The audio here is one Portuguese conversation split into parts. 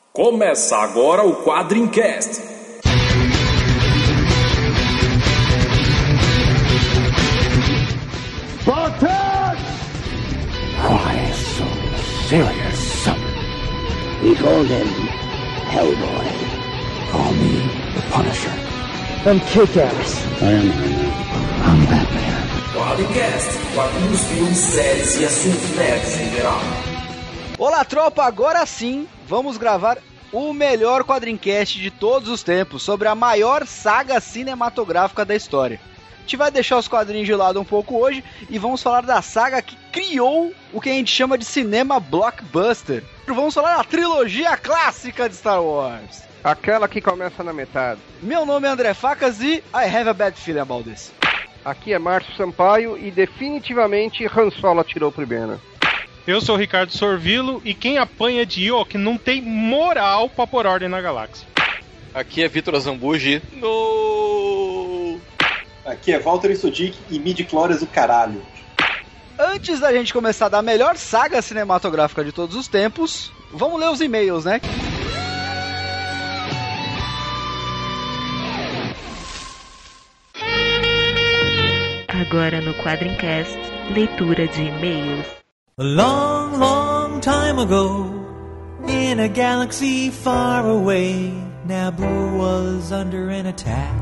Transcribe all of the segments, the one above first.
Começa agora o Quadrincast. Spartan! Why so serious, son? We call him Hellboy. Call me the Punisher. I'm Kick-Ass. I am Iron I'm Batman. Quadrincast, quadrinhos, filmes, séries e assuntos nerds em geral. Olá, tropa, agora sim vamos gravar o melhor Quadrincast de todos os tempos sobre a maior saga cinematográfica da história. A gente vai deixar os quadrinhos de lado um pouco hoje e vamos falar da saga que criou o que a gente chama de cinema blockbuster. Vamos falar da trilogia clássica de Star Wars. Aquela que começa na metade. Meu nome é André Facas e I have a bad feeling about this. Aqui é Márcio Sampaio e definitivamente Han Solo atirou primeiro. Eu sou o Ricardo Sorvilo e quem apanha de Yoke não tem moral pra pôr ordem na galáxia. Aqui é Vitor Azambuji. No! Aqui é Walter Sudik e midi-chlorians o caralho. Antes da gente começar da melhor saga cinematográfica de todos os tempos, vamos ler os e-mails, né? Agora no Quadrincast, leitura de e-mails. A long, long time ago, in a galaxy far away, Naboo was under an attack.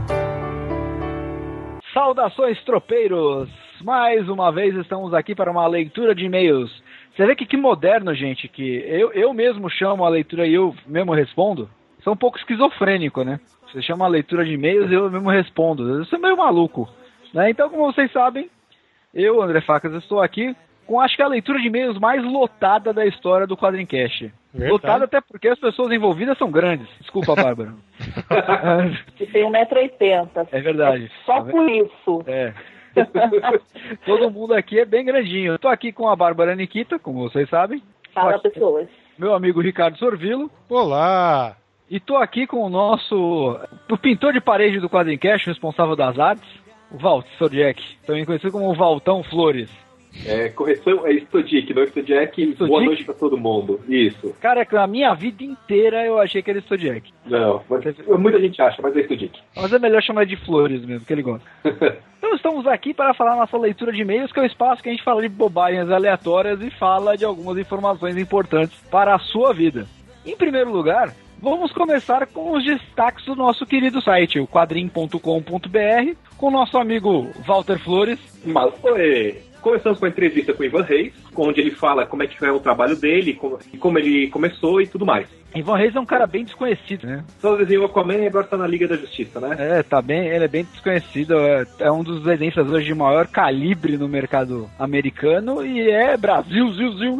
Saudações, tropeiros! Mais uma vez estamos aqui para uma leitura de e-mails. Você vê que moderno, gente, que eu mesmo chamo a leitura e eu mesmo respondo. Sou um pouco esquizofrênico, né? Você chama a leitura de e-mails e eu mesmo respondo. Eu sou meio maluco, né? Então, como vocês sabem, eu, André Facas, estou aqui com acho que a leitura de e-mails mais lotada da história do Quadrincast. Verdade. Lotada até porque as pessoas envolvidas são grandes. Desculpa, Bárbara. Que tem 1,80m. É verdade. É só por isso. É. Todo mundo aqui é bem grandinho. Eu tô aqui com a Bárbara Nikita, como vocês sabem. Fala, pessoas. Meu amigo Ricardo Sorvilo. Olá! E tô aqui com o pintor de parede do Quadrincast, responsável das artes, o Walt Stodiek, também conhecido como o Valtão Flores. Correção é Stodiek, não é Stodiek. Boa noite pra todo mundo. Isso. Cara, na minha vida inteira eu achei que era Stodiek. Não, muita gente acha, mas é Stodiek. Mas é melhor chamar de Flores mesmo, que ele gosta. Então estamos aqui para falar nossa leitura de e-mails, que é o espaço que a gente fala de bobagens aleatórias e fala de algumas informações importantes para a sua vida. Em primeiro lugar, vamos começar com os destaques do nosso querido site, o quadrim.com.br, com o nosso amigo Walter Flores. Mas começamos com a entrevista com o Ivan Reis, onde ele fala como é que é o trabalho dele, como ele começou e tudo mais. Ivan Reis é um cara bem desconhecido, né? Só desenhou Aquaman e agora tá na Liga da Justiça, né? Ele é bem desconhecido, é um dos desenhistas hoje de maior calibre no mercado americano e é Brasil!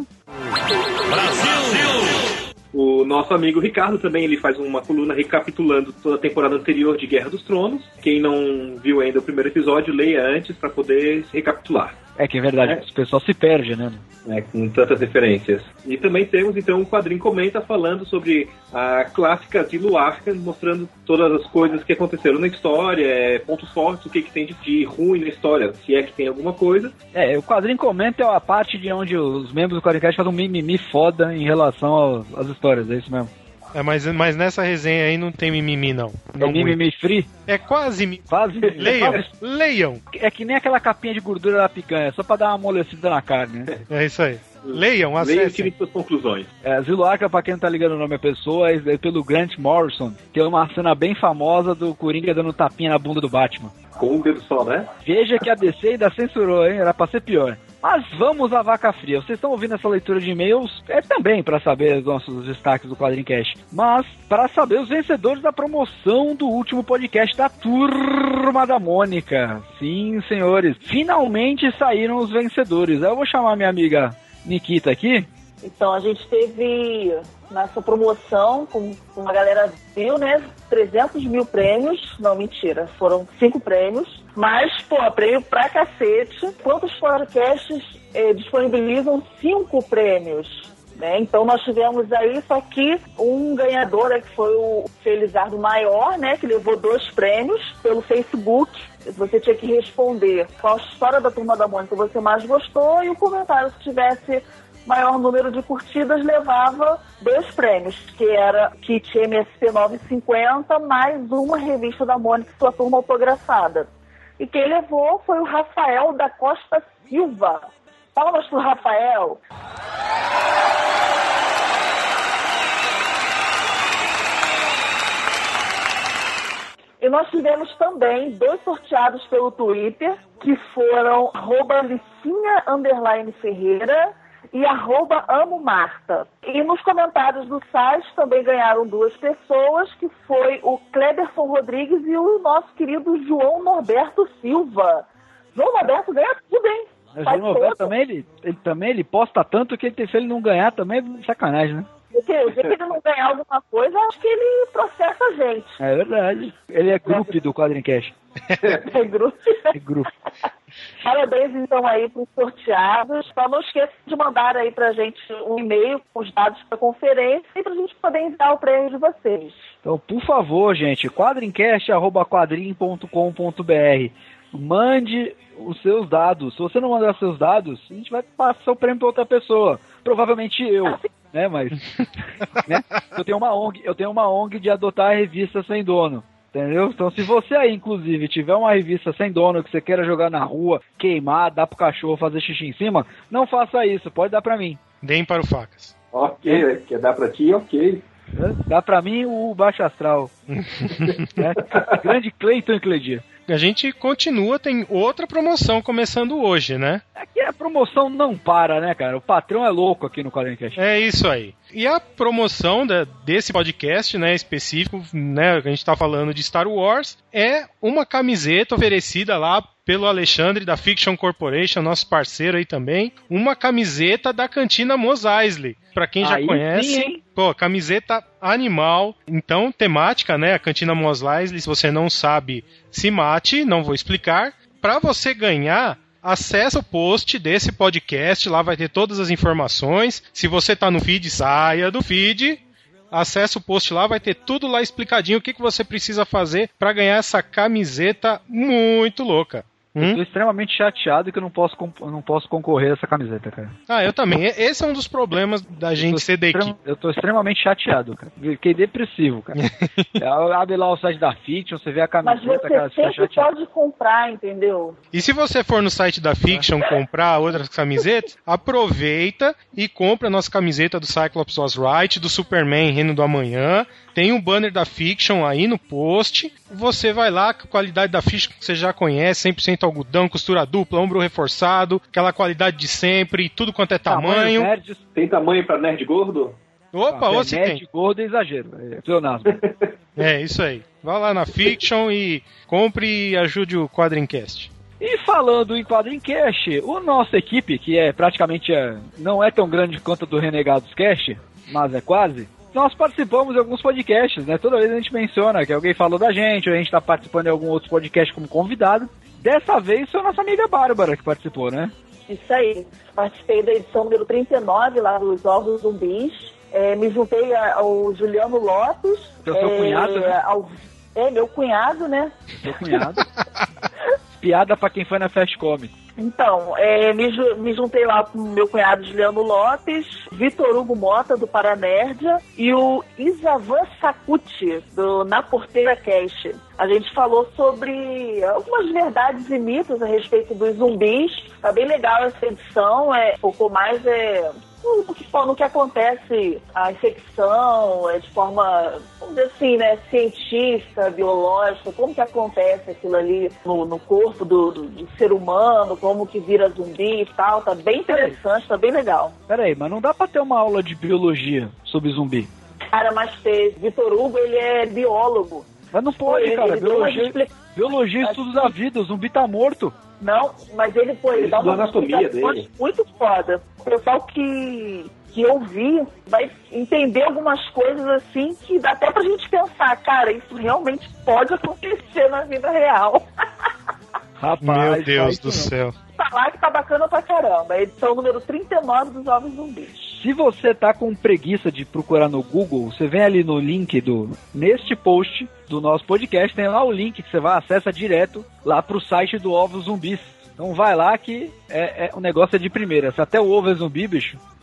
O nosso amigo Ricardo também, ele faz uma coluna recapitulando toda a temporada anterior de Guerra dos Tronos. Quem não viu ainda o primeiro episódio, leia antes para poder recapitular. É que é verdade, o pessoal se perde, né? Com tantas referências. E também temos, então, um quadrinho comenta falando sobre a clássica Asilo Arkham, mostrando todas as coisas que aconteceram na história, pontos fortes, o que tem de ruim na história, se é que tem alguma coisa. O quadrinho comenta é a parte de onde os membros do Quadrincast fazem um mimimi foda em relação às histórias, é isso mesmo? Mas nessa resenha aí não tem mimimi, não. É mimimi free? É quase. Leiam. É que nem aquela capinha de gordura da picanha, só pra dar uma amolecida na carne, né? É isso aí. Leiam, acessem. E tirem suas conclusões. Asilo Arkham, pra quem não tá ligando o nome da pessoa, é pelo Grant Morrison. Tem uma cena bem famosa do Coringa dando tapinha na bunda do Batman. Com um dedo só, né? Veja que a DC ainda censurou, hein? Era pra ser pior. Mas vamos à vaca fria. Vocês estão ouvindo essa leitura de e-mails também para saber os nossos destaques do Quadrincast, mas para saber os vencedores da promoção do último podcast da Turma da Mônica. Sim, senhores, finalmente saíram os vencedores. Eu vou chamar minha amiga Nikita aqui. Então, a gente teve nessa promoção, como a galera viu, né, 300 mil prêmios. Não, mentira, foram 5 prêmios. Mas, prêmio pra cacete. Quantos podcasts disponibilizam 5 prêmios? Né? Então, nós tivemos aí, só que um ganhador, que foi o Felizardo Maior, né, que levou 2 prêmios pelo Facebook. Você tinha que responder qual a história da Turma da Mônica você mais gostou e o comentário se tivesse maior número de curtidas levava 2 prêmios, que era kit MSP 950 mais uma revista da Mônica, sua turma autografada. E quem levou foi o Rafael da Costa Silva. Palmas pro Rafael. E nós tivemos também 2 sorteados pelo Twitter, que foram @Licinha_Ferreira e @AmoMarta. E nos comentários do site também ganharam 2 pessoas, que foi o Cleberson Rodrigues e o nosso querido João Norberto Silva. João Norberto ganha tudo, hein? O João Norberto também, ele posta tanto que se ele não ganhar também é sacanagem, né? Porque o dia que ele não ganhar alguma coisa, acho que ele processa a gente. É verdade. Ele é grupo do Quadrincast. É grupo? É grupo. Parabéns, então, aí para os sorteados. Só não esqueça de mandar aí pra gente um e-mail com os dados da conferência e pra gente poder enviar o prêmio de vocês. Então, por favor, gente, quadrincast@quadrim.com.br. Mande os seus dados. Se você não mandar seus dados, a gente vai passar o prêmio para outra pessoa. Provavelmente eu. Né, mas né? Eu tenho uma ONG de adotar a revista sem dono, entendeu? Então se você aí, inclusive, tiver uma revista sem dono que você queira jogar na rua, queimar, dar pro cachorro fazer xixi em cima, não faça isso, pode dar pra mim. Deem para o Facas. Ok, quer dar pra ti? Ok. Dá pra mim o Baixo Astral. Grande Cleiton e Cleidir. A gente continua, tem outra promoção começando hoje, né? Aqui a promoção não para, né, cara? O patrão é louco aqui no Quadrincast. É isso aí. E a promoção desse podcast, né, específico, né, a gente tá falando de Star Wars, é uma camiseta oferecida lá pelo Alexandre da Fiction Corporation, nosso parceiro aí também, uma camiseta da Cantina Mos Eisley. Pra quem já conhece, sim, pô, camiseta animal, então temática, né, a Cantina Mos Eisley, se você não sabe, se mate, não vou explicar. Pra você ganhar, acessa o post desse podcast, lá vai ter todas as informações. Se você tá no feed, saia do feed, acessa o post lá, vai ter tudo lá explicadinho o que você precisa fazer pra ganhar essa camiseta muito louca. Eu tô extremamente chateado que eu não posso concorrer a essa camiseta, cara. Ah, eu também. Esse é um dos problemas da gente ser da equipe. Eu tô extremamente chateado, cara. Fiquei depressivo, cara. Abre lá o site da Fiction, você vê a camiseta, mas você cara, sempre pode comprar, entendeu? E se você for no site da Fiction comprar outras camisetas, aproveita e compra a nossa camiseta do Cyclops Was Right, do Superman Reino do Amanhã. Tem um banner da Fiction aí no post. Você vai lá com a qualidade da Fiction que você já conhece, 100% algodão, costura dupla, ombro reforçado, aquela qualidade de sempre, tudo quanto é tamanho. Tem tamanho pra nerd gordo? Opa, ou se tem. Nerd gordo é exagero, é pleonasmo. É, isso aí. Vá lá na Fiction e compre e ajude o Quadrincast. E falando em Quadrincast, a nossa equipe, que é praticamente não é tão grande quanto a do Renegados Cast, mas é quase, nós participamos de alguns podcasts, né? Toda vez a gente menciona que alguém falou da gente, ou a gente tá participando de algum outro podcast como convidado. Dessa vez foi a nossa amiga Bárbara que participou, né? Isso aí. Participei da edição número 39 lá dos Ovos Zumbis. Me juntei ao Juliano Lopes. Que é o seu cunhado, né? Meu cunhado, né? Seu cunhado. Piada pra quem foi na Fast Comics. Então, me juntei lá com o meu cunhado Juliano Lopes, Vitor Hugo Mota, do Paranerdia, e o Isavan Sakuti, do Na Porteira Cast. A gente falou sobre algumas verdades e mitos a respeito dos zumbis. Tá bem legal essa edição, focou mais no que acontece, a infecção, de forma, vamos dizer assim, né, científica, biológica, como que acontece aquilo ali no corpo do ser humano, como que vira zumbi e tal, tá bem interessante, tá bem legal. Peraí, mas não dá pra ter uma aula de biologia sobre zumbi? Cara, mas Vitor Hugo, ele é biólogo. Mas não pode, cara, biologia é estudo da vida, o zumbi tá morto. Não, mas ele dá uma anatomia dele. Muito foda. O pessoal que eu vi vai entender algumas coisas assim que dá até pra gente pensar, cara, isso realmente pode acontecer na vida real. Rapaz, meu Deus do céu. Falar que tá bacana pra caramba. A edição número 39 dos Ovos Zumbis. Se você tá com preguiça de procurar no Google, você vem ali no link neste post do nosso podcast, tem lá o link que você vai acessa direto lá pro site do Ovos Zumbis. Então vai lá que o negócio é de primeira. Se até o ovo é zumbi, bicho,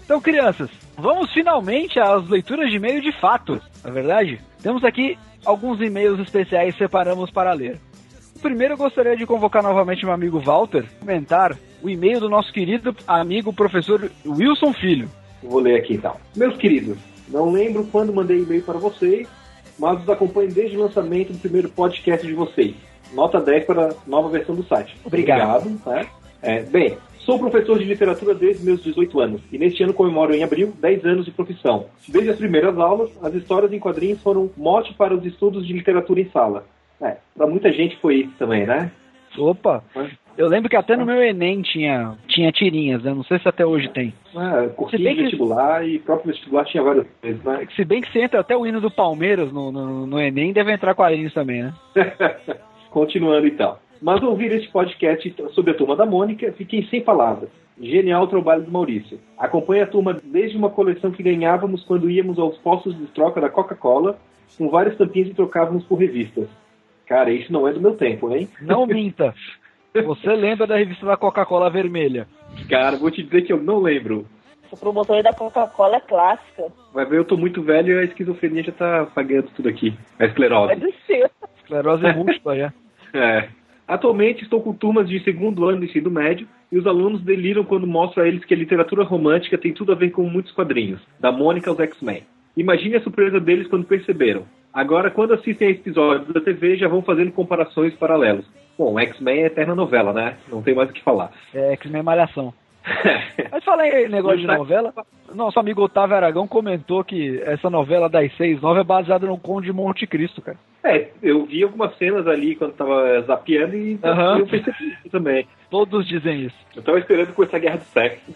Então, crianças, vamos finalmente às leituras de e-mail de fato, na verdade? Temos aqui alguns e-mails especiais que separamos para ler. Primeiro, eu gostaria de convocar novamente meu amigo Walter, comentar o e-mail do nosso querido amigo professor Wilson Filho. Vou ler aqui então. Meus queridos, não lembro quando mandei e-mail para vocês, mas os acompanho desde o lançamento do primeiro podcast de vocês. Nota 10 para a nova versão do site. Obrigado. Né? Bem, sou professor de literatura desde meus 18 anos, e neste ano comemoro em abril 10 anos de profissão. Desde as primeiras aulas, as histórias em quadrinhos foram mote para os estudos de literatura em sala. Para muita gente foi isso também, né? Opa! Eu lembro que até no meu Enem tinha tirinhas, né? Não sei se até hoje tem. Cursinho de vestibular e próprio vestibular tinha várias vezes, né? Se bem que você entra até o hino do Palmeiras no Enem, deve entrar quadrinhos também, né? Continuando então. Mas ao ouvir este podcast sobre a Turma da Mônica, fiquei sem palavras. Genial o trabalho do Maurício. Acompanho a turma desde uma coleção que ganhávamos quando íamos aos postos de troca da Coca-Cola, com várias tampinhas e trocávamos por revistas. Cara, isso não é do meu tempo, hein? Não minta. Você lembra da revista da Coca-Cola vermelha? Cara, vou te dizer que eu não lembro. Essa promoção aí da Coca-Cola é clássica. Vai ver, eu tô muito velho e a esquizofrenia já tá apagando tudo aqui. A esclerose. Pode ser. Esclerose múltipla, já. Atualmente estou com turmas de segundo ano do ensino médio e os alunos deliram quando mostro a eles que a literatura romântica tem tudo a ver com muitos quadrinhos, da Mônica aos X-Men. Imagine a surpresa deles quando perceberam. Agora, quando assistem a episódios da TV, já vão fazendo comparações paralelos. Bom, X-Men é eterna novela, né? Não tem mais o que falar. X-Men Malhação. Mas fala aí, negócio de novela. Nosso amigo Otávio Aragão comentou que essa novela das 6/9 é baseada no Conde de Monte Cristo, cara. Eu vi algumas cenas ali quando tava zapeando e eu percebi isso também. Todos dizem isso. Eu tava esperando com essa guerra do sexo.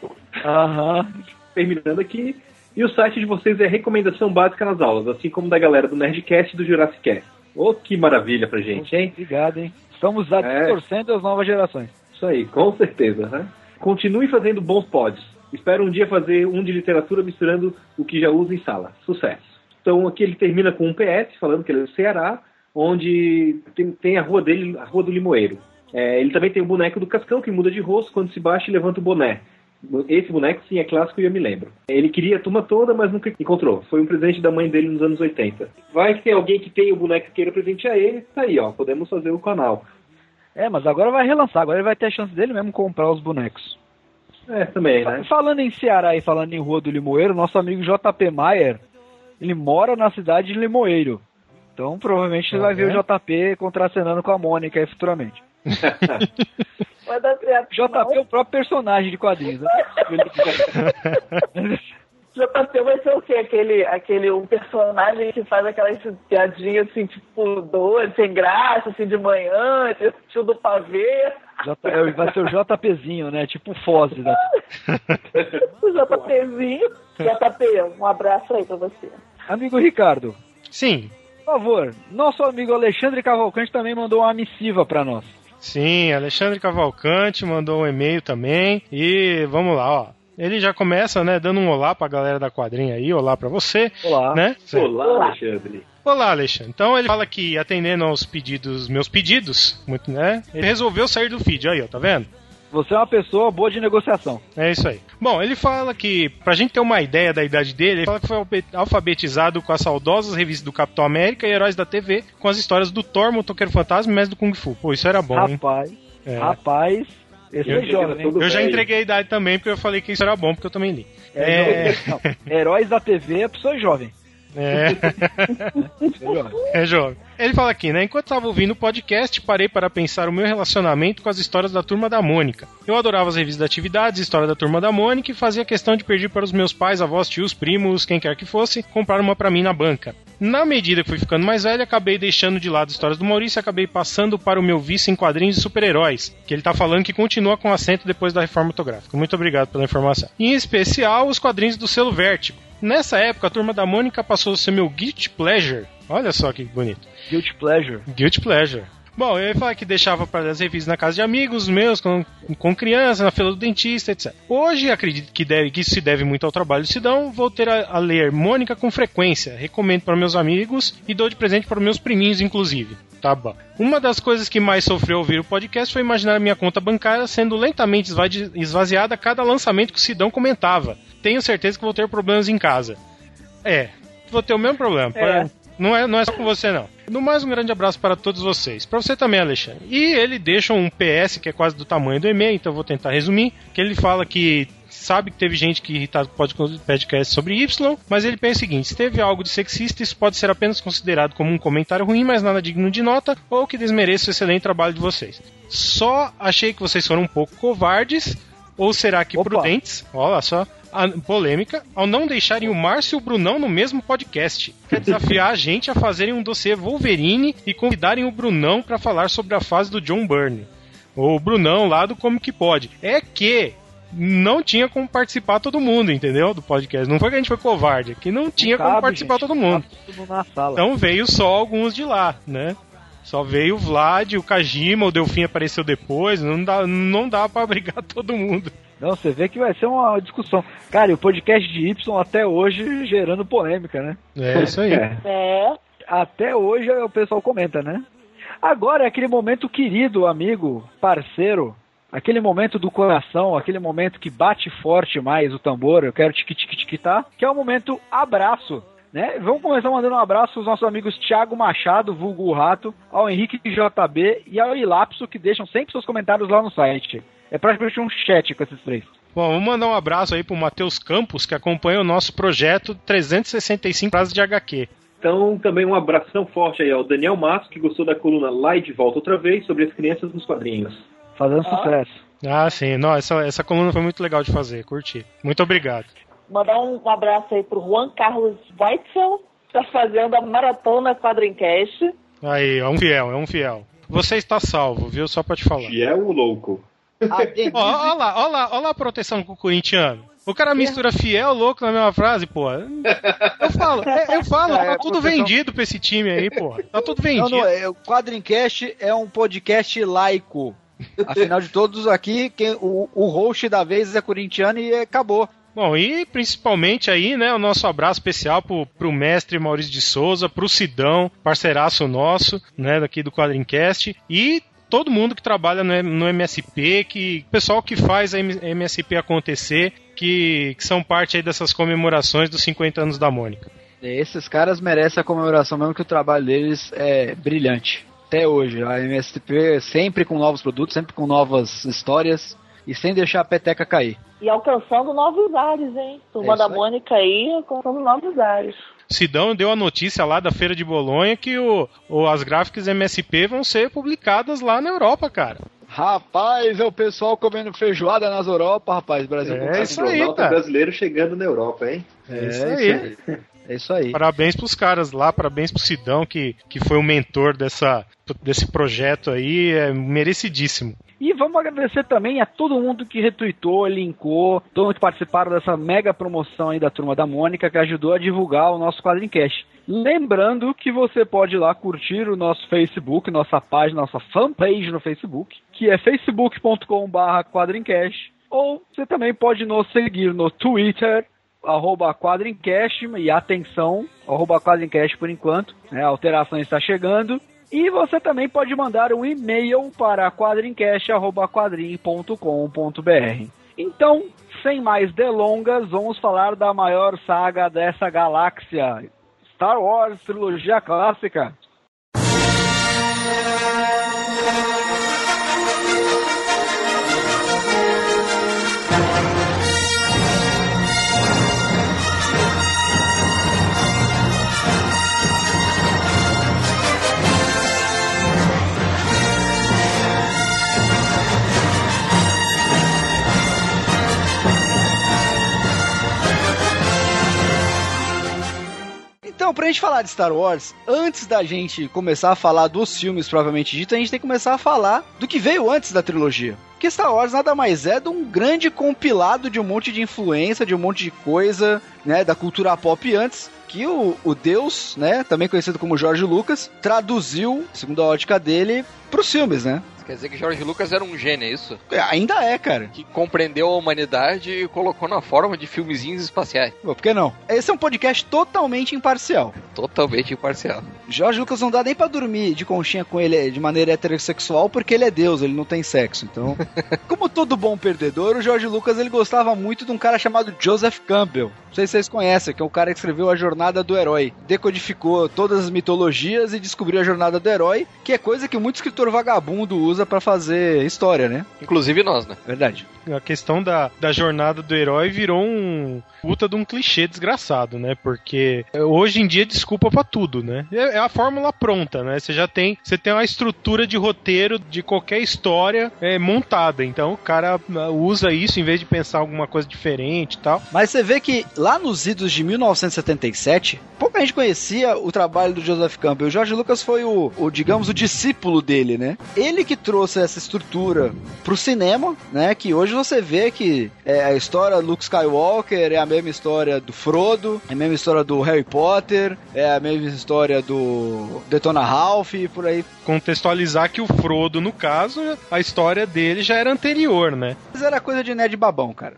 Terminando aqui. E o site de vocês é recomendação básica nas aulas, assim como da galera do Nerdcast e do Jurassic Cast. Que maravilha pra gente, hein? Obrigado, hein? Estamos a 10% das novas gerações. Isso aí, com certeza, né? Continue fazendo bons pods. Espero um dia fazer um de literatura misturando o que já usa em sala. Sucesso. Então aqui ele termina com um PS, falando que ele é do Ceará, onde tem a rua dele, a Rua do Limoeiro. Ele também tem o boneco do Cascão, que muda de rosto quando se baixa e levanta o boné. Esse boneco, sim, é clássico e eu me lembro. Ele queria a turma toda, mas nunca encontrou. Foi um presente da mãe dele nos anos 80. Vai que tem alguém que tem o boneco que queira presentear ele, tá aí, ó, podemos fazer o canal. Mas agora vai relançar, agora ele vai ter a chance dele mesmo comprar os bonecos. Também, né? Falando em Ceará e falando em Rua do Limoeiro, nosso amigo JP Maier, ele mora na cidade de Limoeiro. Então, provavelmente, ele vai ver o JP contracenando com a Mônica aí futuramente. Vai dar certo. JP é o próprio personagem de quadrinhos, né? JP vai ser o quê? Um personagem que faz aquelas piadinhas assim, tipo, doido, sem graça, assim, de manhã, tio do pavê. Vai ser o JPzinho, né? Tipo o Foz. Né? O JPzinho. JP, um abraço aí pra você. Amigo Ricardo. Sim. Por favor, nosso amigo Alexandre Cavalcante também mandou uma missiva pra nós. Sim, Alexandre Cavalcante mandou um e-mail também. E vamos lá, ó. Ele já começa, né, dando um olá pra galera da quadrinha aí, olá pra você. Olá. Né? Olá, Alexandre. Olá, Alexandre. Então ele fala que, atendendo aos meus pedidos, muito, né, ele resolveu sair do feed, aí, ó, tá vendo? Você é uma pessoa boa de negociação. É isso aí. Bom, ele fala que, pra gente ter uma ideia da idade dele, ele fala que foi alfabetizado com as saudosas revistas do Capitão América e Heróis da TV, com as histórias do Thor, Motoqueiro Fantasma e Mestre do Kung Fu. Pô, isso era bom, rapaz, hein? Rapaz... Esse é jovem, hein? Eu já entreguei a idade também, porque eu falei que isso era bom, porque eu também li. Não, Heróis da TV é pessoa jovem. É jovem. Ele fala aqui, né? Enquanto estava ouvindo o podcast, parei para pensar o meu relacionamento com as histórias da Turma da Mônica. Eu adorava as revistas de atividades, história da Turma da Mônica, e fazia questão de pedir para os meus pais, avós, tios, primos, quem quer que fosse, comprar uma para mim na banca. Na medida que fui ficando mais velho, acabei deixando de lado histórias do Maurício e acabei passando para o meu vício em quadrinhos de super-heróis, que ele tá falando que continua com acento depois da reforma ortográfica. Muito obrigado pela informação. Em especial, os quadrinhos do selo Vértigo. Nessa época, a Turma da Mônica passou a ser meu guilty pleasure. Olha só que bonito. Guilty pleasure. Guilty pleasure. Bom, eu ia falar que deixava para ler as revistas na casa de amigos meus, com criança, na fila do dentista, etc. Hoje, acredito que isso se deve muito ao trabalho de Sidão, vou ter a ler Mônica com frequência. Recomendo para meus amigos e dou de presente para meus priminhos, inclusive. Tá bom. Uma das coisas que mais sofreu ouvir o podcast foi imaginar a minha conta bancária sendo lentamente esvaziada a cada lançamento que o Sidão comentava. Tenho certeza que vou ter problemas em casa. Vou ter o mesmo problema. Não é só com você, não. No mais, um grande abraço para todos vocês. Para você também, Alexandre. E ele deixa um PS que é quase do tamanho do e-mail, então eu vou tentar resumir. Que ele fala que sabe que teve gente que irritado com o podcast sobre Y, mas ele pensa o seguinte: se teve algo de sexista, isso pode ser apenas considerado como um comentário ruim, mas nada digno de nota, ou que desmereça o excelente trabalho de vocês. Só achei que vocês foram um pouco covardes, ou será que prudentes, olha só, a polêmica, ao não deixarem o Márcio e o Brunão no mesmo podcast. Quer desafiar a gente a fazerem um dossiê Wolverine e convidarem o Brunão para falar sobre a fase do John Byrne. Ou o Brunão lá do Como Que Pode. É que não tinha como participar todo mundo, entendeu? Do podcast. Não foi que a gente foi covarde, é que não tinha como participar todo mundo. Todo mundo na sala. Então veio só alguns de lá, né? Só veio o Vlad, o Kajima, o Delfim apareceu depois, não dá pra abrigar todo mundo. Não, você vê que vai ser uma discussão. Cara, e o podcast de Y até hoje gerando polêmica, né? É isso aí. Até hoje o pessoal comenta, né? Agora é aquele momento querido, amigo, parceiro, aquele momento do coração, aquele momento que bate forte mais o tambor, eu quero tic-tic-tic-tá, que é o momento abraço. Né? Vamos começar mandando um abraço aos nossos amigos Thiago Machado, vulgo Rato, ao Henrique JB e ao Ilapso, que deixam sempre seus comentários lá no site. É praticamente um chat com esses três. Bom, vamos mandar um abraço aí pro Matheus Campos, que acompanha o nosso projeto 365 frases de HQ. Então, também um abração forte aí ao Daniel Matos, que gostou da coluna Lá e de Volta Outra Vez, sobre as crianças nos quadrinhos. Fazendo sucesso. Ah, sim. Não, essa coluna foi muito legal de fazer, curti. Muito obrigado. Mandar um abraço aí pro Juan Carlos Weitzel, que tá fazendo a Maratona Quadrincast. Aí, é um fiel. Você está salvo, viu? Só pra te falar. Fiel ou louco? Olha lá a proteção com o corintiano. O cara mistura fiel, louco na mesma frase, pô. Eu falo, tá tudo vendido pra esse time aí, pô. Tá tudo vendido. O Quadrincast é um podcast laico. Afinal de todos aqui, o host da vez é corintiano e acabou. Bom, e principalmente aí, né, o nosso abraço especial pro mestre Maurício de Souza, pro Sidão, parceiraço nosso, né, daqui do Quadrincast, e todo mundo que trabalha no MSP, o pessoal que faz a MSP acontecer, que são parte aí dessas comemorações dos 50 anos da Mônica. Esses caras merecem a comemoração mesmo, que o trabalho deles é brilhante. Até hoje, a MSP sempre com novos produtos, sempre com novas histórias, e sem deixar a peteca cair. E alcançando novos ares, hein? Turma da Mônica aí, alcançando novos ares. Sidão deu a notícia lá da Feira de Bolonha que as gráficas MSP vão ser publicadas lá na Europa, cara. Rapaz, é o pessoal comendo feijoada nas Europa, rapaz. Brasil é isso aí, cara. Brasileiro chegando na Europa, hein? É isso aí. Parabéns pros caras lá, parabéns pro Sidão, que foi o mentor desse projeto aí, é merecidíssimo. E vamos agradecer também a todo mundo que retweetou, linkou, todo mundo que participaram dessa mega promoção aí da Turma da Mônica, que ajudou a divulgar o nosso Quadrincast. Lembrando que você pode ir lá curtir o nosso Facebook, nossa página, nossa fanpage no Facebook, que é facebook.com/Quadrincast, ou você também pode nos seguir no Twitter, @Quadrincast, e atenção, @Quadrincast por enquanto, né, a alteração está chegando. E você também pode mandar um e-mail para quadrincast@quadrim.com.br. Então, sem mais delongas, vamos falar da maior saga dessa galáxia, Star Wars Trilogia Clássica. Então, pra gente falar de Star Wars, antes da gente começar a falar dos filmes propriamente dito, a gente tem que começar a falar do que veio antes da trilogia. Porque Star Wars nada mais é de um grande compilado de um monte de influência, de um monte de coisa, né, da cultura pop antes, que o Deus, né, também conhecido como George Lucas, traduziu, segundo a ótica dele, pros filmes, né? Quer dizer que George Lucas era um gênio, é isso? Ainda é, cara. Que compreendeu a humanidade e colocou na forma de filmezinhos espaciais. Pô, por que não? Esse é um podcast totalmente imparcial. Totalmente imparcial. George Lucas não dá nem pra dormir de conchinha com ele de maneira heterossexual, porque ele é Deus, ele não tem sexo. Então, como todo bom perdedor, o George Lucas ele gostava muito de um cara chamado Joseph Campbell. Não sei se vocês conhecem, que é o cara que escreveu A Jornada do Herói. Decodificou todas as mitologias e descobriu a Jornada do Herói, que é coisa que muito escritor vagabundo usa pra fazer história, né? Inclusive nós, né? Verdade. A questão da jornada do herói virou um puta de um clichê desgraçado, né? Porque hoje em dia desculpa pra tudo, né? É a fórmula pronta, né? Você tem uma estrutura de roteiro de qualquer história montada. Então o cara usa isso em vez de pensar alguma coisa diferente e tal. Mas você vê que lá nos idos de 1977, pouca gente conhecia o trabalho do Joseph Campbell. O George Lucas foi digamos, o discípulo dele, né? Ele que trouxe essa estrutura pro cinema, né? Que hoje você vê que a história do Luke Skywalker é a mesma história do Frodo, é a mesma história do Harry Potter, é a mesma história do Detona Ralph e por aí. Contextualizar que o Frodo, no caso, a história dele já era anterior, né? Mas era coisa de nerd babão, cara.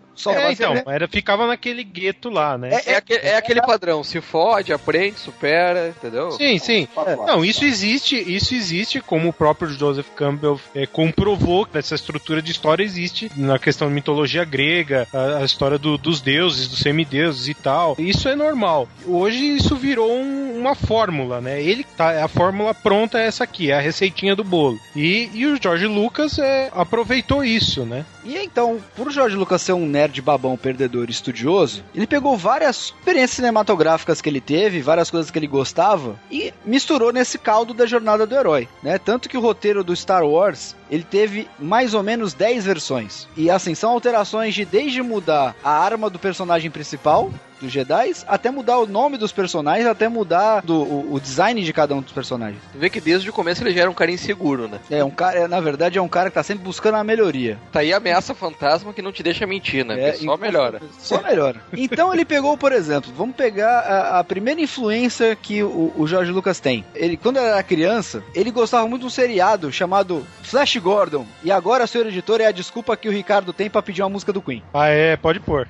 Ficava naquele gueto lá, né? É aquele padrão, se fode, aprende, supera, entendeu? Sim. Não, isso existe, como o próprio Joseph Campbell comprovou que essa estrutura de história existe na questão de mitologia grega, a história dos deuses, dos semideuses e tal. Isso é normal. Hoje isso virou uma fórmula, né? A fórmula pronta é essa aqui, é a receitinha do bolo. E o George Lucas aproveitou isso, né? E então, por George Lucas ser um nerd babão, perdedor e estudioso, ele pegou várias experiências cinematográficas que ele teve, várias coisas que ele gostava, e misturou nesse caldo da jornada do herói, né? Tanto que o roteiro do Star Wars, ele teve mais ou menos 10 versões. E assim, são alterações desde mudar a arma do personagem principal, dos Jedi, até mudar o nome dos personagens, até mudar o design de cada um dos personagens. Tu vê que desde o começo ele já era um cara inseguro, né? Na verdade é um cara que tá sempre buscando a melhoria. Tá aí a ameaça fantasma que não te deixa mentir, né? Só melhora. Só melhora. Então ele pegou, por exemplo, vamos pegar a primeira influência que o George Lucas tem. Ele, quando era criança, ele gostava muito de um seriado chamado Flash Gordon. E agora, senhor editor, é a desculpa que o Ricardo tem pra pedir uma música do Queen. Pode pôr.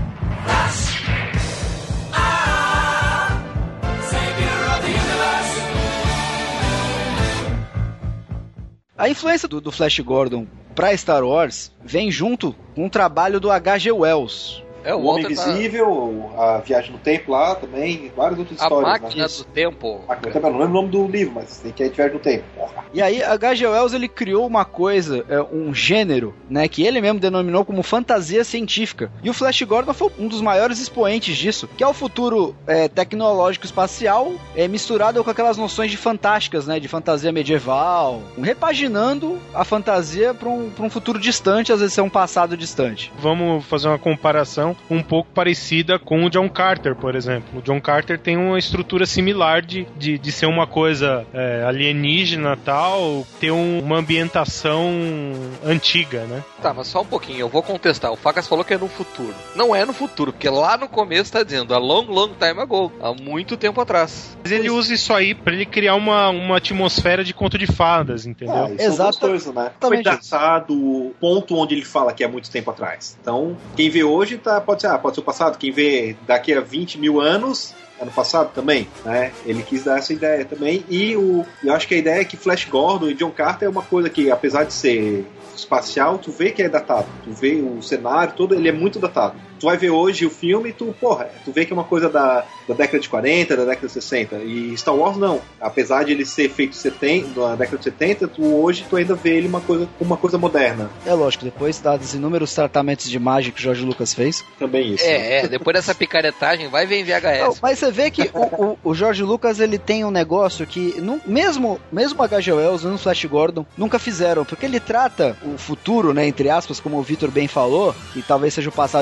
A influência do Flash Gordon pra Star Wars vem junto com o trabalho do H.G. Wells. O Homem Invisível, a Viagem no Tempo lá também, várias outras histórias. A Máquina do Tempo. Eu não lembro o nome do livro, mas tem que é Viagem no Tempo. E aí, H.G. Wells, ele criou uma coisa, um gênero, né, que ele mesmo denominou como fantasia científica. E o Flash Gordon foi um dos maiores expoentes disso, que é o futuro tecnológico espacial misturado com aquelas noções de fantásticas, né, de fantasia medieval, repaginando a fantasia para um futuro distante, às vezes é um passado distante. Vamos fazer uma comparação um pouco parecida com o John Carter, por exemplo. O John Carter tem uma estrutura similar de ser uma coisa alienígena e tal, ter uma ambientação antiga, né? Tá, mas só um pouquinho, eu vou contestar. O Facas falou que é no futuro. Não é no futuro, porque lá no começo tá dizendo a long, long time ago, há muito tempo atrás. Mas ele usa isso aí pra ele criar uma atmosfera de conto de fadas, entendeu? Exatamente, né? Foi datado o ponto onde ele fala que é muito tempo atrás. Então, quem vê hoje pode ser o passado. Quem vê daqui a 20 mil anos no passado também, né? Ele quis dar essa ideia também. E eu acho que a ideia é que Flash Gordon e John Carter é uma coisa que, apesar de ser espacial, tu vê que é datado. Tu vê o cenário todo, ele é muito datado. Tu vai ver hoje o filme e tu vê que é uma coisa da década de 40, da década de 60. E Star Wars não. Apesar de ele ser feito na década de 70, hoje tu ainda vê ele uma coisa moderna. É lógico, depois dados inúmeros tratamentos de imagem que o George Lucas fez. Também isso. Depois dessa picaretagem, vai ver em VHS. Não, mas você vê que o George Lucas, ele tem um negócio que, mesmo H.G. Wells, no Flash Gordon, nunca fizeram, porque ele trata o futuro, né, entre aspas, como o Vitor bem falou, e talvez seja o passado distante,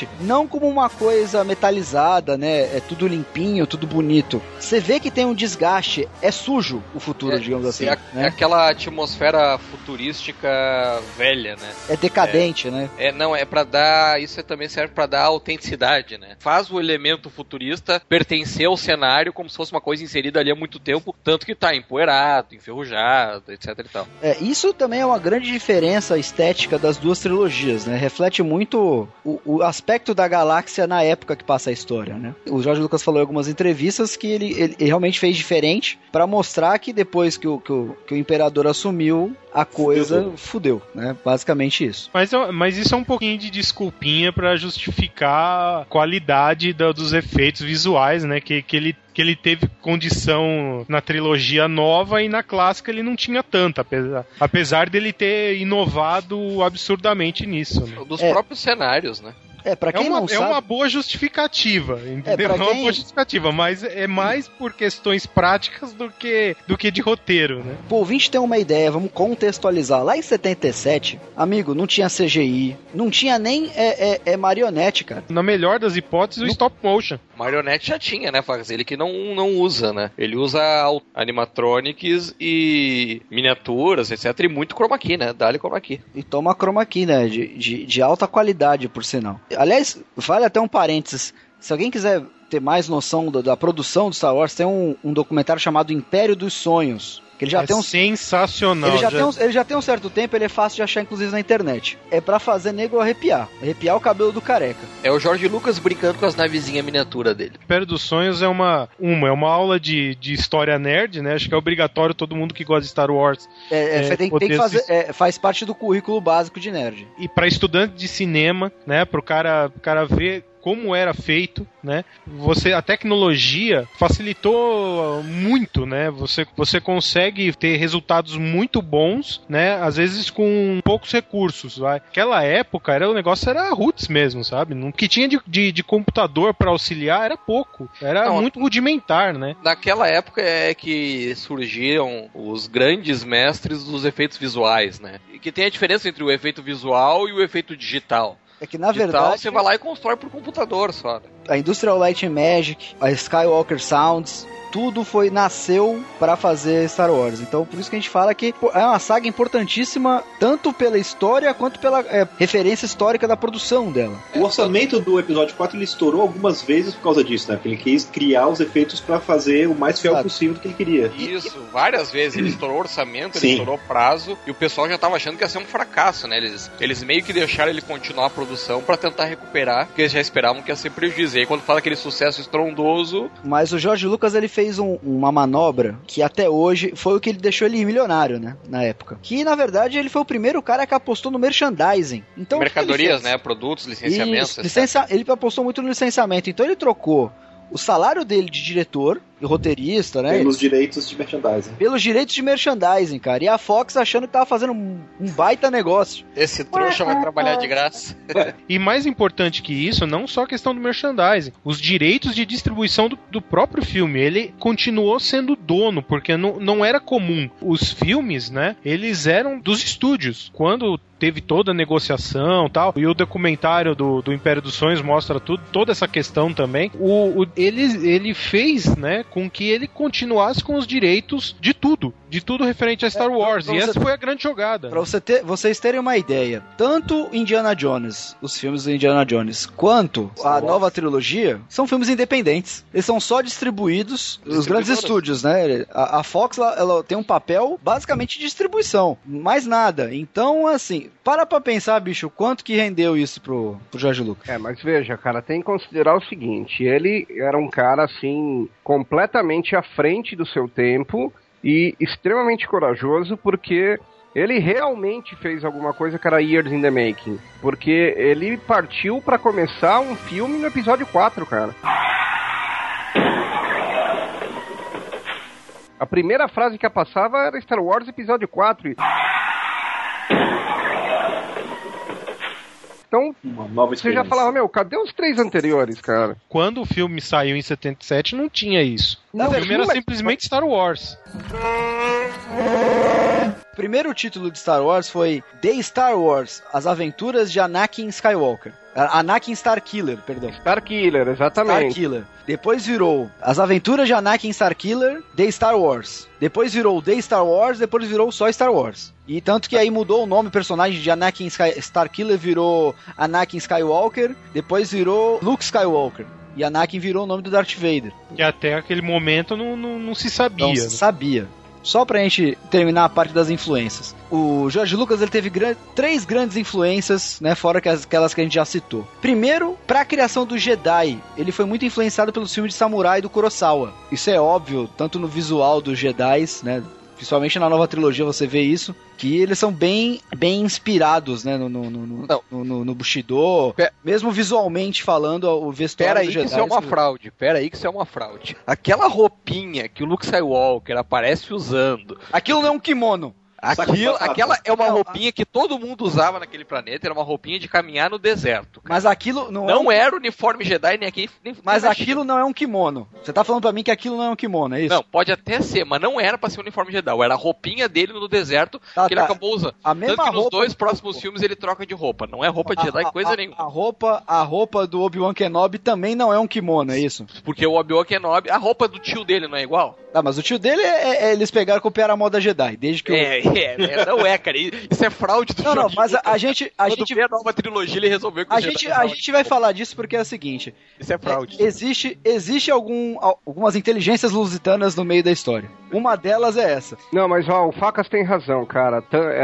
visualmente, não como uma coisa metalizada, né? É tudo limpinho, tudo bonito. Você vê que tem um desgaste, é sujo o futuro, digamos assim. É né? aquela atmosfera futurística velha, né? É decadente, né? Não, é pra dar... Isso também serve pra dar autenticidade, né? Faz o elemento futurista pertencer ao cenário como se fosse uma coisa inserida ali há muito tempo, tanto que tá empoeirado, enferrujado, etc e tal. Isso também é uma grande diferença estética das duas trilogias, né? Reflete muito o aspecto da galáxia na época que passa a história, né? O George Lucas falou em algumas entrevistas que ele realmente fez diferente pra mostrar que depois que o Imperador assumiu, a coisa fudeu, né? Basicamente isso. Mas isso é um pouquinho de desculpinha pra justificar a qualidade dos efeitos visuais, né? Que ele teve condição na trilogia nova e na clássica ele não tinha tanto, apesar dele ter inovado absurdamente nisso. Né? Dos próprios cenários, né? Pra quem não sabe... É uma boa justificativa, entendeu? Uma boa justificativa, mas é mais por questões práticas do que de roteiro, né? Pô, o ouvinte tem uma ideia, vamos contextualizar. Lá em 77, amigo, não tinha CGI, não tinha nem marionete, cara. Na melhor das hipóteses, o stop motion. Marionete já tinha, né, Fagas? Ele que não usa, né? Ele usa animatronics e miniaturas, etc. E muito chroma key, né? Dá-lhe chroma key. E toma chroma key, né? De alta qualidade, por sinal. Aliás, vale até um parênteses. Se alguém quiser ter mais noção da produção do Star Wars, tem um documentário chamado Império dos Sonhos. Que ele já tem sensacional. Ele já tem um certo tempo, ele é fácil de achar, inclusive, na internet. É pra fazer nego arrepiar o cabelo do careca. É o George Lucas brincando com as navezinhas miniatura dele. Império dos Sonhos é uma aula de história nerd, né? Acho que é obrigatório todo mundo que gosta de Star Wars. Tem que fazer, faz parte do currículo básico de nerd. E pra estudante de cinema, né? Pro cara ver como era feito, né? A tecnologia facilitou muito, né? Você consegue ter resultados muito bons, né? Às vezes com poucos recursos, vai. Naquela época, o negócio era roots mesmo, sabe? O que tinha de computador para auxiliar era pouco. Era muito rudimentar, né? Naquela época é que surgiram os grandes mestres dos efeitos visuais, né? E que tem a diferença entre o efeito visual e o efeito digital. É que, na verdade, você vai lá e constrói por computador só. A Industrial Light and Magic, a Skywalker Sounds, tudo nasceu para fazer Star Wars. Então, por isso que a gente fala que é uma saga importantíssima, tanto pela história quanto pela referência histórica da produção dela. O orçamento do episódio 4 ele estourou algumas vezes por causa disso, né? Porque ele quis criar os efeitos para fazer o mais fiel possível do que ele queria. Isso, várias vezes. Ele estourou orçamento, ele estourou prazo, e o pessoal já tava achando que ia ser um fracasso, né? Eles meio que deixaram ele continuar a produção para tentar recuperar, porque eles já esperavam que ia ser prejuízo. E aí, quando fala aquele sucesso estrondoso... Mas o George Lucas, ele fez uma manobra que até hoje foi o que ele deixou ele milionário, né? Na época. Que, na verdade, ele foi o primeiro cara que apostou no merchandising. Então, mercadorias, né? Produtos, licenciamentos. Ele apostou muito no licenciamento. Então, ele trocou o salário dele de diretor e roteirista, né? Pelos direitos de merchandising. Pelos direitos de merchandising, cara. E a Fox achando que tava fazendo um baita negócio. Esse trouxa vai trabalhar de graça. E mais importante que isso, não só a questão do merchandising, os direitos de distribuição do próprio filme. Ele continuou sendo dono, porque não era comum. Os filmes, né? Eles eram dos estúdios. Quando teve toda a negociação e tal, e o documentário do Império dos Sonhos mostra toda essa questão também. Ele fez, né, com que ele continuasse com os direitos de tudo referente a Star Wars, e essa foi a grande jogada. Pra vocês terem uma ideia, tanto Indiana Jones, os filmes do Indiana Jones, quanto a nova trilogia, são filmes independentes. Eles são só distribuídos nos grandes estúdios, né? A Fox, ela tem um papel basicamente de distribuição, mais nada. Então, assim, para pra pensar, bicho, quanto que rendeu isso pro George Lucas. Mas veja, cara, tem que considerar o seguinte, ele era um cara, assim, completamente à frente do seu tempo e extremamente corajoso, porque ele realmente fez alguma coisa que era years in the making, porque ele partiu pra começar um filme no episódio 4, cara. A primeira frase que passava era Star Wars episódio 4. Então, você já falava, cadê os 3 anteriores, cara? Quando o filme saiu em 77, não tinha isso. O filme era simplesmente Star Wars. O primeiro título de Star Wars foi The Star Wars, As Aventuras de Anakin Skywalker. Anakin Starkiller, perdão. Starkiller, exatamente. Starkiller. Depois virou As Aventuras de Anakin Starkiller, The Star Wars. Depois virou The Star Wars, depois virou só Star Wars. E tanto que aí mudou o nome, o personagem de Anakin Starkiller virou Anakin Skywalker, depois virou Luke Skywalker. E Anakin virou o nome do Darth Vader. Que até aquele momento não se sabia. Não se sabia. Só pra gente terminar a parte das influências. O George Lucas ele teve 3 grandes influências, né, fora aquelas que a gente já citou. Primeiro, pra criação do Jedi, ele foi muito influenciado pelos filmes de samurai do Kurosawa. Isso é óbvio, tanto no visual dos Jedis, né, principalmente na nova trilogia você vê isso, que eles são bem inspirados, né, no Bushido, mesmo visualmente falando, o vestuário do Jedi. Pera aí que isso é uma fraude. Aquela roupinha que o Luke Skywalker aparece usando... Aquilo não é um kimono. Aquela é uma roupinha que todo mundo usava naquele planeta, era uma roupinha de caminhar no deserto. Cara. Mas aquilo não era uniforme Jedi, nem aqui. Mas aquilo não é um kimono. Você tá falando pra mim que aquilo não é um kimono, é isso? Não, pode até ser, mas não era pra ser um uniforme Jedi. Era a roupinha dele no deserto que ele acabou usando. A mesma Tanto que nos roupa... 2 próximos filmes ele troca de roupa. Não é roupa de Jedi, coisa nenhuma. A roupa do Obi-Wan Kenobi também não é um kimono, é isso? Porque o Obi-Wan Kenobi, a roupa do tio dele não é igual? Tá, mas o tio dele eles pegaram e copiaram a moda Jedi, desde que não é, cara. Isso é fraude do Não, mas a gente vê a nova trilogia, ele resolveu que a gente vai falar disso porque é o seguinte. Isso é fraude. Existe algumas inteligências lusitanas no meio da história. Uma delas é essa. Não, mas ó, o Facas tem razão, cara.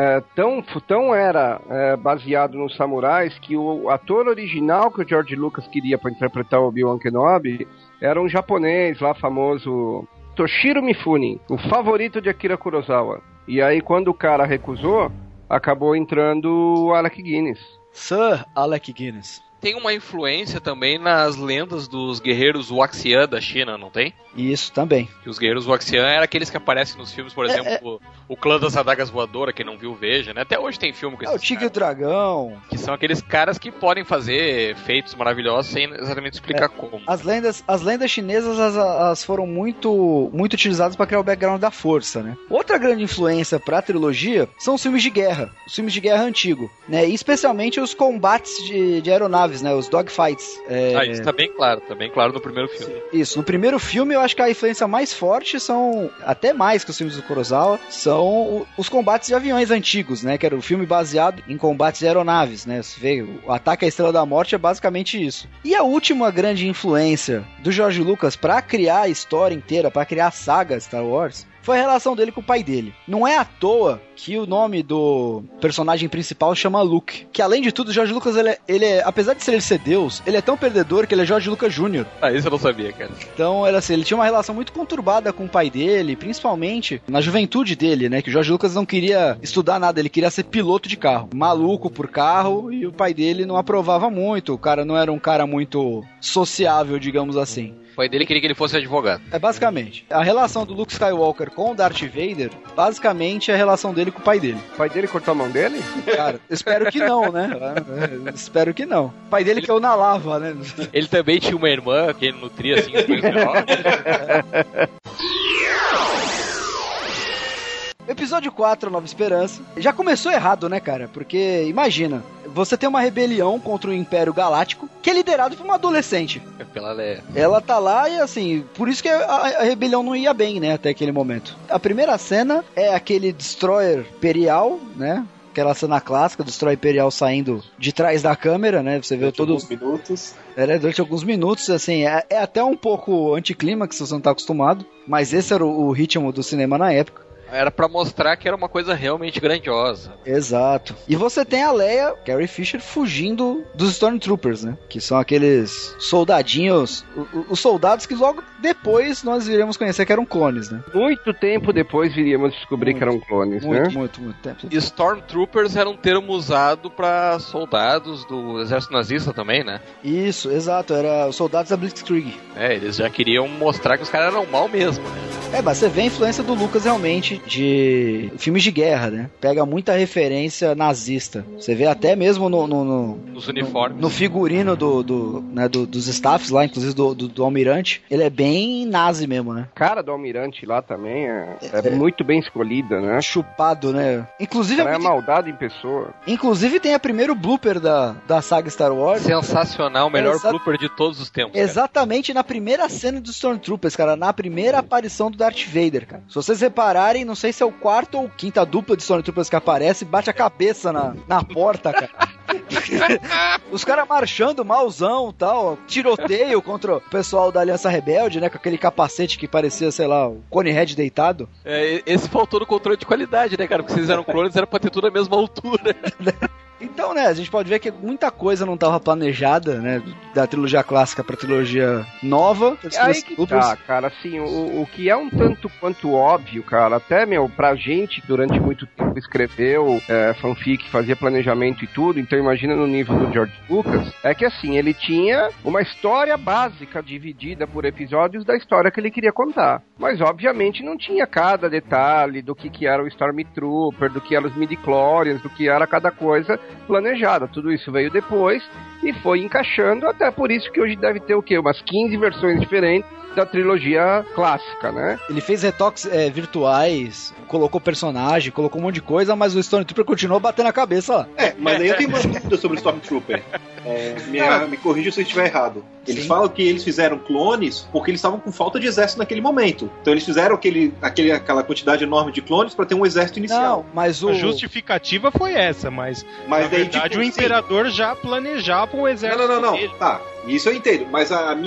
Tão era baseado nos samurais que o ator original que o George Lucas queria pra interpretar o Obi-Wan Kenobi era um japonês lá famoso, Toshiro Mifune, o favorito de Akira Kurosawa. E aí, quando o cara recusou, acabou entrando o Alec Guinness. Sir Alec Guinness. Tem uma influência também nas lendas dos guerreiros Waxian da China, não tem? Isso, também. Que os guerreiros Waxian eram aqueles que aparecem nos filmes, por exemplo, o Clã das Adagas Voadoras, quem não viu, veja, né? Até hoje tem filme com esses o Tigre e o Dragão. Que são aqueles caras que podem fazer feitos maravilhosos sem exatamente explicar como. As lendas chinesas elas foram muito utilizadas para criar o background da força, né? Outra grande influência para a trilogia são os filmes de guerra. Os filmes de guerra antigo, né? E especialmente os combates de aeronaves, né? Os dogfights. Isso tá bem claro no primeiro filme. Isso, no primeiro filme eu acho que a influência mais forte são, até mais que os filmes do Kurosawa, são os combates de aviões antigos, né? Que era o filme baseado em combates de aeronaves, né? Você vê, o Ataque à Estrela da Morte é basicamente isso. E a última grande influência do George Lucas pra criar a história inteira, pra criar a saga Star Wars, foi a relação dele com o pai dele. Não é à toa que o nome do personagem principal chama Luke. Que além de tudo, o George Lucas, ele é, apesar de ser Deus, ele é tão perdedor que ele é George Lucas Jr. Isso eu não sabia, cara. Então, ele tinha uma relação muito conturbada com o pai dele, principalmente na juventude dele, né? Que o George Lucas não queria estudar nada, ele queria ser piloto de carro. Maluco por carro, e o pai dele não aprovava muito. O cara não era um cara muito sociável, digamos assim. O pai dele queria que ele fosse advogado. Basicamente. A relação do Luke Skywalker com o Darth Vader, basicamente é a relação dele com o pai dele. O pai dele cortou a mão dele? Cara, espero que não, né? Espero que não. O pai dele caiu na lava, né? Ele também tinha uma irmã que ele nutria assim. Episódio 4, Nova Esperança. Já começou errado, né, cara? Porque, imagina, você tem uma rebelião contra o Império Galáctico, que é liderado por uma adolescente. Pela Leia. Ela tá lá e, assim, por isso que a rebelião não ia bem, né, até aquele momento. A primeira cena é aquele Destroyer Imperial, né? Aquela cena clássica do Destroyer Imperial saindo de trás da câmera, né? Você vê todos... minutos. Durante alguns minutos, assim, é até um pouco anticlímax, se você não tá acostumado, mas esse era o ritmo do cinema na época. Era pra mostrar que era uma coisa realmente grandiosa. Exato. E você tem a Leia, Carrie Fisher, fugindo dos Stormtroopers, né? Que são aqueles soldadinhos, os soldados que logo depois nós iremos conhecer que eram clones, né? Muito tempo depois viríamos descobrir que eram clones, né? Muito tempo. E Stormtroopers era um termo usado pra soldados do exército nazista também, né? Isso, exato. Era os soldados da Blitzkrieg. Eles já queriam mostrar que os caras eram mal mesmo, né? Mas você vê a influência do Lucas realmente de filmes de guerra, né? Pega muita referência nazista. Você vê até mesmo nos uniformes. No figurino dos staffs lá, inclusive do Almirante. Ele é bem nazi mesmo, né? Cara do Almirante lá também é muito bem escolhida, né? Chupado, né? Inclusive é maldade em pessoa. Inclusive tem a primeiro blooper da saga Star Wars. Sensacional, o melhor blooper de todos os tempos. Exatamente na primeira cena dos Stormtroopers, cara. Na primeira aparição do Darth Vader, cara. Se vocês repararem, não sei se é o quarto ou quinta dupla de Stormtroopers que aparece, bate a cabeça na porta, cara. Os caras marchando malzão e tal, tiroteio contra o pessoal da Aliança Rebelde, né? Com aquele capacete que parecia, sei lá, o Conehead deitado. Esse faltou no controle de qualidade, né, cara? Porque vocês eram clones, era pra ter tudo a mesma altura. Então, né, a gente pode ver que muita coisa não estava planejada, né, da trilogia clássica pra trilogia nova. Aí que tá, cara, assim, o que é um tanto quanto óbvio, cara, até, pra gente que durante muito tempo escreveu fanfic, fazia planejamento e tudo, então imagina no nível do George Lucas, é que assim, ele tinha uma história básica dividida por episódios da história que ele queria contar, mas obviamente não tinha cada detalhe do que era o Stormtrooper, do que eram os midi-chlorians, do que era cada coisa planejada. Tudo isso veio depois e foi encaixando, até por isso que hoje deve ter o quê? Umas 15 versões diferentes da trilogia clássica, né? Ele fez retoques virtuais, colocou personagem, colocou um monte de coisa, mas o Stormtrooper continuou batendo a cabeça lá. Mas aí eu tenho uma dúvida sobre o Stormtrooper. Me corrija se eu estiver errado. Eles falam que eles fizeram clones porque eles estavam com falta de exército naquele momento. Então eles fizeram aquela quantidade enorme de clones para ter um exército inicial. Não, mas a justificativa foi essa, mas na daí, verdade o imperador já planejava um exército. Não. Tá, isso eu entendo. Mas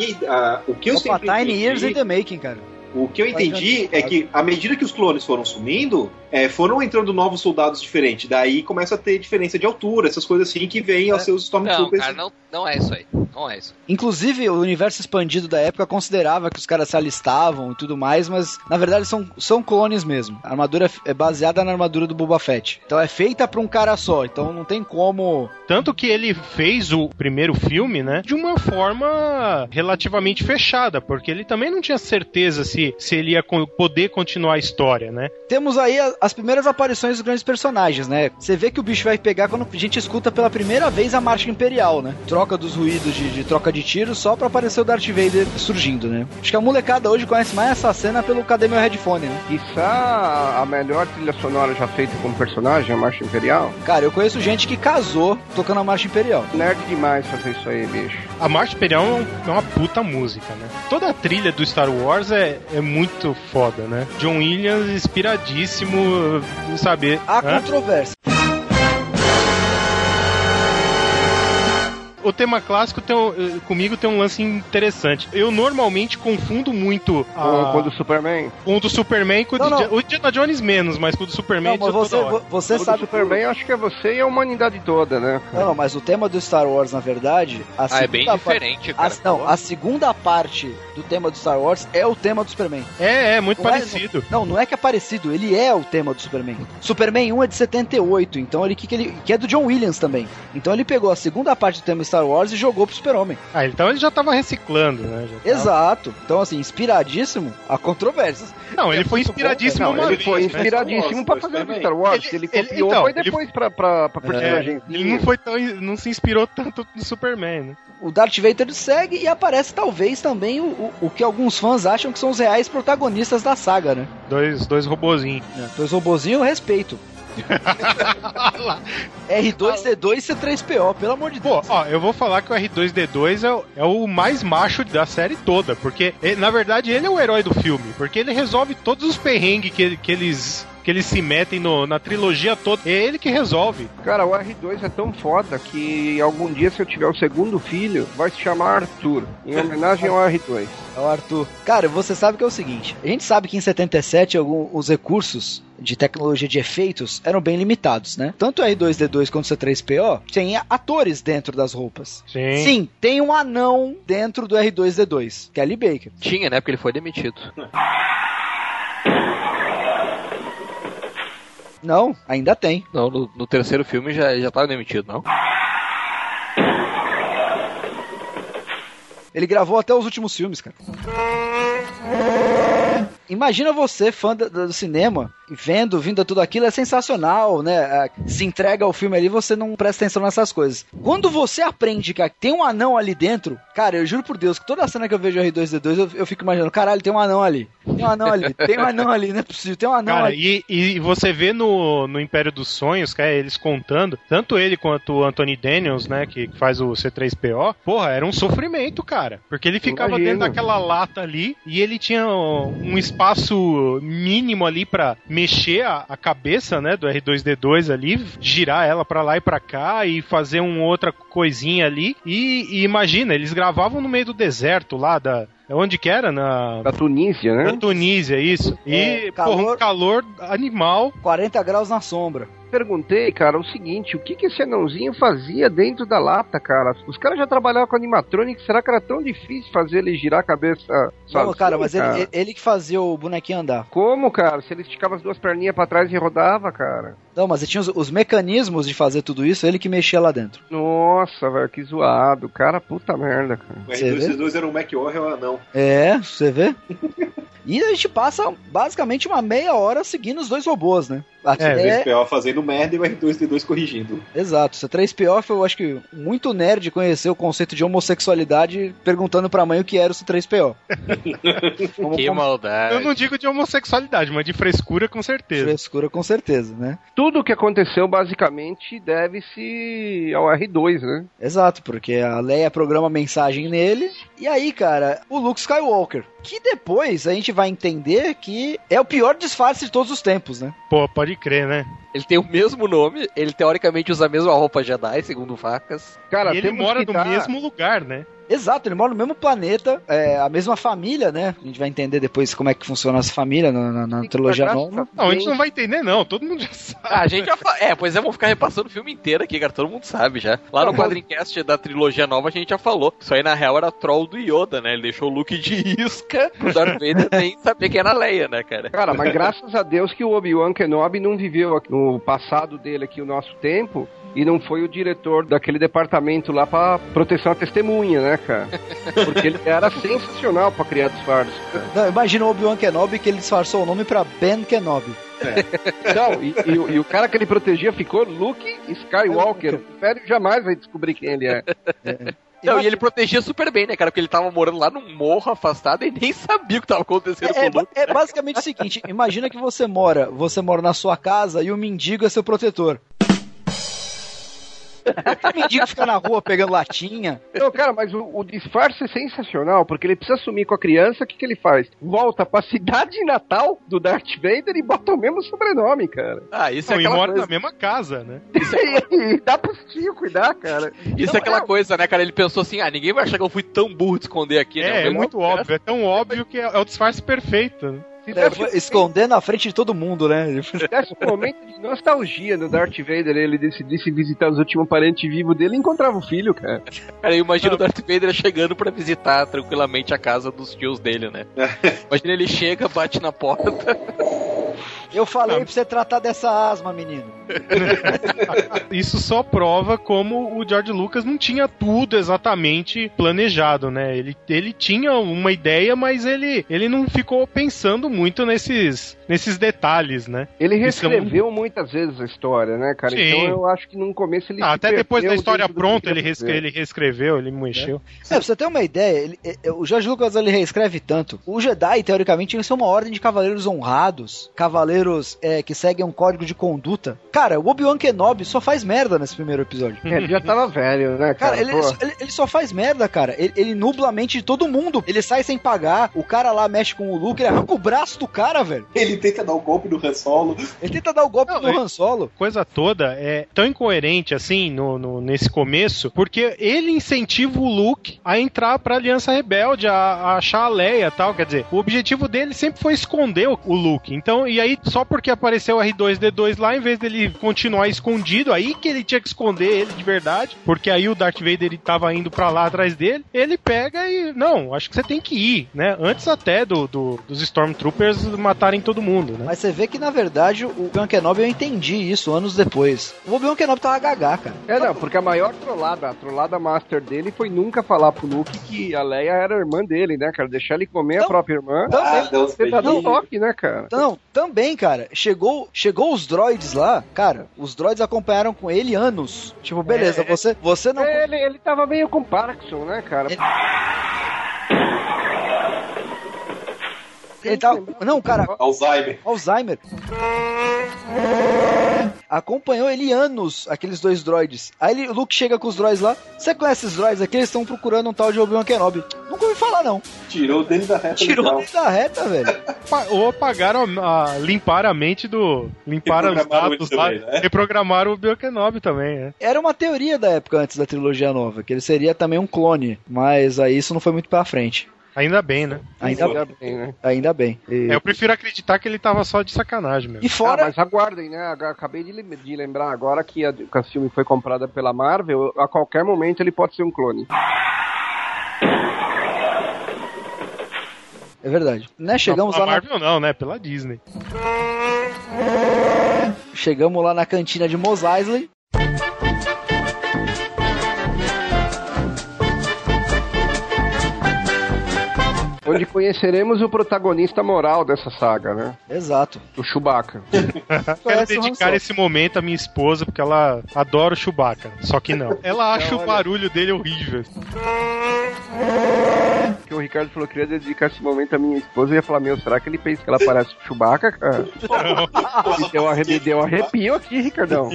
o que eu sempre entendi... Tiny Years in the Making, cara. O que eu entendi é que, à medida que os clones foram sumindo, foram entrando novos soldados diferentes. Daí começa a ter diferença de altura, essas coisas assim que vêm aos seus Stormtroopers. Não, cara, não é isso aí. Não é isso. Inclusive, o universo expandido da época considerava que os caras se alistavam e tudo mais, mas na verdade são clones mesmo. A armadura é baseada na armadura do Boba Fett. Então é feita pra um cara só, então não tem como... Tanto que ele fez o primeiro filme, né, de uma forma relativamente fechada, porque ele também não tinha certeza se ele ia poder continuar a história, né? Temos aí as primeiras aparições dos grandes personagens, né? Você vê que o bicho vai pegar quando a gente escuta pela primeira vez a Marcha Imperial, né? Troca dos ruídos de troca de tiros só pra aparecer o Darth Vader surgindo, né? Acho que a molecada hoje conhece mais essa cena pelo Cadê Meu Headphone, né? Quiçá a melhor trilha sonora já feita como personagem, a Marcha Imperial. Cara, eu conheço gente que casou tocando a Marcha Imperial. Nerd demais fazer isso aí, bicho. A Marcha Imperial é uma puta música, né? Toda a trilha do Star Wars é muito foda, né? John Williams inspiradíssimo, sabe? Há controvérsia. O tema clássico comigo tem um lance interessante. Eu normalmente confundo muito com o do Superman. Com o do Superman, com o Indiana Jones menos, mas com o do Superman... Não, mas você sabe... O Superman eu acho que é você e a humanidade toda, né? Não, mas o tema do Star Wars, na verdade... é bem diferente, cara. A segunda parte do tema do Star Wars é o tema do Superman. É muito parecido. Não é que é parecido, ele é o tema do Superman. Superman 1 é de 78, então que é do John Williams também. Então ele pegou a segunda parte do tema Star Wars e jogou pro Super-Homem. Então ele já tava reciclando, né? Exato. Então, assim, inspiradíssimo, há controvérsias. Não, ele foi inspiradíssimo ele foi inspiradíssimo pra fazer o Star Wars. Ele copiou, foi depois pra personagem. Ele não se inspirou tanto no Superman, né? O Darth Vader segue e aparece talvez também o que alguns fãs acham que são os reais protagonistas da saga, né? Dois robozinhos. Dois robozinhos, eu respeito. R2-D2 e C3PO, pelo amor de Deus. Pô, eu vou falar que o R2-D2 é o mais macho da série toda, porque na verdade ele é o herói do filme, porque ele resolve todos os perrengues que eles se metem na trilogia toda. É ele que resolve. Cara, o R2 é tão foda que algum dia, se eu tiver o segundo filho, vai se chamar Arthur, em homenagem ao R2. É o Arthur. Cara, você sabe que é o seguinte, a gente sabe que em 77 os recursos de tecnologia de efeitos eram bem limitados, né? Tanto o R2-D2 quanto o C3PO tem atores dentro das roupas. Sim, tem um anão dentro do R2-D2, Kelly Baker. Tinha, né? Porque ele foi demitido. Não, ainda tem. Não, no terceiro filme já tava demitido, não? Ele gravou até os últimos filmes, cara. imagina você, fã do cinema, vindo tudo aquilo, é sensacional, né? Se entrega ao filme ali, você não presta atenção nessas coisas. Quando você aprende que tem um anão ali dentro, cara, eu juro por Deus que toda cena que eu vejo R2-D2, eu fico imaginando, caralho, tem um anão ali. Tem um anão ali, não é possível, tem um anão cara, ali. E você vê no Império dos Sonhos, cara, eles contando, tanto ele quanto o Anthony Daniels, né, que faz o C3PO, porra, era um sofrimento, cara. Porque ele ficava dentro daquela lata ali e ele tinha um espaço mínimo ali pra mexer a cabeça, né, do R2-D2 ali, girar ela pra lá e pra cá e fazer uma outra coisinha ali. E imagina, eles gravavam no meio do deserto lá onde que era? Da Tunísia, né? Da Tunísia, isso. E, um calor animal. 40 graus na sombra. Perguntei, cara, o seguinte, o que esse anãozinho fazia dentro da lata, cara? Os caras já trabalhavam com animatronic, será que era tão difícil fazer ele girar a cabeça sozinho, não, cara, mas ele que fazia o bonequinho andar. Como, cara? Se ele esticava as duas perninhas pra trás e rodava, cara? Não, mas ele tinha os mecanismos de fazer tudo isso, ele que mexia lá dentro. Nossa, velho, que zoado. Cara, puta merda, cara. O R2-D2 era um McWarrior anão. É, você vê? E a gente passa basicamente uma meia hora seguindo os dois robôs, né? O C3PO fazendo merda e o R2-D2 corrigindo. Exato, o C3PO foi, eu acho que, muito nerd conhecer o conceito de homossexualidade perguntando pra mãe o que era o C3PO. Que maldade. Eu não digo de homossexualidade, mas de frescura com certeza. Frescura com certeza, né? Tudo o que aconteceu basicamente deve-se ao R2, né? Exato, porque a Leia programa mensagem nele e aí, cara, o Luke Skywalker, que depois a gente vai entender que é o pior disfarce de todos os tempos, né? Pô, pode crer, né? Ele tem o mesmo nome, ele teoricamente usa a mesma roupa Jedi, segundo Facas. Cara, e ele mora no mesmo lugar, né? Exato, ele mora no mesmo planeta, a mesma família, né? A gente vai entender depois como é que funciona essa família na trilogia nova. Não, a gente não vai entender, não. Todo mundo já sabe. A gente já pois é, vamos ficar repassando o filme inteiro aqui, cara. Todo mundo sabe já. Lá no quadrincast da trilogia nova a gente já falou. Isso aí, na real, era troll do Yoda, né? Ele deixou o Luke de isca pro Darth Vader nem saber quem era a Leia, né, cara? Cara, mas graças a Deus que o Obi-Wan Kenobi não viveu no passado dele aqui o nosso tempo e não foi o diretor daquele departamento lá pra proteção à testemunha, né, cara? Porque ele era sensacional pra criar disfarce. Não, imagina o Obi-Wan Kenobi que ele disfarçou o nome pra Ben Kenobi. Não, e o cara que ele protegia ficou Luke Skywalker. O Império jamais vai descobrir quem ele é. Não, e ele protegia super bem, né, cara? Porque ele tava morando lá num morro afastado e nem sabia o que tava acontecendo com o Luke. É basicamente o seguinte, imagina que você mora na sua casa e o mendigo é seu protetor. O mendigo fica na rua pegando latinha. Não, cara, mas o disfarce é sensacional, porque ele precisa sumir com a criança, o que ele faz? Volta pra cidade natal do Darth Vader e bota o mesmo sobrenome, cara. Isso é aquela coisa. E mora na mesma casa, né? E dá pros tios cuidar, cara. Isso é aquela coisa, né, cara? Ele pensou assim, ninguém vai achar que eu fui tão burro de esconder aqui, né? É muito óbvio, é tão óbvio que é o disfarce perfeito, né? Esconder na frente de todo mundo, né? Desse um momento de nostalgia no Darth Vader, ele decidisse visitar os últimos parentes vivos dele e encontrava o filho, cara. Cara, eu imagino o Darth Vader chegando pra visitar tranquilamente a casa dos tios dele, né? Imagina ele chega, bate na porta. Eu falei pra você tratar dessa asma, menino. Isso só prova como o George Lucas não tinha tudo exatamente planejado, né? Ele tinha uma ideia, mas ele não ficou pensando muito nesses detalhes, né? Ele reescreveu muitas vezes a história, né, cara? Sim. Então eu acho que no começo ele até depois da história pronta ele reescreveu, ele mexeu. Pra você ter uma ideia, o George Lucas ele reescreve tanto. O Jedi, teoricamente, tinha que ser uma ordem de cavaleiros honrados, cavaleiros que seguem um código de conduta. Cara, o Obi-Wan Kenobi só faz merda nesse primeiro episódio. Ele já tava velho, né, cara? Ele só faz merda, cara. Ele nubla a mente de todo mundo. Ele sai sem pagar, o cara lá mexe com o Luke, ele arranca o braço do cara, velho. Ele tenta dar o golpe no Han Solo. Han Solo. Coisa toda é tão incoerente assim nesse começo, porque ele incentiva o Luke a entrar pra Aliança Rebelde, a achar a Leia e tal. Quer dizer, o objetivo dele sempre foi esconder o Luke. Então, e aí só porque apareceu o R2-D2 lá, em vez dele continuar escondido, aí que ele tinha que esconder ele de verdade, porque aí o Darth Vader ele tava indo pra lá atrás dele, ele pega e, não, acho que você tem que ir, né? Antes até dos Stormtroopers matarem todo mundo, né? Mas você vê que, na verdade, o Obi-Wan Kenobi, eu entendi isso anos depois. O Obi-Wan Kenobi tava gagá, cara. Não, porque a maior trollada, a trollada master dele foi nunca falar pro Luke que a Leia era a irmã dele, né, cara? Deixar ele comer a própria irmã. Você tá dando toque, né, cara? Não, também, cara. Chegou os droids lá, cara, os droids acompanharam com ele anos. Tipo, beleza, você não... Ele tava meio com Parkinson, né, cara? Ele tá... Não, cara. Alzheimer. Acompanhou ele anos, aqueles 2 droids. Aí o Luke chega com os droids lá. Você conhece esses droids aqui? Eles estão procurando um tal de Obi-Wan Kenobi. Nunca ouvi falar, não. Tirou dele da reta. Velho. Ou apagaram, limparam a mente do... Limparam os dados lá. Né? Reprogramaram o Obi-Wan Kenobi também, né? Era uma teoria da época antes da trilogia nova, que ele seria também um clone. Mas aí isso não foi muito pra frente. Ainda bem, né? Ainda bem. Eu prefiro acreditar que ele tava só de sacanagem mesmo. E fora... mas aguardem, né? Acabei de lembrar agora que a Lucasfilm foi comprada pela Marvel. A qualquer momento ele pode ser um clone. É verdade. Né? Chegamos lá Marvel não, né? Pela Disney. Chegamos lá na cantina de Mos Eisley. Onde conheceremos o protagonista moral dessa saga, né? Exato. O Chewbacca. Quero dedicar esse momento à minha esposa, porque ela adora o Chewbacca. Só que não. Ela acha o barulho dele horrível. Que o Ricardo falou que queria dedicar esse momento à minha esposa e ia falar, será que ele pensa que ela parece o Chewbacca, cara? Me deu arrepio aqui, Ricardão.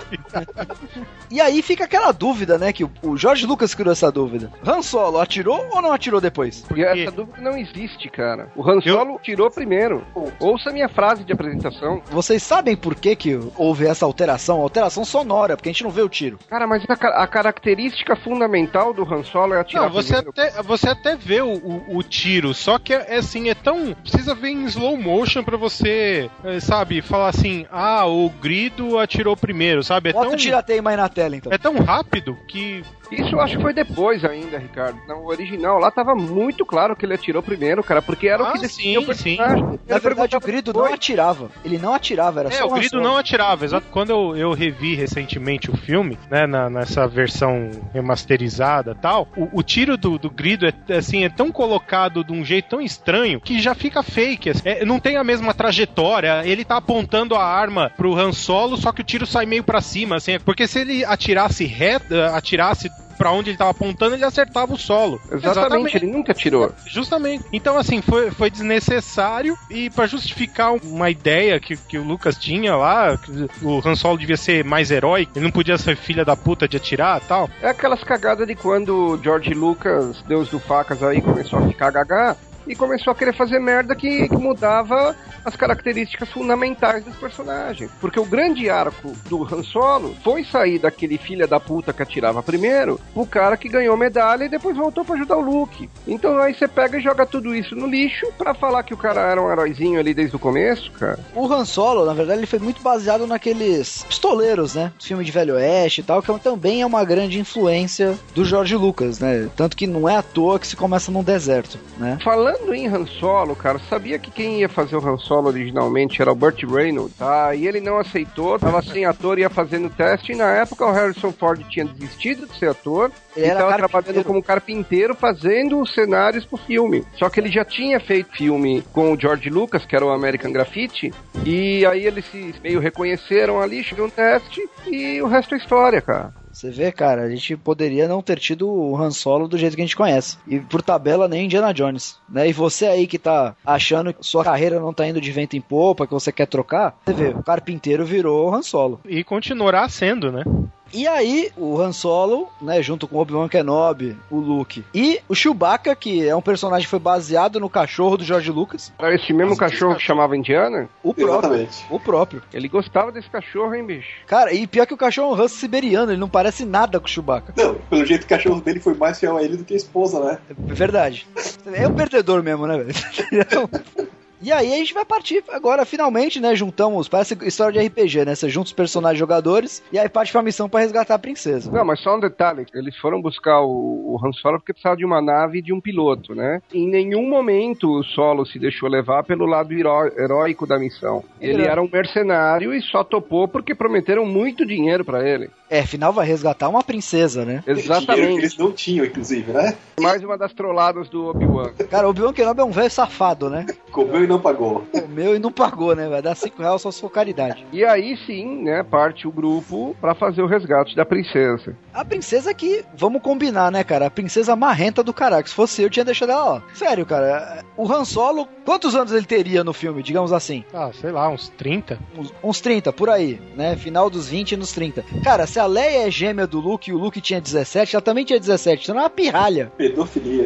E aí fica aquela dúvida, né? Que o George Lucas criou essa dúvida. Han Solo atirou ou não atirou depois? Porque essa dúvida não existe, cara. O Han Solo tirou primeiro. Ouça a minha frase de apresentação. Vocês sabem por que houve essa alteração? Alteração sonora, porque a gente não vê o tiro. Cara, mas a característica fundamental do Han Solo é atirar primeiro. Você até vê o tiro, só que é tão... Precisa ver em slow motion pra você, sabe, falar assim, o Grido atirou primeiro, sabe? Bota o tirateio mais na tela, então. É tão rápido que... Isso eu acho que foi depois ainda, Ricardo. No original, lá tava muito claro que ele atirou primeiro, cara, porque era o que decidia o personagem. Na verdade, o Grido não atirava. Ele não atirava, era só o Grido não atirava, exato. Quando eu revi recentemente o filme, né, nessa versão remasterizada e tal, o tiro do Grido é tão colocado de um jeito tão estranho que já fica fake. Não tem a mesma trajetória. Ele tá apontando a arma pro Han Solo, só que o tiro sai meio pra cima, assim. Porque se ele atirasse pra onde ele tava apontando, ele acertava o solo. Exatamente, ele nunca atirou. Justamente. Então, assim, foi desnecessário, e pra justificar uma ideia que o Lucas tinha lá, que o Han Solo devia ser mais herói, ele não podia ser filha da puta de atirar e tal. É aquelas cagadas de quando o George Lucas, Deus do Facas aí, começou a ficar gagá, e começou a querer fazer merda que mudava as características fundamentais dos personagens. Porque o grande arco do Han Solo foi sair daquele filha da puta que atirava primeiro, o cara que ganhou medalha e depois voltou pra ajudar o Luke. Então aí você pega e joga tudo isso no lixo pra falar que o cara era um heróizinho ali desde o começo, cara. O Han Solo, na verdade, ele foi muito baseado naqueles pistoleiros, né? Filme de Velho Oeste e tal, que também é uma grande influência do George Lucas, né? Tanto que não é à toa que se começa num deserto, né? Falando em Han Solo, cara, sabia que quem ia fazer o Han Solo originalmente era o Burt Reynolds, tá? E ele não aceitou, tava sem ator, ia fazendo teste, e na época o Harrison Ford tinha desistido de ser ator, ele tava trabalhando como carpinteiro, fazendo os cenários pro filme. Só que ele já tinha feito filme com o George Lucas, que era o American Graffiti, e aí eles se meio reconheceram ali, chegou um teste, e o resto é história, cara. Você vê, cara, a gente poderia não ter tido o Han Solo do jeito que a gente conhece. E por tabela, nem Indiana Jones, né? E você aí que tá achando que sua carreira não tá indo de vento em popa, que você quer trocar, você vê, o carpinteiro virou o Han Solo. E continuará sendo, né? E aí, o Han Solo, né, junto com o Obi-Wan Kenobi, o Luke e o Chewbacca, que é um personagem que foi baseado no cachorro do George Lucas. Era esse mesmo cachorro que chamava Indiana? O próprio. O próprio. Ele gostava desse cachorro, hein, bicho? Cara, e pior que o cachorro é um husky siberiano, ele não parece nada com o Chewbacca. Não, pelo jeito o cachorro dele foi mais fiel a ele do que a esposa, né? É verdade. É um perdedor mesmo, né, velho? E aí a gente vai partir agora, finalmente, né? Juntamos, parece história de RPG, né? Você junta os personagens jogadores e aí parte pra missão pra resgatar a princesa. Não, mas só um detalhe, eles foram buscar o Han Solo porque precisava de uma nave e de um piloto, né? Em nenhum momento o Solo se deixou levar pelo lado heróico da missão. Ele era um mercenário e só topou porque prometeram muito dinheiro pra ele. Afinal vai resgatar uma princesa, né? Exatamente. Eles não tinham, inclusive, né? Mais uma das trolladas do Obi-Wan. Cara, o Obi-Wan Kenobi é um velho safado, né? Comeu e não pagou. Comeu e não pagou, né? Vai dar R$5 só se for caridade. E aí sim, né, parte o grupo pra fazer o resgate da princesa. A princesa que, vamos combinar, né, cara? A princesa marrenta do caralho. Se fosse eu tinha deixado ela lá. Sério, cara. O Han Solo, quantos anos ele teria no filme, digamos assim? Sei lá, uns 30. Uns 30, por aí, né? Final dos 20 e nos 30. Cara, se a Leia é gêmea do Luke e o Luke tinha 17, ela também tinha 17. Então é uma pirralha. Pedofilia.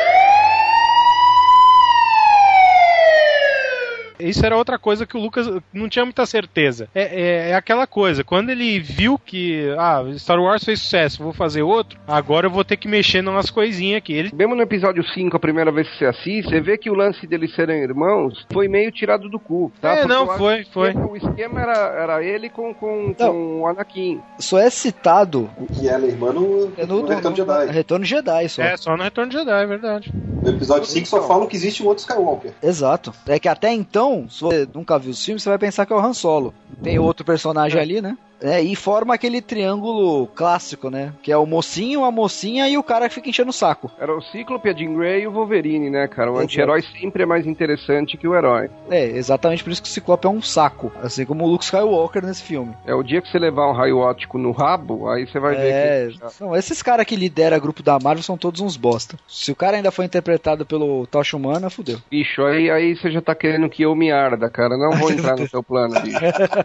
Isso era outra coisa que o Lucas não tinha muita certeza. É aquela coisa, quando ele viu que Star Wars fez sucesso, vou fazer outro, agora eu vou ter que mexer nas coisinhas aqui. Mesmo no episódio 5, a primeira vez que você assiste, você vê que o lance deles serem irmãos foi meio tirado do cu. Tá? Foi. O esquema era ele com o Anakin. Só é citado... E ela é irmã no Retorno de Jedi. Retorno de Jedi, só. Só no Retorno de Jedi, é verdade. No episódio 5 só falam que existe um outro Skywalker. Exato. É que até então, se você nunca viu os filmes, você vai pensar que é o Han Solo. Tem outro personagem ali, né? E forma aquele triângulo clássico, né? Que é o mocinho, a mocinha e o cara que fica enchendo o saco. Era o Cíclope, a Jean Grey e o Wolverine, né, cara? O anti-herói sempre é mais interessante que o herói. Exatamente por isso que o Ciclope é um saco. Assim como o Luke Skywalker nesse filme. O dia que você levar um raio óptico no rabo, aí você vai ver que... Não, esses caras que lideram grupo da Marvel são todos uns bosta. Se o cara ainda foi interpretado pelo Tocha Humana, fudeu. Bicho, aí você já tá querendo que eu me arda, cara. Não vou entrar no seu plano, bicho.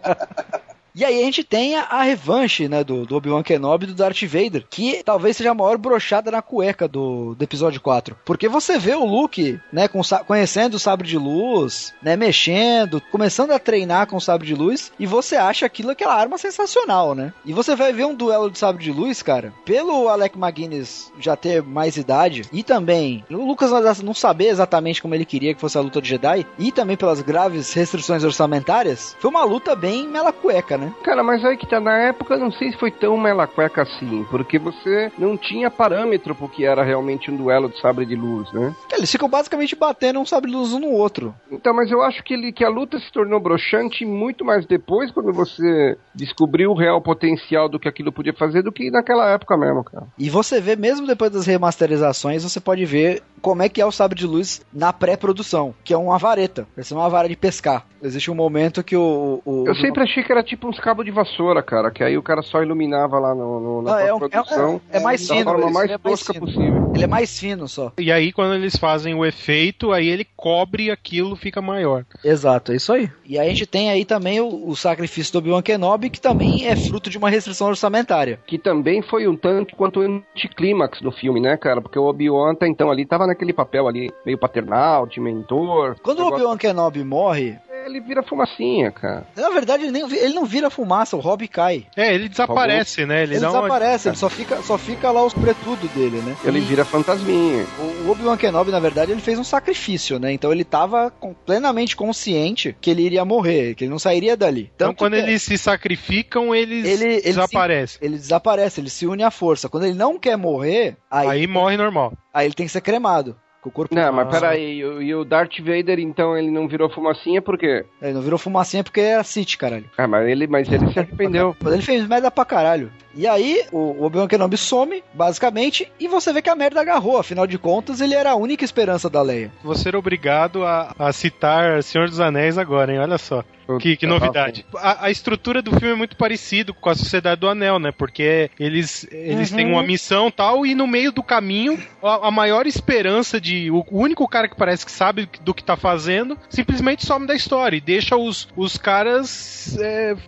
E aí a gente tem a revanche, né, do Obi-Wan Kenobi e do Darth Vader, que talvez seja a maior brochada na cueca do episódio 4. Porque você vê o Luke, né, conhecendo o sabre de luz, né, mexendo, começando a treinar com o sabre de luz, e você acha aquela arma sensacional, né? E você vai ver um duelo de sabre de luz, cara, pelo Alec Guinness já ter mais idade, e também o Lucas não saber exatamente como ele queria que fosse a luta de Jedi, e também pelas graves restrições orçamentárias, foi uma luta bem mela cueca, né? Cara, mas aí que tá, na época não sei se foi tão mela cueca assim, porque você não tinha parâmetro pro que era realmente um duelo de sabre de luz, né? Eles ficam basicamente batendo um sabre de luz um no outro. Então, mas eu acho que a luta se tornou broxante muito mais depois, quando você descobriu o real potencial do que aquilo podia fazer, do que naquela época mesmo, cara. E você vê, mesmo depois das remasterizações, você pode ver como é que é o sabre de luz na pré-produção, que é uma vareta, parece uma vara de pescar. Existe um momento que Eu sempre achei que era tipo uns cabos de vassoura, cara, que aí o cara só iluminava lá na produção. É mais fino. Da forma mais tosca possível. Ele é mais fino só. E aí, quando eles fazem o efeito, aí ele cobre aquilo, fica maior. Exato, é isso aí. E aí a gente tem aí também o sacrifício do Obi-Wan Kenobi, que também é fruto de uma restrição orçamentária. Que também foi um tanto quanto o anticlímax do filme, né, cara? Porque o Obi-Wan até então ali tava naquele papel ali, meio paternal, de mentor. Quando o Obi-Wan Kenobi morre... Ele vira fumacinha, cara. Na verdade, ele não vira fumaça, o Rob cai. Ele desaparece, né? Ele desaparece, ele só fica lá os pretudo dele, né? Ele vira fantasminha. O Obi-Wan Kenobi, na verdade, ele fez um sacrifício, né? Então ele tava plenamente consciente que ele iria morrer, que ele não sairia dali. Então quando eles se sacrificam, eles desaparecem. Ele desaparece, ele se une à força. Quando ele não quer morrer... Aí morre normal. Aí ele tem que ser cremado. O corpo mas peraí, e o Darth Vader, então, ele não virou fumacinha por quê? Ele não virou fumacinha porque era Sith, caralho. Mas ele se arrependeu. Mas ele fez merda pra caralho. E aí, o Obi-Wan Kenobi some, basicamente, e você vê que a merda agarrou. Afinal de contas, ele era a única esperança da Leia. Vou ser obrigado a citar Senhor dos Anéis agora, hein? Olha só. Que novidade. A estrutura do filme é muito parecido com a Sociedade do Anel, né? Porque eles têm uma missão e tal, e no meio do caminho, a maior esperança de... O único cara que parece que sabe do que tá fazendo, simplesmente some da história e deixa os caras...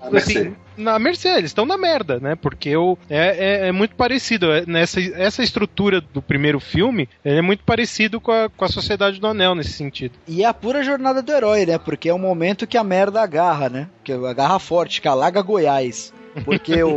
na mercê, eles estão na merda, né? Porque é muito parecido. Essa estrutura do primeiro filme, ele é muito parecido com a Sociedade do Anel nesse sentido. E é a pura jornada do herói, né? Porque é um momento que a merda agarra, né? Que agarra forte, que alaga Goiás. Porque o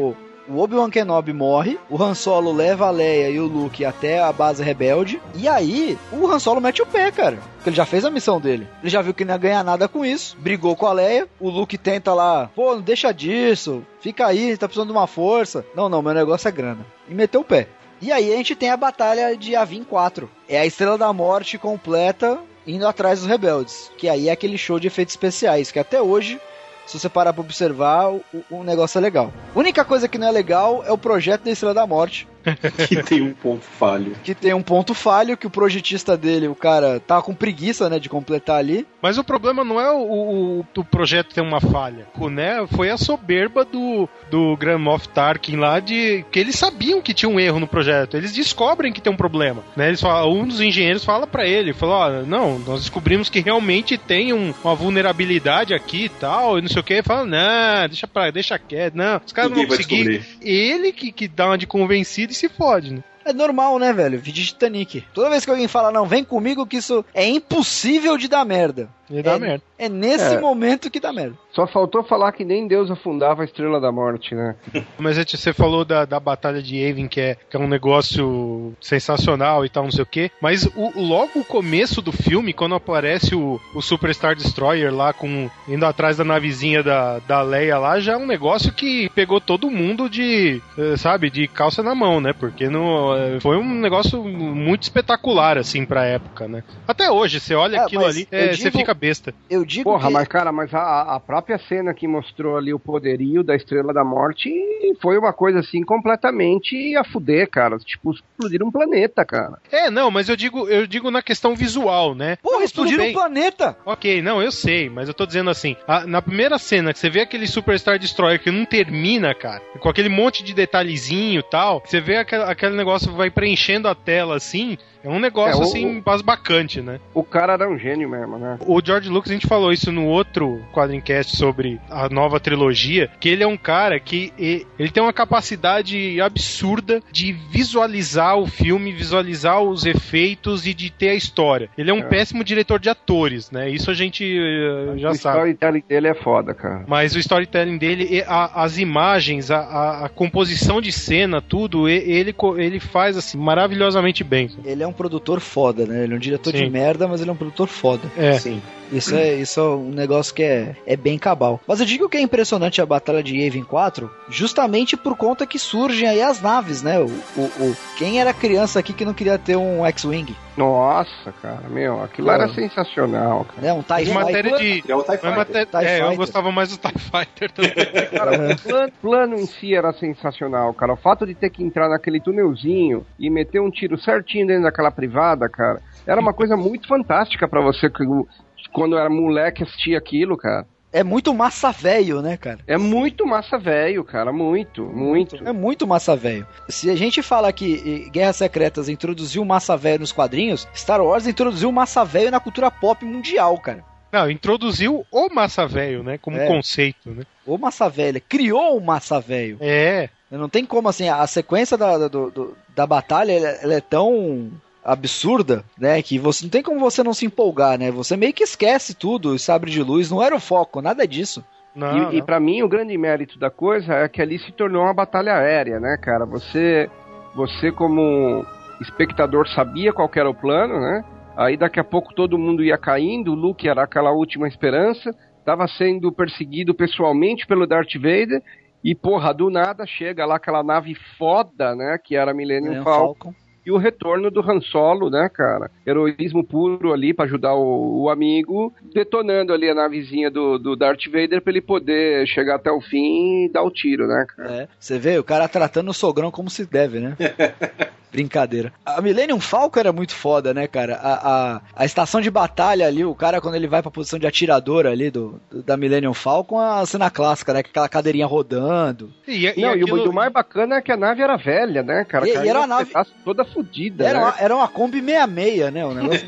o Obi-Wan Kenobi morre, o Han Solo leva a Leia e o Luke até a base rebelde, e aí o Han Solo mete o pé, cara. Porque ele já fez a missão dele. Ele já viu que não ia ganhar nada com isso, brigou com a Leia, o Luke tenta lá, pô, não deixa disso, fica aí, tá precisando de uma força. Não, meu negócio é grana. E meteu o pé. E aí a gente tem a batalha de Yavin 4. É a Estrela da Morte completa indo atrás dos rebeldes. Que aí é aquele show de efeitos especiais, que até hoje, se você parar pra observar, o negócio é legal. A única coisa que não é legal é o projeto da Estrela da Morte. Que tem um ponto falho. Que tem um ponto falho, que o projetista dele, o cara, tava com preguiça, né, de completar ali. Mas o problema não é o projeto ter uma falha, né? Foi a soberba do Grand Moff Tarkin lá, de que eles sabiam que tinha um erro no projeto. Eles descobrem que tem um problema, né? Eles falam, um dos engenheiros fala pra ele, falou, não, nós descobrimos que realmente tem uma vulnerabilidade aqui e tal, e não sei o que. Ele fala, não, deixa quieto, não, os caras não vão conseguir. Ele que dá uma de convencido e se fode, né? É normal, né, velho? Vídeo de Titanic. Toda vez que alguém fala, não, vem comigo que isso é impossível de dar merda. Merda. É nesse momento que dá merda. Só faltou falar que nem Deus afundava a Estrela da Morte, né? Mas você falou da batalha de Yavin, que é um negócio sensacional e tal, não sei o quê. Mas logo o começo do filme, quando aparece o Super Star Destroyer lá, indo atrás da navezinha da Leia lá, já é um negócio que pegou todo mundo de calça na mão, né? Porque foi um negócio muito espetacular, assim, pra época, né? Até hoje, você olha aquilo ali, você fica besta. Eu digo Porra, mas cara, a própria cena que mostrou ali o poderio da Estrela da Morte foi uma coisa assim completamente a fuder, cara. Tipo, explodiram um planeta, cara. Não, mas eu digo na questão visual, né? Porra, explodiram um planeta! Ok, não, eu sei, mas eu tô dizendo assim, na primeira cena que você vê aquele Super Star Destroyer que não termina, cara, com aquele monte de detalhezinho e tal, você vê aquele negócio vai preenchendo a tela assim, é um negócio assim, basbacante, né? O cara era um gênio mesmo, né? O George Lucas, a gente falou isso no outro quadrincast sobre a nova trilogia, que ele é um cara que ele tem uma capacidade absurda de visualizar o filme, visualizar os efeitos e de ter a história. Ele é um péssimo diretor de atores, né? Isso a gente já sabe. O storytelling dele é foda, cara. Mas o storytelling dele, as imagens, a composição de cena, tudo, ele faz assim, maravilhosamente bem. Ele é um produtor foda, né? Ele é um diretor de merda, mas ele é um produtor foda. Sim. Isso é um negócio que é bem cabal. Mas eu digo que é impressionante a batalha de Yavin 4, justamente por conta que surgem aí as naves, né? Quem era criança aqui que não queria ter um X-Wing? Nossa, cara, aquilo era sensacional, cara. Um TIE Fighter. Eu gostava mais do TIE Fighter também. Cara, o plano em si era sensacional, cara. O fato de ter que entrar naquele túnelzinho e meter um tiro certinho dentro daquela privada, cara, era uma coisa muito fantástica pra você que quando era moleque assistia aquilo, cara. É muito massa velho, né, cara? É muito massa velho, cara, muito. É muito massa velho. Se a gente fala que Guerras Secretas introduziu massa velho nos quadrinhos, Star Wars introduziu massa velho na cultura pop mundial, cara. Não, introduziu o massa velho, né, como conceito, né? O massa velho, criou o massa velho. Não tem como, assim, a sequência da batalha, ela é tão absurda, né, que você não tem como você não se empolgar, né, você meio que esquece tudo, o sabre de luz não era o foco, nada disso. E pra mim o grande mérito da coisa é que ali se tornou uma batalha aérea, né, cara, você como espectador sabia qual que era o plano, né, aí daqui a pouco todo mundo ia caindo, o Luke era aquela última esperança, tava sendo perseguido pessoalmente pelo Darth Vader, e porra, do nada chega lá aquela nave foda, né, que era a Millennium Falcon. E o retorno do Han Solo, né, cara? Heroísmo puro ali pra ajudar o amigo, detonando ali a navezinha do Darth Vader pra ele poder chegar até o fim e dar o tiro, né, cara? Você vê, o cara tratando o sogrão como se deve, né? Brincadeira. A Millennium Falcon era muito foda, né, cara? A estação de batalha ali, o cara quando ele vai pra posição de atirador ali da Millennium Falcon, a cena clássica, né? Aquela cadeirinha rodando. E o mais bacana é que a nave era velha, né, cara? E era uma nave toda fodida. Era uma Kombi 66, né? O negócio.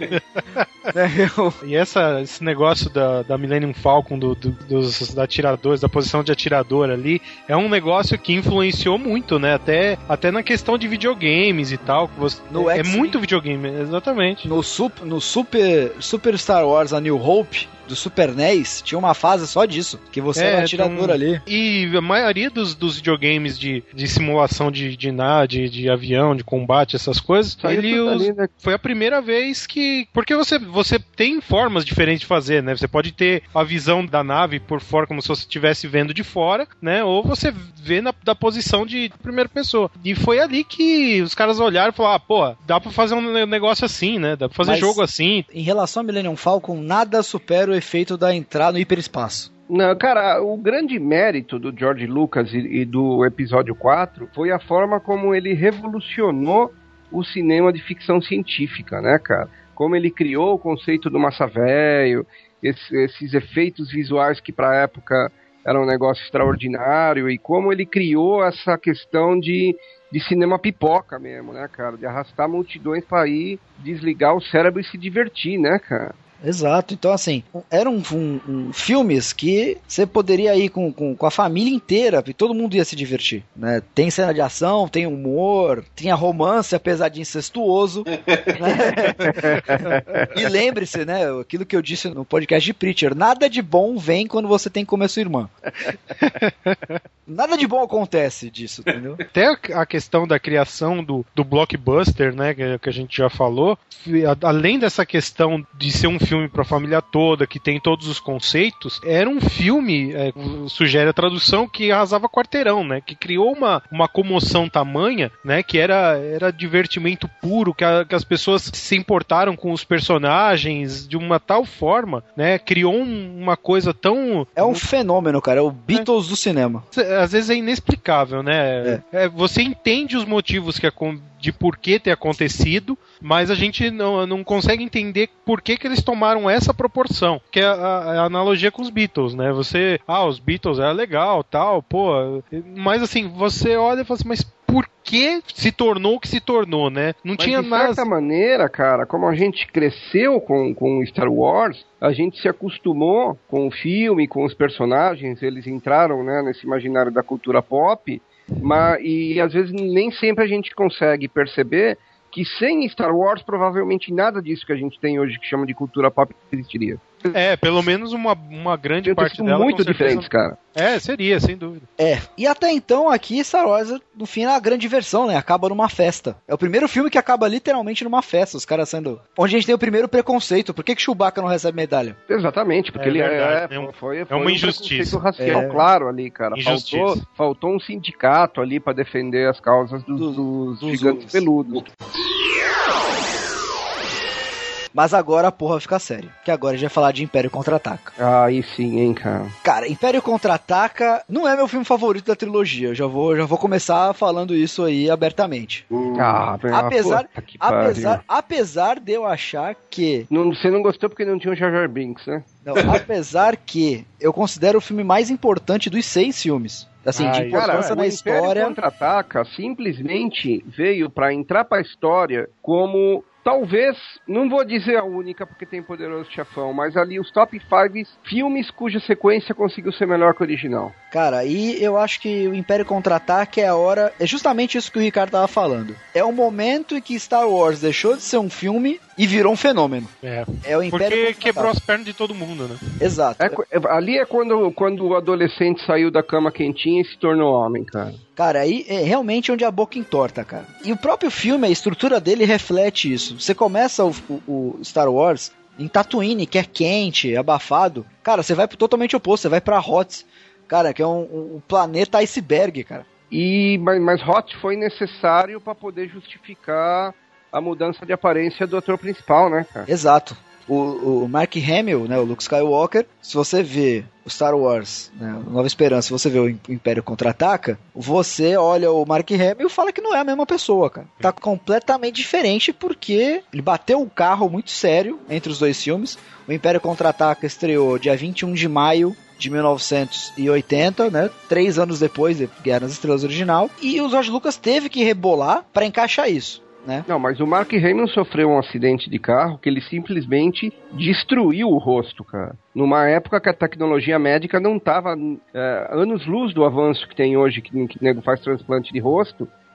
E esse negócio da Millennium Falcon, dos atiradores, da posição de atirador ali, é um negócio que influenciou muito, né? Até na questão de videogames e tal. Muito videogame, exatamente. No Super Star Wars, a New Hope, do Super NES tinha uma fase só disso, que você era atirador ali. E a maioria dos videogames de simulação de avião, de combate, essas coisas, foi a primeira vez que... Porque você tem formas diferentes de fazer, né? Você pode ter a visão da nave por fora, como se você estivesse vendo de fora, né? Ou você vê da posição de primeira pessoa. E foi ali que os caras olharam e falaram, pô, dá pra fazer um negócio assim, né? Dá pra fazer jogo assim. Em relação a Millennium Falcon, nada supera o efeito da entrada no hiperespaço. Não, cara, o grande mérito do George Lucas e do episódio 4 foi a forma como ele revolucionou o cinema de ficção científica, né, cara? Como ele criou o conceito do massa velho, esses efeitos visuais que pra época eram um negócio extraordinário, e como ele criou essa questão de cinema pipoca mesmo, né, cara? De arrastar multidões pra ir desligar o cérebro e se divertir, né, cara? Exato, então assim, eram filmes que você poderia ir com a família inteira e todo mundo ia se divertir, né? Tem cena de ação, tem humor, tinha romance, apesar de incestuoso, né? E lembre-se, né, aquilo que eu disse no podcast de Preacher, nada de bom vem quando você tem que comer sua irmã. Nada de bom acontece disso, entendeu? Até a questão da criação do blockbuster, né, que a gente já falou, além dessa questão de ser um filme pra família toda, que tem todos os conceitos, era um filme, sugere a tradução, que arrasava quarteirão, né, que criou uma comoção tamanha, né, que era divertimento puro, que as pessoas se importaram com os personagens de uma tal forma, né, criou uma coisa tão... É um fenômeno, cara, é o Beatles do cinema. Às vezes é inexplicável, né? Você entende os motivos de por que ter acontecido, mas a gente não consegue entender por que eles tomaram essa proporção, que é a analogia com os Beatles, né? Os Beatles era legal, tal, pô, mas assim, você olha e fala assim, mas por que se tornou o que se tornou, né? Não tinha nada... De certa maneira, cara, como a gente cresceu com Star Wars, a gente se acostumou com o filme, com os personagens, eles entraram, né, nesse imaginário da cultura pop, e às vezes nem sempre a gente consegue perceber que sem Star Wars provavelmente nada disso que a gente tem hoje que chama de cultura pop existiria. Pelo menos uma grande parte dela. Muito diferentes, cara. Seria, sem dúvida. E até então aqui Star Wars, no fim, é a grande diversão, né? Acaba numa festa. É o primeiro filme que acaba literalmente numa festa, os caras sendo... Onde a gente tem o primeiro preconceito. Por que Chewbacca não recebe medalha? Exatamente, porque ele foi uma injustiça. Racial, claro, ali, cara. Faltou um sindicato ali pra defender as causas dos gigantes peludos. Mas agora a porra fica séria, que agora a gente vai falar de Império Contra-Ataca. Aí sim, hein, cara. Cara, Império Contra-Ataca não é meu filme favorito da trilogia, eu já vou começar falando isso aí abertamente. Apesar de eu achar que... Você não gostou porque não tinha o Jar Jar Binks, né? Não, apesar que eu considero o filme mais importante dos 6 filmes. Assim, de importância na história... O Império Contra-Ataca simplesmente veio pra entrar pra história como... Talvez, não vou dizer a única porque tem Poderoso Chefão, mas ali os top 5 filmes cuja sequência conseguiu ser melhor que o original. Cara, e eu acho que o Império Contra-Ataca é a hora... É justamente isso que o Ricardo tava falando. É o momento em que Star Wars deixou de ser um filme e virou um fenômeno. É o Império Porque quebrou as pernas de todo mundo, né? Exato. Ali é quando o adolescente saiu da cama quentinha e se tornou homem, cara. Cara, aí é realmente onde a boca entorta, cara. E o próprio filme, a estrutura dele reflete isso. Você começa o Star Wars em Tatooine, que é quente, abafado. Cara, você vai pro totalmente oposto, você vai pra Hoth, cara, que é um planeta iceberg, cara. Mas Hoth foi necessário pra poder justificar a mudança de aparência do ator principal, né, cara? Exato. O Mark Hamill, né, o Luke Skywalker, se você vê o Star Wars, né, Nova Esperança, se você vê o Império Contra-Ataca, você olha o Mark Hamill e fala que não é a mesma pessoa, cara. Tá completamente diferente porque ele bateu um carro muito sério entre os dois filmes. O Império Contra-Ataca estreou dia 21 de maio de 1980, né, 3 anos depois de Guerra nas Estrelas original, e o George Lucas teve que rebolar para encaixar isso. Né? Não, mas o Mark Hamill sofreu um acidente de carro que ele simplesmente destruiu o rosto, cara. Numa época que a tecnologia médica não estava anos-luz do avanço que tem hoje, que o nego faz transplante de rosto,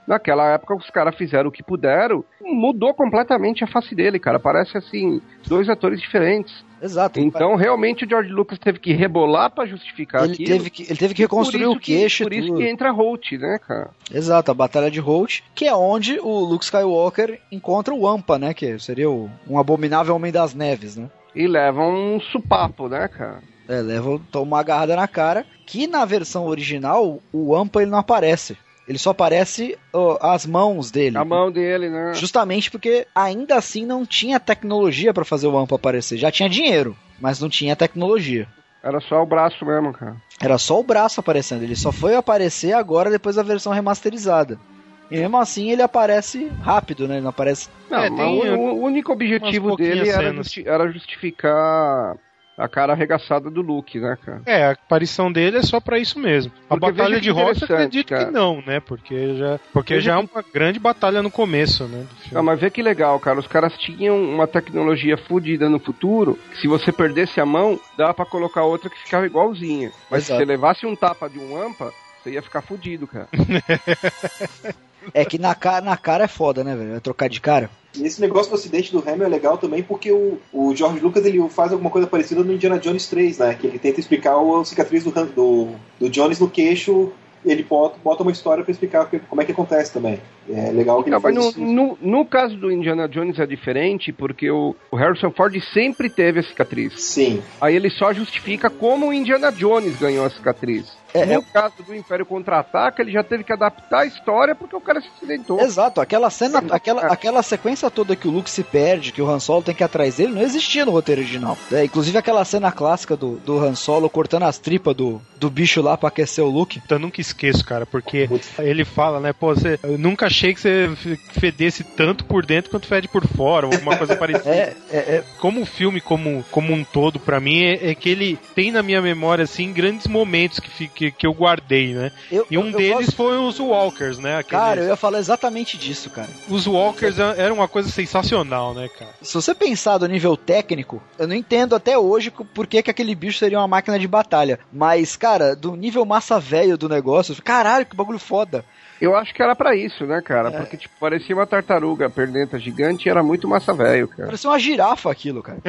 naquela época os caras fizeram o que puderam, mudou completamente a face dele, cara. Parece assim, 2 atores diferentes. Exato. Então, realmente, o George Lucas teve que rebolar pra justificar ele aquilo. Ele teve que reconstruir o queixo. Por isso que entra Hoth, né, cara? Exato, a Batalha de Hoth, que é onde o Luke Skywalker encontra o Wampa, né? Que seria um abominável Homem das Neves, né? E leva um supapo, né, cara? Toma uma agarrada na cara, que na versão original, o Wampa ele não aparece. Ele só aparece as mãos dele. A mão dele, né? Justamente porque ainda assim não tinha tecnologia pra fazer o Wampa aparecer. Já tinha dinheiro, mas não tinha tecnologia. Era só o braço mesmo, cara. Era só o braço aparecendo. Ele só foi aparecer agora depois da versão remasterizada. E mesmo assim ele aparece rápido, né? Ele não aparece... o único objetivo dele era justificar a cara arregaçada do Luke, né, cara? A aparição dele é só pra isso mesmo. A batalha de Hoth, eu acredito que não, né? Porque já é uma grande batalha no começo, né, do filme. Não, mas vê que legal, cara. Os caras tinham uma tecnologia fodida no futuro, que se você perdesse a mão, dava pra colocar outra que ficava igualzinha. Mas se você levasse um tapa de um Wampa, você ia ficar fudido, cara. É que na cara é foda, né, velho? Vai trocar de cara. E esse negócio do acidente do Hamill é legal também porque o George Lucas ele faz alguma coisa parecida no Indiana Jones 3, né? Que ele tenta explicar a cicatriz do Jones no queixo, ele bota uma história pra explicar como é que acontece também. É legal que ele faz isso. No caso do Indiana Jones é diferente porque o Harrison Ford sempre teve a cicatriz. Sim. Aí ele só justifica como o Indiana Jones ganhou a cicatriz. No caso do Império Contra-Ataca, ele já teve que adaptar a história porque o cara se acidentou. Exato, aquela cena, aquela sequência toda que o Luke se perde, que o Han Solo tem que ir atrás dele, não existia no roteiro original. Inclusive aquela cena clássica do Han Solo cortando as tripas do bicho lá pra aquecer o Luke. Eu nunca esqueço, cara, porque ele fala, né, eu nunca achei que você fedesse tanto por dentro quanto fede por fora, alguma coisa parecida. Como o filme, como um todo, pra mim, é que ele tem na minha memória, assim, grandes momentos que eu guardei, né? Um deles foi os Walkers, né? Cara, eu ia falar exatamente disso, cara. Os Walkers eram uma coisa sensacional, né, cara? Se você pensar do nível técnico, eu não entendo até hoje por que aquele bicho seria uma máquina de batalha. Mas, cara, do nível massa velho do negócio, caralho, que bagulho foda. Eu acho que era pra isso, né, cara? Porque, tipo, parecia uma tartaruga perdenta gigante e era muito massa velho, cara. Parecia uma girafa aquilo, cara.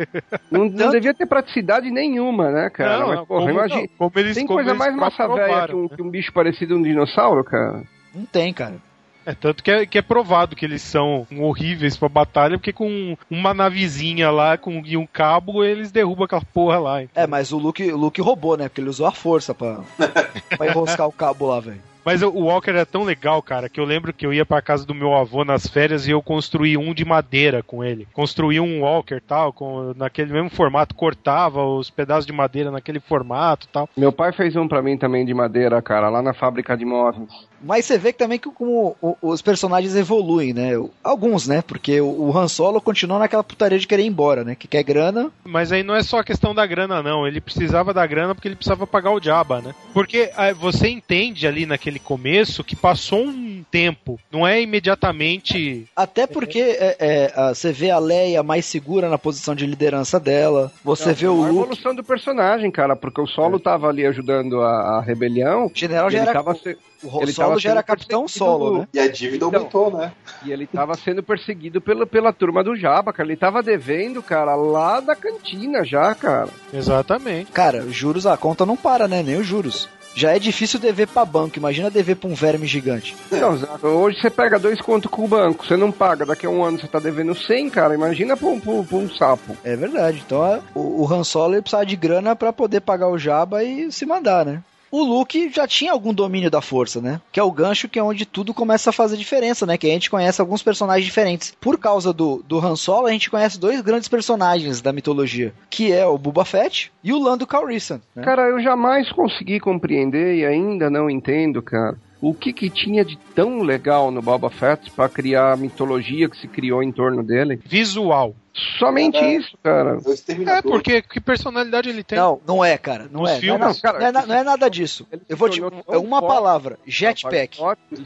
Não devia ter praticidade nenhuma, né, cara? Não, mas, porra, imagina. Tem coisa mais massa velha que um bicho parecido a um dinossauro, cara? Não tem, cara. Tanto que é provado que eles são horríveis pra batalha, porque com uma navezinha lá e um cabo, eles derrubam aquela porra lá. Então. Mas o Luke roubou, né? Porque ele usou a força pra enroscar o cabo lá, velho. Mas o Walker era tão legal, cara, que eu lembro que eu ia pra casa do meu avô nas férias e eu construí um de madeira com ele. Construí um Walker, tal, naquele mesmo formato, cortava os pedaços de madeira naquele formato, tal. Meu pai fez um pra mim também de madeira, cara, lá na fábrica de móveis. Mas você vê que também que como os personagens evoluem, né? Alguns, né? Porque o Han Solo continua naquela putaria de querer ir embora, né? Que quer grana. Mas aí não é só a questão da grana, não. Ele precisava da grana porque ele precisava pagar o Jabba, né? Porque você entende ali naquele começo que passou um tempo. Não é imediatamente... Até porque você vê a Leia mais segura na posição de liderança dela. Você vê o Luke... a evolução do personagem, cara. Porque o Solo tava ali ajudando a rebelião. O general já era... O Solo já era Capitão Solo, né? E a dívida aumentou, né? E ele tava sendo perseguido pela turma do Jabba, cara. Ele tava devendo, cara, lá da cantina já, cara. Exatamente. Cara, juros, a conta não para, né? Nem os juros. Já é difícil dever pra banco, imagina dever pra um verme gigante. Não, hoje você pega 2 contos com o banco, você não paga, daqui a um ano você tá devendo 100, cara, imagina pra um sapo. É verdade, então o Han Solo ele precisava de grana pra poder pagar o Jabba e se mandar, né? O Luke já tinha algum domínio da força, né? Que é o gancho que é onde tudo começa a fazer diferença, né? Que a gente conhece alguns personagens diferentes. Por causa do Han Solo, a gente conhece 2 grandes personagens da mitologia, que é o Boba Fett e o Lando Calrissian, né? Cara, eu jamais consegui compreender e ainda não entendo, cara, o que tinha de tão legal no Boba Fett pra criar a mitologia que se criou em torno dele. Visual. Somente isso, cara. Porque que personalidade ele tem? Não é, cara. Não é. Não é nada disso. Eu vou te... É uma palavra. Jetpack.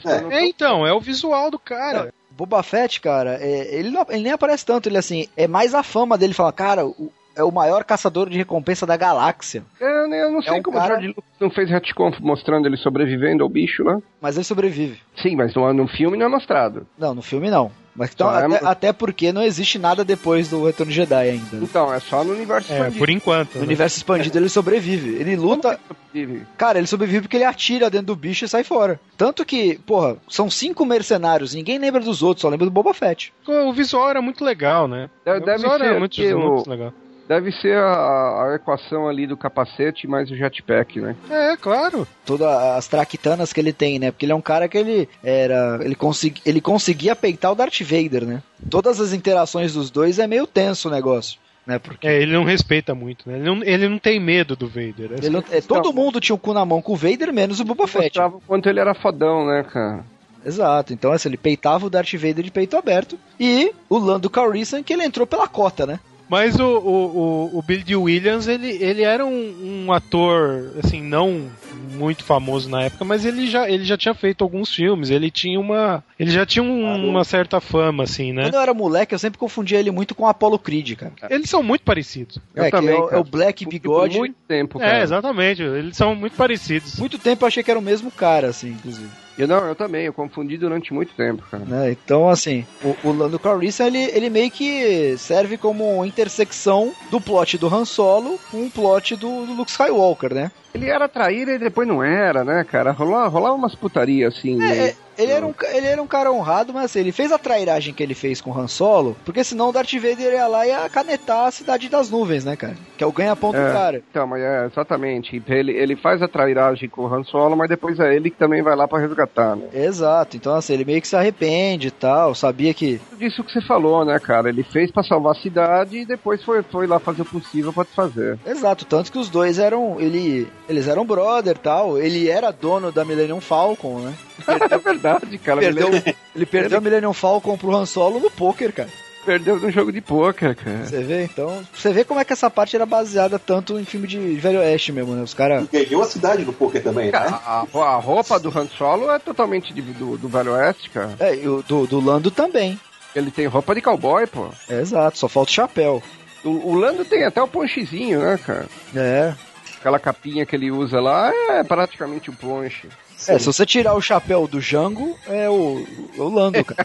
Então, é o visual do cara. Não, Boba Fett, cara, ele nem aparece tanto. Ele, assim, é mais a fama dele. Fala, cara, é o maior caçador de recompensa da galáxia. Eu não sei como o George Lucas não fez retcon mostrando ele sobrevivendo ao bicho, né? Mas ele sobrevive. Sim, mas no filme não é mostrado. Não, no filme não. Mas então, até porque não existe nada depois do Retorno de Jedi ainda. Né? Então, é só no universo expandido. Por enquanto. No universo expandido ele sobrevive. Ele luta... Cara, ele sobrevive porque ele atira dentro do bicho e sai fora. Tanto que, porra, são 5 mercenários, ninguém lembra dos outros, só lembra do Boba Fett. O visual era muito legal, né? Deve ser muito legal. Deve ser a equação ali do capacete mais o jetpack, né? Claro. Todas as traquitanas que ele tem, né? Porque ele é um cara que ele conseguia peitar o Darth Vader, né? Todas as interações dos dois é meio tenso o negócio. Né? Porque... ele não respeita muito, né? Ele não tem medo do Vader. Todo mundo tinha o cu na mão com o Vader, menos o Boba Fett. Mostrava o quanto ele era fodão, né, cara? Exato, então assim, ele peitava o Darth Vader de peito aberto. E o Lando Calrissian, que ele entrou pela cota, né? Mas o Billy Dee Williams, ele era um ator, assim, não muito famoso na época, mas ele já tinha feito alguns filmes, ele já tinha uma certa fama, assim, né? Quando eu era moleque, eu sempre confundia ele muito com o Apollo Creed, cara. Eles são muito parecidos. Eu também, é o Black Bigode. Por muito tempo, cara. Exatamente, eles são muito parecidos. Muito tempo eu achei que era o mesmo cara, assim, inclusive. Eu também, eu confundi durante muito tempo, cara. Né? Então, assim, o Lando Calrissian, ele meio que serve como intersecção do plot do Han Solo com o plot do Luke Skywalker, né? Ele era traíra e depois não era, né, cara? Rolava umas putarias, assim. Ele era um cara honrado, mas assim, ele fez a trairagem que ele fez com o Han Solo, porque senão o Darth Vader ia lá e ia canetar a Cidade das Nuvens, né, cara? Que é o ganha-pão do cara. Então, mas exatamente. Ele faz a trairagem com o Han Solo, mas depois é ele que também vai lá pra resgatar, né? Exato. Então, assim, ele meio que se arrepende e tal, sabia que... Tudo isso que você falou, né, cara? Ele fez pra salvar a cidade e depois foi lá fazer o possível pra desfazer. Exato. Tanto que os dois eles eram brother e tal. Ele era dono da Millennium Falcon, né? É verdade, cara. Ele perdeu a Millennium Falcon pro Han Solo no poker, cara. Perdeu no jogo de poker, cara. Você vê, então... Você vê como é que essa parte era baseada tanto em filme de Velho Oeste mesmo, né? Os caras... Ganhou a cidade no poker também, né? A roupa do Han Solo é totalmente do Velho Oeste, cara. E do Lando também. Ele tem roupa de cowboy, pô. Exato, só falta o chapéu. O Lando tem até o ponchezinho, né, cara? Aquela capinha que ele usa lá é praticamente um ponche. Se você tirar o chapéu do Jango, é o Lando, cara.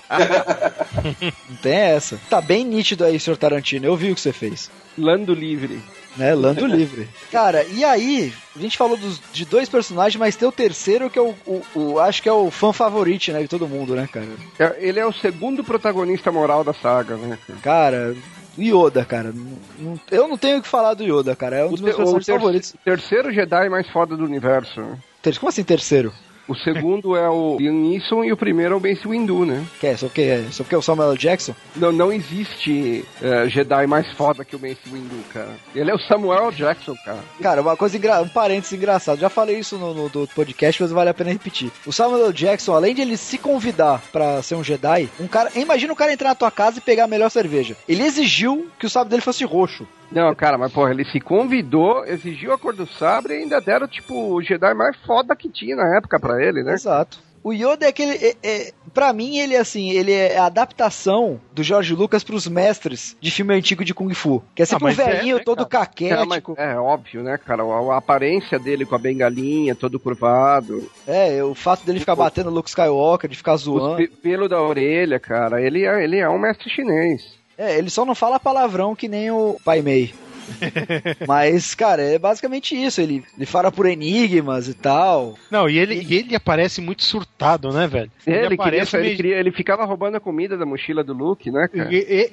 Não tem essa. Tá bem nítido aí, Sr. Tarantino. Eu vi o que você fez. Lando livre. Lando livre. Cara, e aí, a gente falou de 2 personagens, mas tem o terceiro que é acho que é o fã favorito, né, de todo mundo, né, cara? Ele é o segundo protagonista moral da saga, né? Cara... Yoda, cara. Eu não tenho o que falar do Yoda, cara. É um dos meus personagens favoritos. O terceiro Jedi mais foda do universo. Como assim terceiro? O segundo é o Liam Neeson e o primeiro é o Mace Windu, né? Só porque é o Samuel L. Jackson? Não existe Jedi mais foda que o Mace Windu, cara. Ele é o Samuel L. Jackson, cara. Cara, um parênteses engraçado. Já falei isso no podcast, mas vale a pena repetir. O Samuel L. Jackson, além de ele se convidar pra ser um Jedi, imagina o cara entrar na tua casa e pegar a melhor cerveja. Ele exigiu que o sabre dele fosse roxo. Não, cara, mas porra, ele se convidou, exigiu a cor do sabre e ainda deram, tipo, o Jedi mais foda que tinha na época pra ele, né? Exato. O Yoda é aquele... pra mim, ele é a adaptação do George Lucas pros mestres de filme antigo de Kung Fu. Que é sempre um velhinho todo caquético. É óbvio, né, cara? A aparência dele com a bengalinha, todo curvado. O fato dele ficar batendo no Luke Skywalker, de ficar zoando. O pelo da orelha, cara. Ele é um mestre chinês. Ele só não fala palavrão que nem o Pai Mei. Mas, cara, é basicamente isso. Ele fala por enigmas e tal. Não, e ele aparece muito surtado, né, velho? Ele ficava roubando a comida da mochila do Luke, né, cara?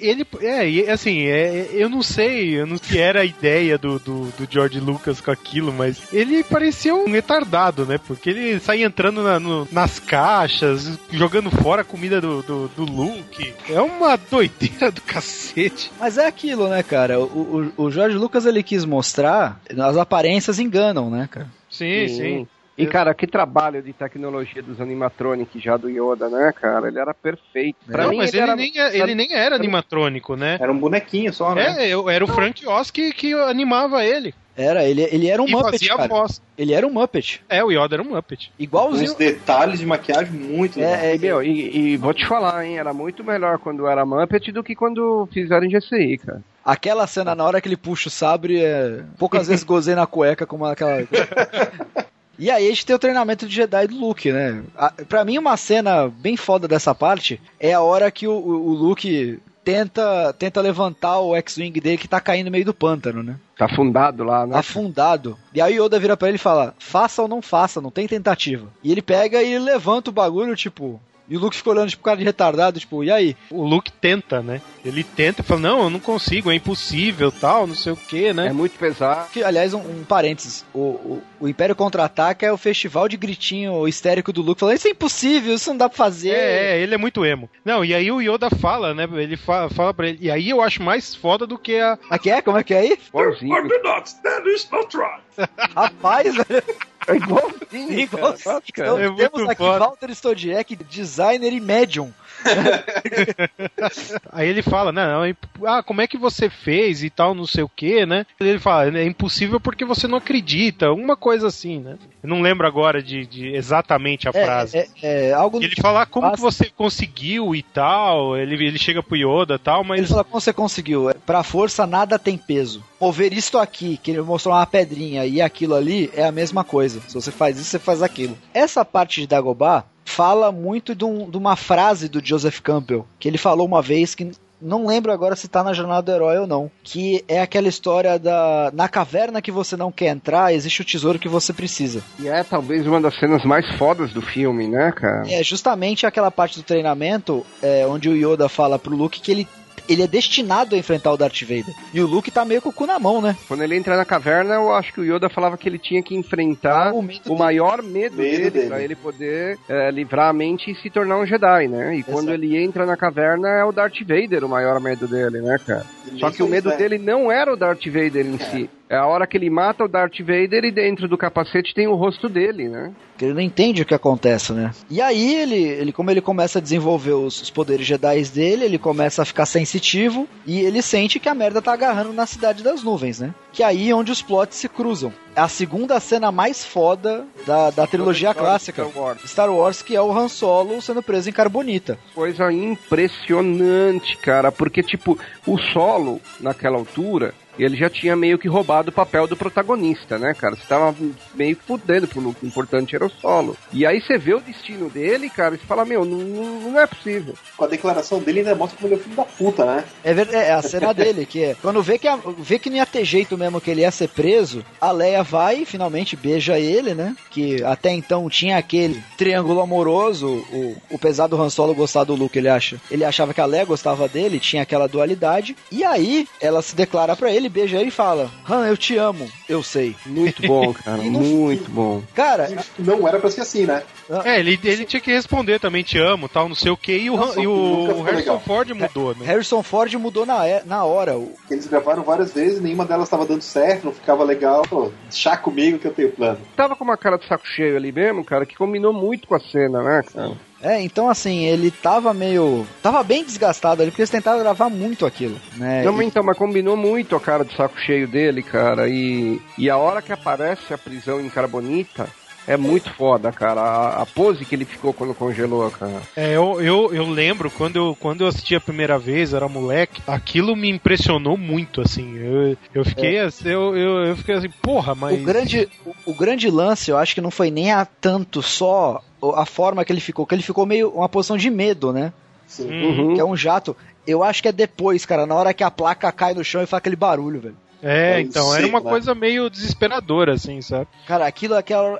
Eu não sei que era a ideia do George Lucas com aquilo, mas ele parecia um retardado, né? Porque ele saía entrando nas caixas, jogando fora a comida do Luke. É uma doideira do cacete. Mas é aquilo, né, cara? O George Lucas, ele quis mostrar, as aparências enganam, né, cara? Sim. E, cara, que trabalho de tecnologia dos animatronics já do Yoda, né, cara? Ele era perfeito. Pra mim, mas ele nem era animatrônico, né? Era um bonequinho só, né? Era o Frank Oz que animava ele. Ele era um Muppet, cara. Voz. Ele era um Muppet. O Yoda era um Muppet. Igualzinho. Uns detalhes de maquiagem muito legais. E vou te falar, hein, era muito melhor quando era Muppet do que quando fizeram em GCI, cara. Aquela cena, na hora que ele puxa o sabre, poucas vezes gozei na cueca como aquela... E aí a gente tem o treinamento de Jedi do Luke, né? Pra mim, uma cena bem foda dessa parte é a hora que o Luke tenta levantar o X-Wing dele que tá caindo no meio do pântano, né? Tá afundado lá, né? Afundado. E aí o Yoda vira pra ele e fala, faça ou não faça, não tem tentativa. E ele pega e levanta o bagulho, tipo... E o Luke fica olhando, tipo, cara de retardado, tipo, e aí? O Luke tenta, né? Ele tenta e fala, não, eu não consigo, é impossível, tal, não sei o que, né? É muito pesado. Que, aliás, um parênteses, o Império Contra-Ataca é o festival de gritinho histérico do Luke, falando, isso é impossível, isso não dá pra fazer. Ele é muito emo. Não, e aí o Yoda fala, né? Ele fala pra ele, e aí eu acho mais foda do que a... Aqui é? Como é que é aí? Igualzinho. Do not stand this no try. Rapaz, velho. É igualzinho. Igualzinho. Então É temos muito aqui foda. Walter Stodiek, designer e médium. Aí ele fala, não, como é que você fez e tal, não sei o que, né? Ele fala, é impossível porque você não acredita, alguma coisa assim, né? Eu não lembro agora de exatamente a frase. Algo ele fala, como que você conseguiu e tal, ele chega pro Yoda e tal, mas... Ele fala, como você conseguiu? Pra força nada tem peso. Mover isto aqui, que ele mostrou uma pedrinha, e aquilo ali, é a mesma coisa. Se você faz isso, você faz aquilo. Essa parte de Dagobah fala muito de uma frase do Joseph Campbell, que ele falou uma vez, que não lembro agora se tá na Jornada do Herói ou não, que é aquela história na caverna que você não quer entrar, existe o tesouro que você precisa. E é talvez uma das cenas mais fodas do filme, né, cara? É justamente aquela parte do treinamento onde o Yoda fala pro Luke que ele é destinado a enfrentar o Darth Vader. E o Luke tá meio com o cu na mão, né? Quando ele entra na caverna, eu acho que o Yoda falava que ele tinha que enfrentar o maior medo dele pra ele poder livrar a mente e se tornar um Jedi, né? E quando ele entra na caverna, é o Darth Vader o maior medo dele, né, cara? Só que o medo dele não era o Darth Vader em si. É a hora que ele mata o Darth Vader e dentro do capacete tem o rosto dele, né? Porque ele não entende o que acontece, né? E aí, ele como ele começa a desenvolver os poderes Jedi dele, ele começa a ficar sensitivo e ele sente que a merda tá agarrando na Cidade das Nuvens, né? Que é aí onde os plots se cruzam. É a segunda cena mais foda da trilogia clássica Star Wars, que é o Han Solo sendo preso em Carbonita. Coisa impressionante, cara, porque, tipo, o Solo, naquela altura, ele já tinha meio que roubado o papel do protagonista, né, cara? Você tava meio que fudendo pro Luke, o importante era o Solo. E aí você vê o destino dele, cara, e você fala, meu, não é possível. Com a declaração dele ainda mostra como ele é o filho da puta, né? É a cena dele, que é, quando vê que não ia ter jeito mesmo que ele ia ser preso, a Leia vai e finalmente beija ele, né? Que até então tinha aquele triângulo amoroso, o pesado Han Solo gostar do Luke, ele achava que a Leia gostava dele, tinha aquela dualidade, e aí ela se declara pra ele, beija ele e fala, Han, eu te amo, eu sei. Muito bom, cara, muito bom. Cara, não era pra ser assim, né? Ele tinha que responder também, te amo, tal, não sei o que, e o Harrison Ford mudou, né? Harrison Ford mudou na hora. Eles gravaram várias vezes, nenhuma delas estava dando certo, não ficava legal. Pô, chá comigo que eu tenho plano. Tava com uma cara de saco cheio ali mesmo, cara, que combinou muito com a cena, né, cara? Então assim, ele tava bem desgastado ali, porque eles tentaram gravar muito aquilo, né? Não, então, mas combinou muito a cara de saco cheio dele, cara, e a hora que aparece a prisão em Carbonita, é muito foda, cara, a pose que ele ficou quando congelou, cara. Eu lembro, quando eu assisti a primeira vez, era moleque, aquilo me impressionou muito, assim, eu fiquei assim, eu fiquei assim, porra, mas... O grande lance, eu acho que não foi nem tanto só a forma que ele ficou meio uma posição de medo, né? Sim. Que é um jato. Eu acho que é depois, cara, na hora que a placa cai no chão e faz aquele barulho, velho. Então, era uma coisa meio desesperadora, assim, sabe? Cara, aquilo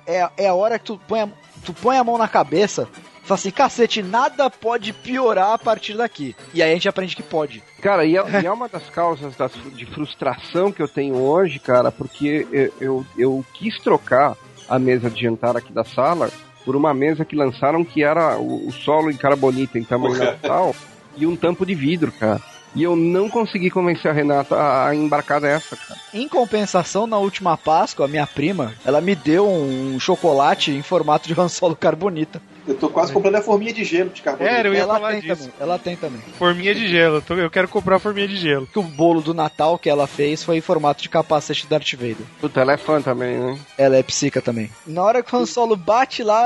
é a hora que tu põe a mão na cabeça, fala assim, cacete, nada pode piorar a partir daqui. E aí a gente aprende que pode. Cara, e é uma das causas de frustração que eu tenho hoje, cara, porque eu quis trocar a mesa de jantar aqui da sala por uma mesa que lançaram que era o Solo em Carbonita em tamanho natural e um tampo de vidro, cara. E eu não consegui convencer a Renata a embarcar nessa, cara. Em compensação, na última Páscoa, a minha prima, ela me deu um chocolate em formato de Han Solo Carbonita. Eu tô quase comprando a forminha de gelo de Carbonita. Eu ia falar disso. Ela tem também. Forminha de gelo. Eu quero comprar a forminha de gelo. O bolo do Natal que ela fez foi em formato de capacete de Darth Vader. Puta, ela é fã também, né? Ela é psica também. Na hora que o Han Solo bate lá,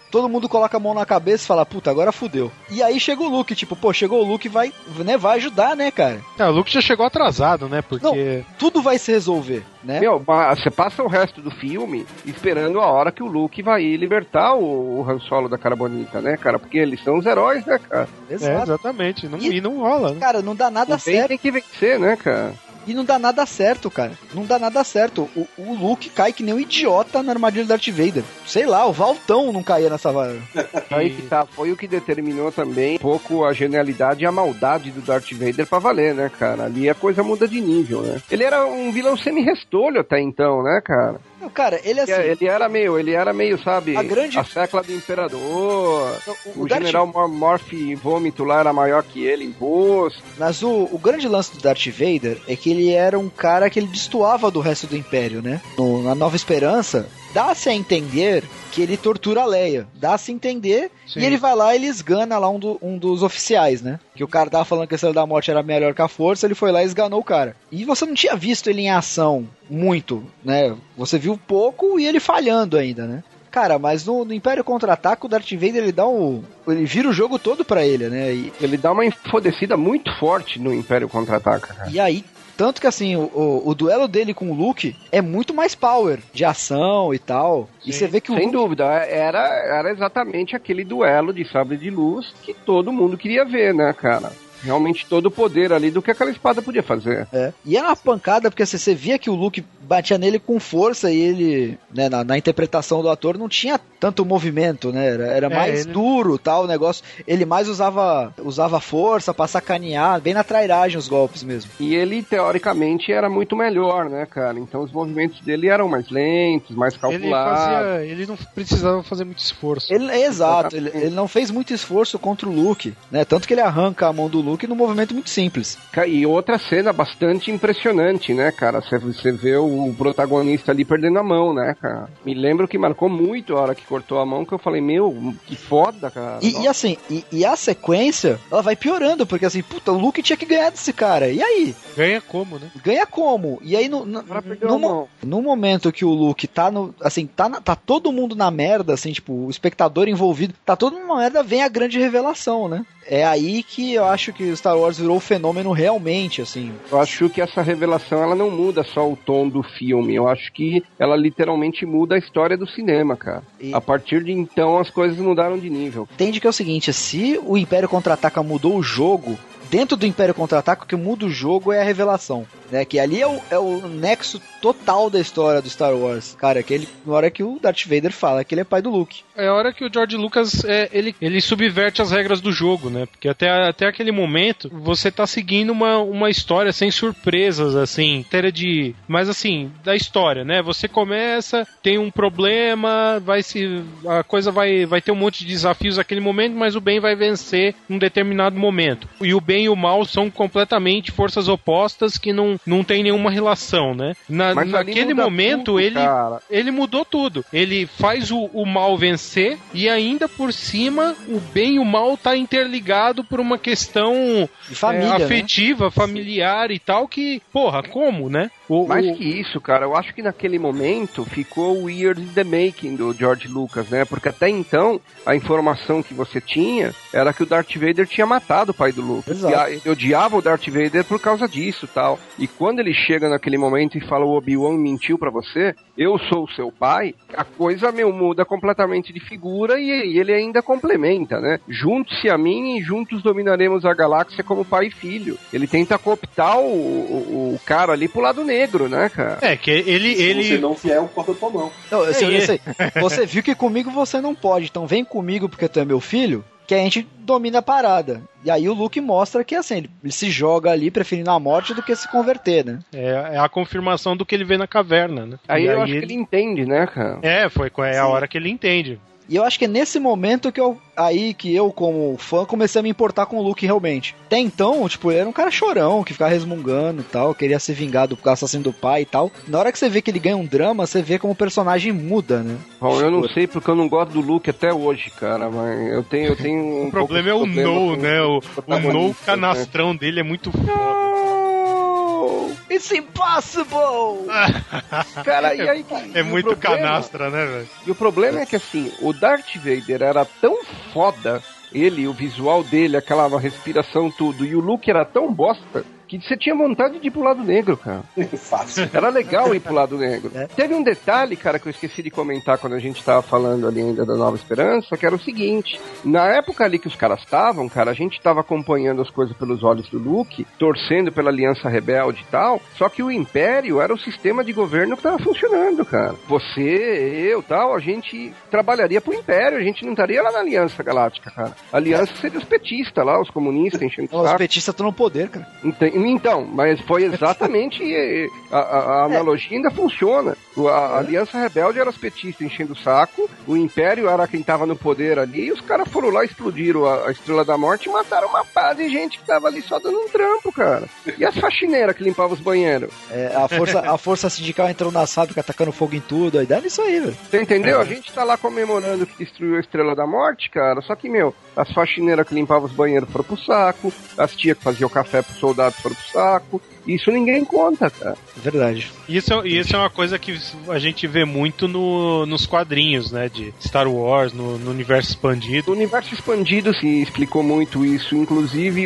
todo mundo coloca a mão na cabeça e fala, puta, agora fudeu. E aí chega o Luke, tipo, pô, chegou o Luke, vai ajudar, né, cara? O Luke já chegou atrasado, né, porque... Não, tudo vai se resolver, né? Você passa o resto do filme esperando a hora que o Luke vai libertar o Han Solo da Carbonita, né, cara? Porque eles são os heróis, né, cara? Exatamente, e não rola, né? Cara, não dá nada certo. Tem que vencer, né, cara? E não dá nada certo, cara. Não dá nada certo. O Luke cai que nem um idiota na armadilha do Darth Vader. Sei lá, o Valtão não caía nessa vara. Aí que tá, foi o que determinou também um pouco a genialidade e a maldade do Darth Vader pra valer, né, cara? Ali a coisa muda de nível, né? Ele era um vilão semi-restolho até então, né, cara? Cara, ele assim... Ele era meio, sabe, a secla do Imperador, o General Morph Vômito lá era maior que ele em rosto. Mas o grande lance do Darth Vader é que ele era um cara que ele destoava do resto do Império, né? Na Nova Esperança, dá-se a entender que ele tortura a Leia. Dá-se a entender. Sim. E ele vai lá e ele esgana lá um dos oficiais, né? Que o cara tava falando que a Estrela da Morte era melhor que a Força, ele foi lá e esganou o cara. E você não tinha visto ele em ação muito, né? Você viu pouco e ele falhando ainda, né? Cara, mas no Império Contra-Ataca, o Darth Vader, ele vira o jogo todo pra ele, né? E ele dá uma enfodecida muito forte no Império Contra-Ataca, cara. E aí, tanto que assim, o duelo dele com o Luke é muito mais power de ação e tal. Sim. E você vê que o Sem dúvida, era exatamente aquele duelo de sabre de luz que todo mundo queria ver, né, cara? Realmente todo o poder ali do que aquela espada podia fazer. E era uma pancada, porque assim, você via que o Luke batia nele com força e ele, né, na interpretação do ator, não tinha tanto movimento, né? Era mais duro, tal, o negócio. Ele mais usava força pra sacanear, bem na trairagem os golpes mesmo. E ele, teoricamente, era muito melhor, né, cara? Então os movimentos dele eram mais lentos, mais calculados. Ele não precisava fazer muito esforço. Exato, ele não fez muito esforço contra o Luke, né? Tanto que ele arranca a mão do Luke num movimento muito simples. E outra cena bastante impressionante, né, cara? Você vê o protagonista ali perdendo a mão, né, cara? Me lembro que marcou muito a hora que cortou a mão, que eu falei, meu, que foda, cara. E assim, a sequência, ela vai piorando, porque assim, puta, o Luke tinha que ganhar desse cara. E aí? Ganha como, né? Ganha como? E aí, no momento que o Luke tá tá todo mundo na merda, assim, tipo, o espectador envolvido, tá todo mundo na merda, vem a grande revelação, né? É aí que eu acho que Star Wars virou um fenômeno realmente, assim. Eu acho que essa revelação, ela não muda só o tom do filme. Eu acho que ela literalmente muda a história do cinema, cara. A partir de então, as coisas mudaram de nível. Entende que é o seguinte, se o Império Contra-Ataca mudou o jogo, dentro do Império Contra-Ataca, o que muda o jogo é a revelação, né? Que ali é o nexo total da história do Star Wars. Cara, na hora que o Darth Vader fala que ele é pai do Luke. É a hora que o George Lucas, ele subverte as regras do jogo, né? Porque até aquele momento, você tá seguindo uma história sem surpresas, assim, mas assim, da história, né? Você começa, tem um problema, a coisa vai ter um monte de desafios naquele momento, mas o bem vai vencer em um determinado momento. E o bem e o mal são completamente forças opostas que não tem nenhuma relação, né? Naquele momento, tudo, ele mudou tudo. Ele faz o mal vencer e ainda por cima o bem e o mal tá interligado por uma questão família, afetiva, né? Familiar e tal, que, porra, como, né? Mais que isso, cara, eu acho que naquele momento ficou o years in the making do George Lucas, né? Porque até então, a informação que você tinha era que o Darth Vader tinha matado o pai do Luke. Ele odiava o Darth Vader por causa disso, tal. E quando ele chega naquele momento e fala, o Obi-Wan mentiu pra você, eu sou o seu pai, a coisa, muda completamente de figura e ele ainda complementa, né? Juntos-se a mim e juntos dominaremos a galáxia como pai e filho. Ele tenta cooptar o cara ali pro lado negro, né, cara? Que ele... Se você não fiel, corta a tua mão. Não, você viu que comigo você não pode, então vem comigo porque tu é meu filho, que a gente domina a parada. E aí o Luke mostra que assim, ele se joga ali preferindo a morte do que se converter, né? É a confirmação do que ele vê na caverna, né? Aí eu acho que ele entende, né, cara? É a hora que ele entende. E eu acho que é nesse momento que eu, como fã, comecei a me importar com o Luke realmente. Até então, tipo, ele era um cara chorão, que ficava resmungando e tal, queria ser vingado por assassino do pai e tal. Na hora que você vê que ele ganha um drama, você vê como o personagem muda, né? Bom, eu não sei porque eu não gosto do Luke até hoje, cara, mas eu tenho o problema é o No, né? O No canastrão dele é muito foda. It's impossible! Cara, e aí... É muito canastra, né, velho? E o problema é que, assim, o Darth Vader era tão foda, ele, o visual dele, aquela respiração, tudo, e o Luke era tão bosta, que você tinha vontade de ir pro lado negro, cara. Fácil. Era legal ir pro lado negro. Teve um detalhe, cara, que eu esqueci de comentar quando a gente tava falando ali ainda da Nova Esperança, que era o seguinte, na época ali que os caras estavam, cara, a gente tava acompanhando as coisas pelos olhos do Luke, torcendo pela Aliança Rebelde e tal, só que o Império era o sistema de governo que tava funcionando, cara. Você, eu, tal, a gente trabalharia pro Império, a gente não estaria lá na Aliança Galáctica, cara. A Aliança seria os petistas lá, os comunistas enchendo o saco. Os petistas estão no poder, cara. Então, mas foi exatamente a analogia ainda funciona. A Aliança Rebelde era os petistas enchendo o saco, o Império era quem tava no poder ali, e os caras foram lá, explodiram a Estrela da Morte e mataram uma pá de gente que tava ali só dando um trampo, cara. E as faxineiras que limpavam os banheiros? A força sindical entrou na fábrica atacando fogo em tudo, a ideia é isso aí, velho. Você entendeu? A gente tá lá comemorando que destruiu a Estrela da Morte, cara, só que, as faxineiras que limpavam os banheiros foram pro saco, as tias que faziam café pros soldados foram pro saco. Isso ninguém conta, cara. Verdade. Isso é uma coisa que a gente vê muito nos quadrinhos, né? De Star Wars, no universo expandido. No universo expandido se explicou muito isso. Inclusive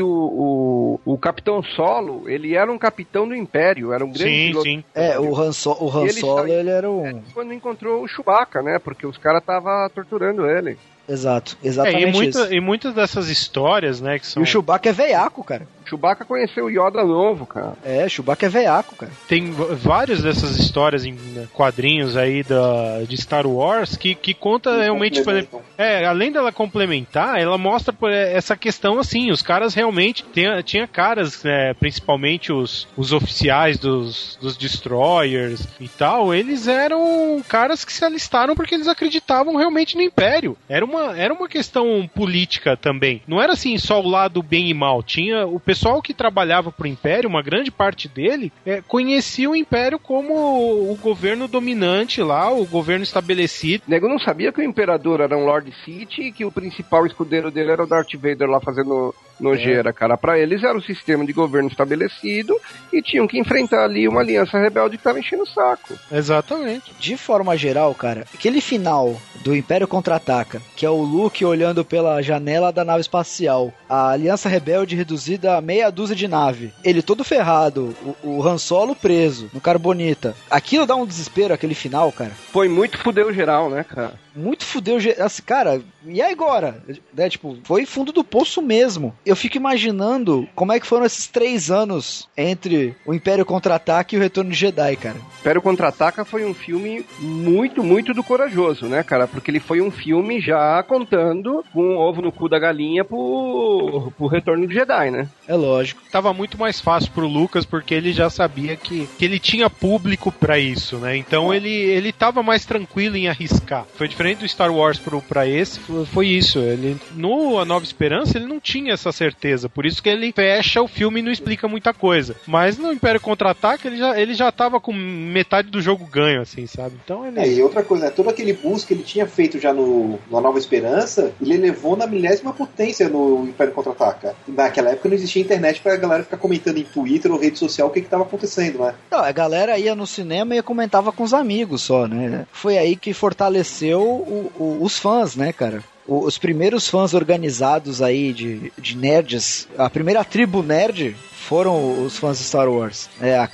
o Capitão Solo, ele era um capitão do Império, era um grande piloto. Sim. O Han Solo, ele era um... Quando encontrou o Chewbacca, né? Porque os caras estavam torturando ele. Exato, exatamente isso. E muitas dessas histórias, né, que são... E o Chewbacca é veiaco, cara. Chewbacca conheceu o Yoda novo, cara. Chewbacca é veiaco, cara. Tem várias dessas histórias em quadrinhos aí de Star Wars que conta realmente... além dela complementar, ela mostra essa questão assim, os caras realmente... Tinha caras, principalmente os oficiais dos Destroyers e tal, eles eram caras que se alistaram porque eles acreditavam realmente no Império. Era uma questão política também. Não era assim só o lado bem e mal. Tinha o pessoal que trabalhava pro Império, uma grande parte dele, conhecia o Império como o governo dominante lá, o governo estabelecido. O nego não sabia que o Imperador era um Lord Sith e que o principal escudeiro dele era o Darth Vader lá fazendo nojeira, cara. Pra eles era o sistema de governo estabelecido e tinham que enfrentar ali uma aliança rebelde que tava enchendo o saco. Exatamente. De forma geral, cara, aquele final do Império Contra-Ataca, que é o Luke olhando pela janela da nave espacial, a aliança rebelde reduzida a meia dúzia de nave, ele todo ferrado, o Han Solo preso no Carbonita. Aquilo dá um desespero, aquele final, cara. Foi muito fudeu geral, né, cara? Muito fudeu, assim, cara, e agora? Né, tipo, foi fundo do poço mesmo. Eu fico imaginando como é que foram esses 3 anos entre o Império Contra-Ataca e o Retorno de Jedi, cara. Império Contra-Ataca foi um filme muito, muito do corajoso, né, cara? Porque ele foi um filme já contando com um ovo no cu da galinha pro Retorno de Jedi, né? É lógico. Tava muito mais fácil pro Lucas porque ele já sabia que ele tinha público pra isso, né? Então ele tava mais tranquilo em arriscar. Foi diferente do Star Wars pra esse, foi isso. Ele, no A Nova Esperança, ele não tinha essa certeza. Por isso que ele fecha o filme e não explica muita coisa. Mas no Império Contra-Ataca, ele já tava com metade do jogo ganho, assim, sabe? Então ele... e outra coisa, né? Todo aquele boost que ele tinha feito já no A Nova Esperança, ele levou na 1000ª potência no Império Contra-Ataca. Naquela época não existia internet pra galera ficar comentando em Twitter ou rede social o que tava acontecendo, né? Não, a galera ia no cinema e comentava com os amigos só, né? Foi aí que fortaleceu os fãs, né, cara? Os primeiros fãs organizados aí de nerds, a primeira tribo nerd foram os fãs de Star Wars. A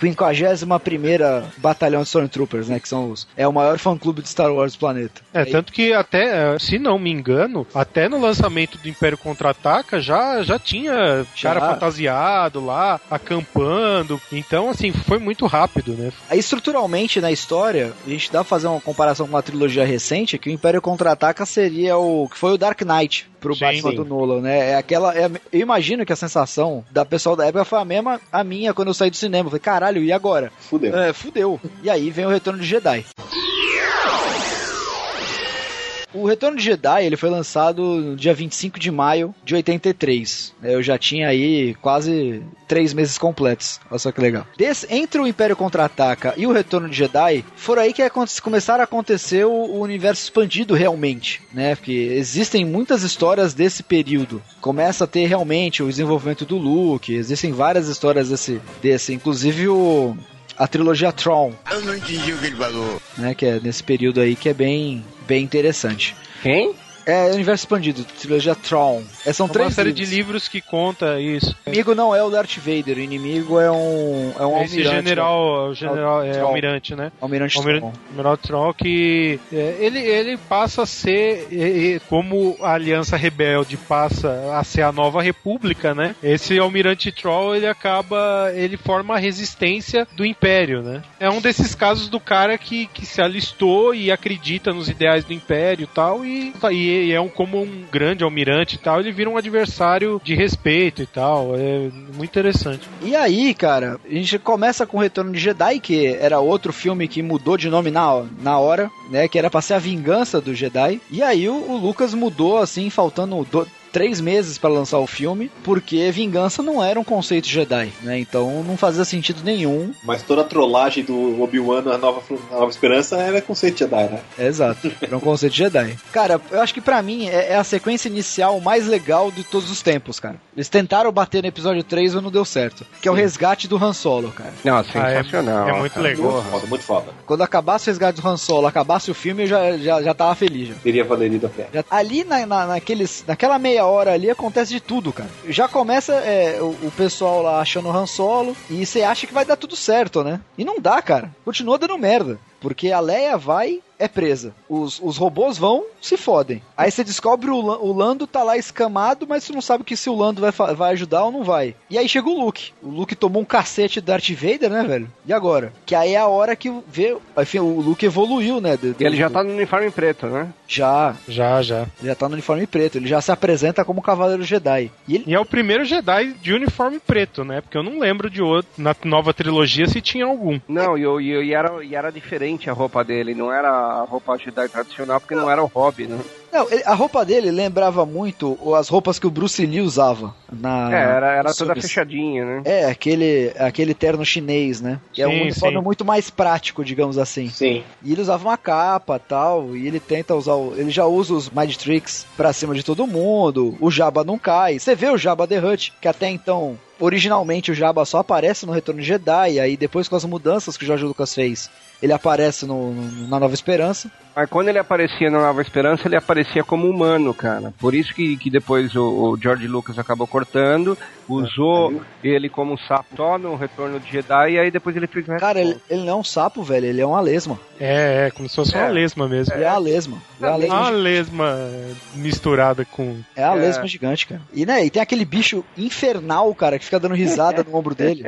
51ª Batalhão de Stormtroopers, né? Que são o maior fã-clube de Star Wars do planeta. Tanto que até, se não me engano, até no lançamento do Império Contra-Ataca já tinha cara fantasiado lá, acampando. Então, assim, foi muito rápido, né? Aí, estruturalmente, na história, a gente dá pra fazer uma comparação com uma trilogia recente, que o Império Contra-Ataca seria o que foi o Dark Knight pro Batman do Nolan, né? Eu imagino que a sensação da pessoal da época foi a minha quando eu saí do cinema. Eu falei, caralho, e agora? Fudeu. Fudeu. E aí vem o Retorno de Jedi. O Retorno de Jedi, ele foi lançado no dia 25 de maio de 83. Eu já tinha aí quase 3 meses completos. Olha só que legal. Entre o Império Contra-Ataca e o Retorno de Jedi, foram aí que começaram a acontecer o universo expandido realmente, né? Porque existem muitas histórias desse período. Começa a ter realmente o desenvolvimento do Luke, existem várias histórias desse inclusive a trilogia Tron. Eu não entendi o que ele falou. Né, que é nesse período aí que é bem interessante. Quem? É Universo Expandido, trilogia Tron. São 3 uma série de livros que conta isso. O inimigo não é o Darth Vader, o inimigo é um almirante. Esse general é almirante, né? Almirante Tron. Almirante Tron, que ele passa a ser, como a Aliança Rebelde passa a ser a Nova República, né? Esse Almirante Tron, ele forma a resistência do Império, né? É um desses casos do cara que se alistou e acredita nos ideais do Império e tal, e como um grande almirante e tal, ele vira um adversário de respeito e tal. É muito interessante. E aí, cara, a gente começa com o Retorno de Jedi, que era outro filme que mudou de nome na hora, né? Que era pra ser a vingança do Jedi. E aí o Lucas mudou, assim, faltando 3 meses para lançar o filme, porque vingança não era um conceito Jedi, né? Então não fazia sentido nenhum. Mas toda a trollagem do Obi-Wan na Nova Esperança era conceito Jedi, né? Exato, era um conceito Jedi. Cara, eu acho que pra mim é a sequência inicial mais legal de todos os tempos, cara. Eles tentaram bater no episódio 3, mas não deu certo. Que é o resgate do Han Solo, cara. Não, sensacional. É muito legal. Muito foda. Quando acabasse o resgate do Han Solo, acabasse o filme, eu já tava feliz. Já. Teria valerido a pena. Ali naquela meia hora ali acontece de tudo, cara. Já começa o pessoal lá achando o Han Solo e você acha que vai dar tudo certo, né? E não dá, cara. Continua dando merda. Porque a Leia é presa. Os robôs se fodem. Aí você descobre o Lando tá lá escamado, mas você não sabe que se o Lando vai ajudar ou não vai. E aí chega o Luke. O Luke tomou um cacete do Darth Vader, né, velho? E agora? Que aí é a hora que enfim, o Luke evoluiu, né? Ele já tá no uniforme preto, né? Já. Ele já tá no uniforme preto. Ele já se apresenta como Cavaleiro Jedi. E é o primeiro Jedi de uniforme preto, né? Porque eu não lembro de outro, na nova trilogia, se tinha algum. Não, e era diferente a roupa dele, não era a roupa Jedi tradicional, porque não era o hobby, né? Não, a roupa dele lembrava muito as roupas que o Bruce Lee usava. Era toda fechadinha, né? Aquele terno chinês, né? Que é um uniforme muito mais prático, digamos assim. Sim. E ele usava uma capa e tal, e ele tenta usar ele já usa os Mind Tricks pra cima de todo mundo, o Jabba não cai. Você vê o Jabba the Hutt, que até então, originalmente o Jabba só aparece no Retorno de Jedi, e aí depois com as mudanças que o George Lucas fez, ele aparece na Nova Esperança. Mas quando ele aparecia na Nova Esperança, ele aparecia como humano, cara. Por isso que depois o George Lucas acabou cortando, usou ele como um sapo só no Retorno de Jedi, e aí depois ele fez... Cara, ele não é um sapo, velho, ele é uma lesma. Como se fosse uma lesma mesmo. É a lesma. Uma lesma misturada com... É a lesma gigante, cara. E, né, e tem aquele bicho infernal, cara, que fica dando risada no ombro dele.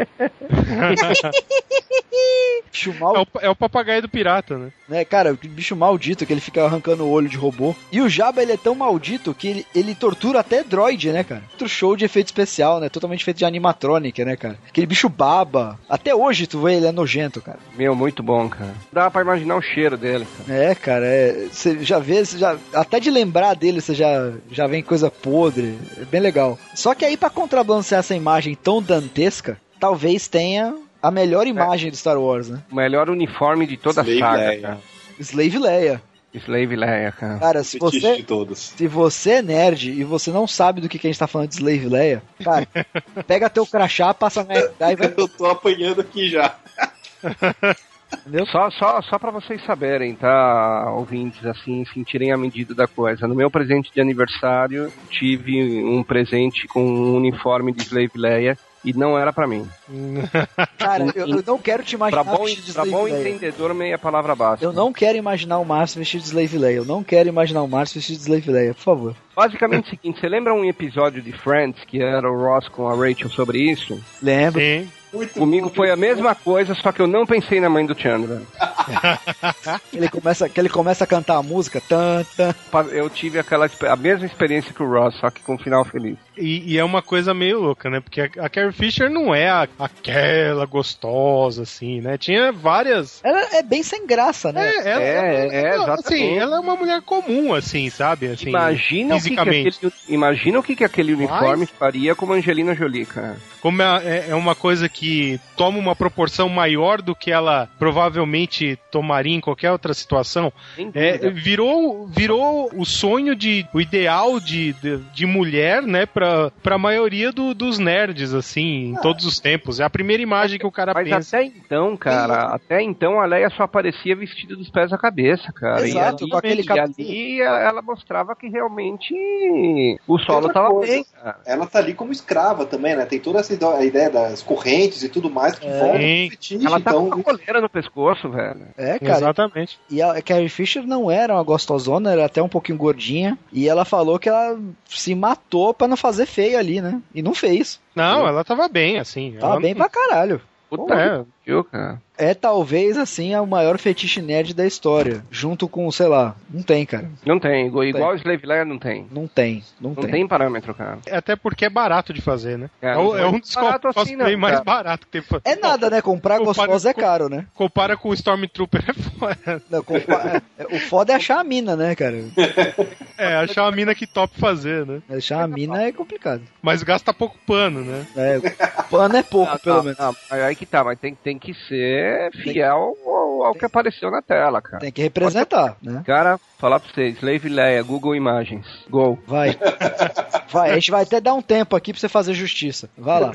Bicho mal... É o papagaio do pirata, né? Cara, o bicho maldito que ele fica arrancando o olho de robô. E o Jabba, ele é tão maldito que ele tortura até droid, né, cara? Outro show de efeito especial, né? Totalmente feito de animatrônica, né, cara? Aquele bicho baba. Até hoje tu vê, ele é nojento, cara. Meu, muito bom, cara. Dá pra imaginar o cheiro dele, cara. Cara, você já vê, até de lembrar dele, você já vem coisa podre. É bem legal. Só que aí, pra contrabalancear essa imagem tão dantesca, talvez tenha a melhor imagem do Star Wars, né? O melhor uniforme de toda a saga, cara. Slave Leia. Slave Leia, cara. Cara, se você é nerd e você não sabe do que a gente tá falando de Slave Leia, cara, pega teu crachá, passa na e vai... Eu tô apanhando aqui já. Entendeu? Só pra vocês saberem, tá, ouvintes, assim, sentirem a medida da coisa. No meu presente de aniversário, tive um presente com um uniforme de Slave Leia. E não era pra mim. Cara, eu não quero te imaginar vestido de Slave Leia. Pra bom entendedor, meia palavra basta. Eu não quero imaginar o Márcio vestido de Slave Leia. Eu não quero imaginar o Márcio vestido de Slave Leia, por favor. Basicamente é o seguinte, você lembra um episódio de Friends que era o Ross com a Rachel sobre isso? Lembro. Sim. Comigo foi a mesma coisa, só que eu não pensei na mãe do Chandra. ele começa a cantar a música. Tan, tan. Eu tive a mesma experiência que o Ross, só que com um final feliz. E é uma coisa meio louca, né? Porque a Carrie Fisher não é aquela gostosa, assim, né? Tinha várias... Ela é bem sem graça, né? Exatamente. Assim, ela é uma mulher comum, assim, sabe? Assim, Imagina o que aquele uniforme faria como Angelina Jolie, cara. Como é uma coisa que toma uma proporção maior do que ela provavelmente tomaria em qualquer outra situação. Virou o sonho o ideal de mulher, né? Pra maioria dos nerds, assim, em todos os tempos. É a primeira imagem que o cara pensa. Mas até então a Leia só aparecia vestida dos pés à cabeça, cara. Exato, com aquele cabelo. E ali ela mostrava que realmente o solo tava bem, cara. Ela tá ali como escrava também, né? Tem toda essa ideia das correntes e tudo mais que volta pro fetiche. Ela tá com uma coleira no pescoço, velho. Cara. Exatamente. E a Carrie Fisher não era uma gostosona, era até um pouquinho gordinha. E ela falou que ela se matou pra não fazer feio ali, né? E não fez. Não, ela tava bem, assim. Tava bem pra caralho. Puta que cara. É talvez, assim, o maior fetiche nerd da história. Junto com, sei lá, não tem, cara. Não tem. Igual o Slave Leia não tem. Não tem. Não tem parâmetro, cara. Até porque é barato de fazer, né? É um dos cosplay mais barato que tem pra fazer. É nada, né? Comprar gostosa é caro, né? Compara com o Stormtrooper é foda. Não, o foda é achar a mina, né, cara? Achar a mina que top fazer, né? Achar a mina é complicado. Mas gasta pouco pano, né? Pano é pouco, pelo menos. Aí que tá, mas tem que ser fiel ao que apareceu na tela, cara. Tem que representar, né? Cara, falar pra vocês, Slave Leia, Google Imagens, go. Vai, a gente vai até dar um tempo aqui pra você fazer justiça. Vai lá.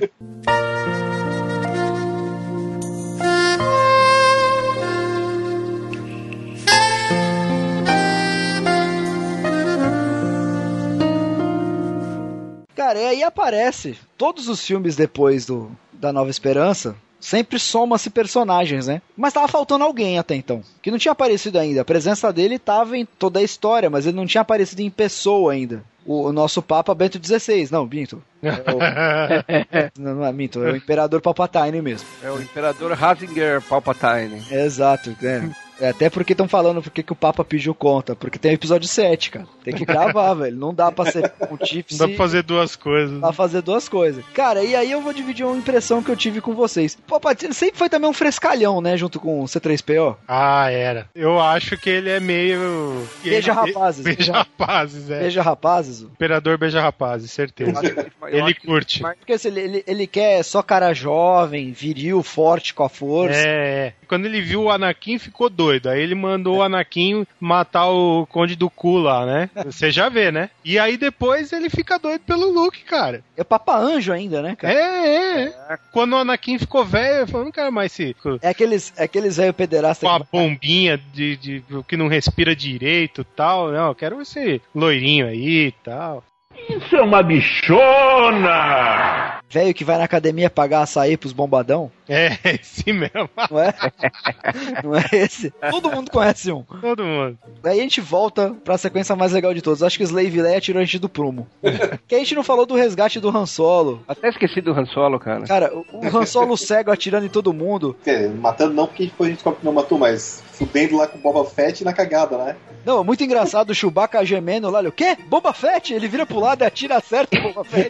Cara, e aí aparece todos os filmes depois da Nova Esperança. Sempre soma-se personagens, né? Mas tava faltando alguém até então, que não tinha aparecido ainda. A presença dele tava em toda a história, mas ele não tinha aparecido em pessoa ainda. O nosso Papa Bento XVI. Não, minto. Não é minto, é o Imperador Palpatine mesmo. É o Imperador Rasinger Palpatine. Exato, até porque estão falando porque que o Papa pediu conta. Porque tem o episódio 7, cara. Tem que gravar, velho. Não dá pra ser pontífice. Não dá pra fazer duas coisas. Dá pra fazer duas coisas. Cara, e aí eu vou dividir uma impressão que eu tive com vocês. O Palpatine sempre foi também um frescalhão, né? Junto com o C3PO. Era. Eu acho que ele é meio... Beija rapazes. Beija rapazes, Beija rapazes. Imperador beija rapazes, certeza. Ele curte. Porque assim, ele quer só cara jovem, viril, forte, com a força. Quando ele viu o Anakin, ficou doido. Aí ele mandou o Anakin matar o Conde do Cu lá, né? Você já vê, né? E aí depois ele fica doido pelo Luke, cara. É o Papa Anjo ainda, né, cara? Quando o Anakin ficou velho, eu falei, não quero mais se... É aqueles velho pederasta. Com a bombinha de que não respira direito e tal. Não, eu quero esse loirinho aí e tal. Isso é uma bichona! Velho que vai na academia pagar açaí pros bombadão? É, esse mesmo. Não é? Não é esse? Todo mundo conhece um. Todo mundo. Daí a gente volta pra sequência mais legal de todos. Acho que Slave Leia tirou a gente do prumo. Que a gente não falou do resgate do Han Solo. Até esqueci do Han Solo, cara. Cara, o Han Solo cego atirando em todo mundo. Matando não, porque depois a gente descobre que não matou, mas fudendo lá com o Boba Fett na cagada, né? Não, muito engraçado o Chewbacca gemendo lá. O quê? Boba Fett? Ele vira pro lado e atira certo o Boba Fett.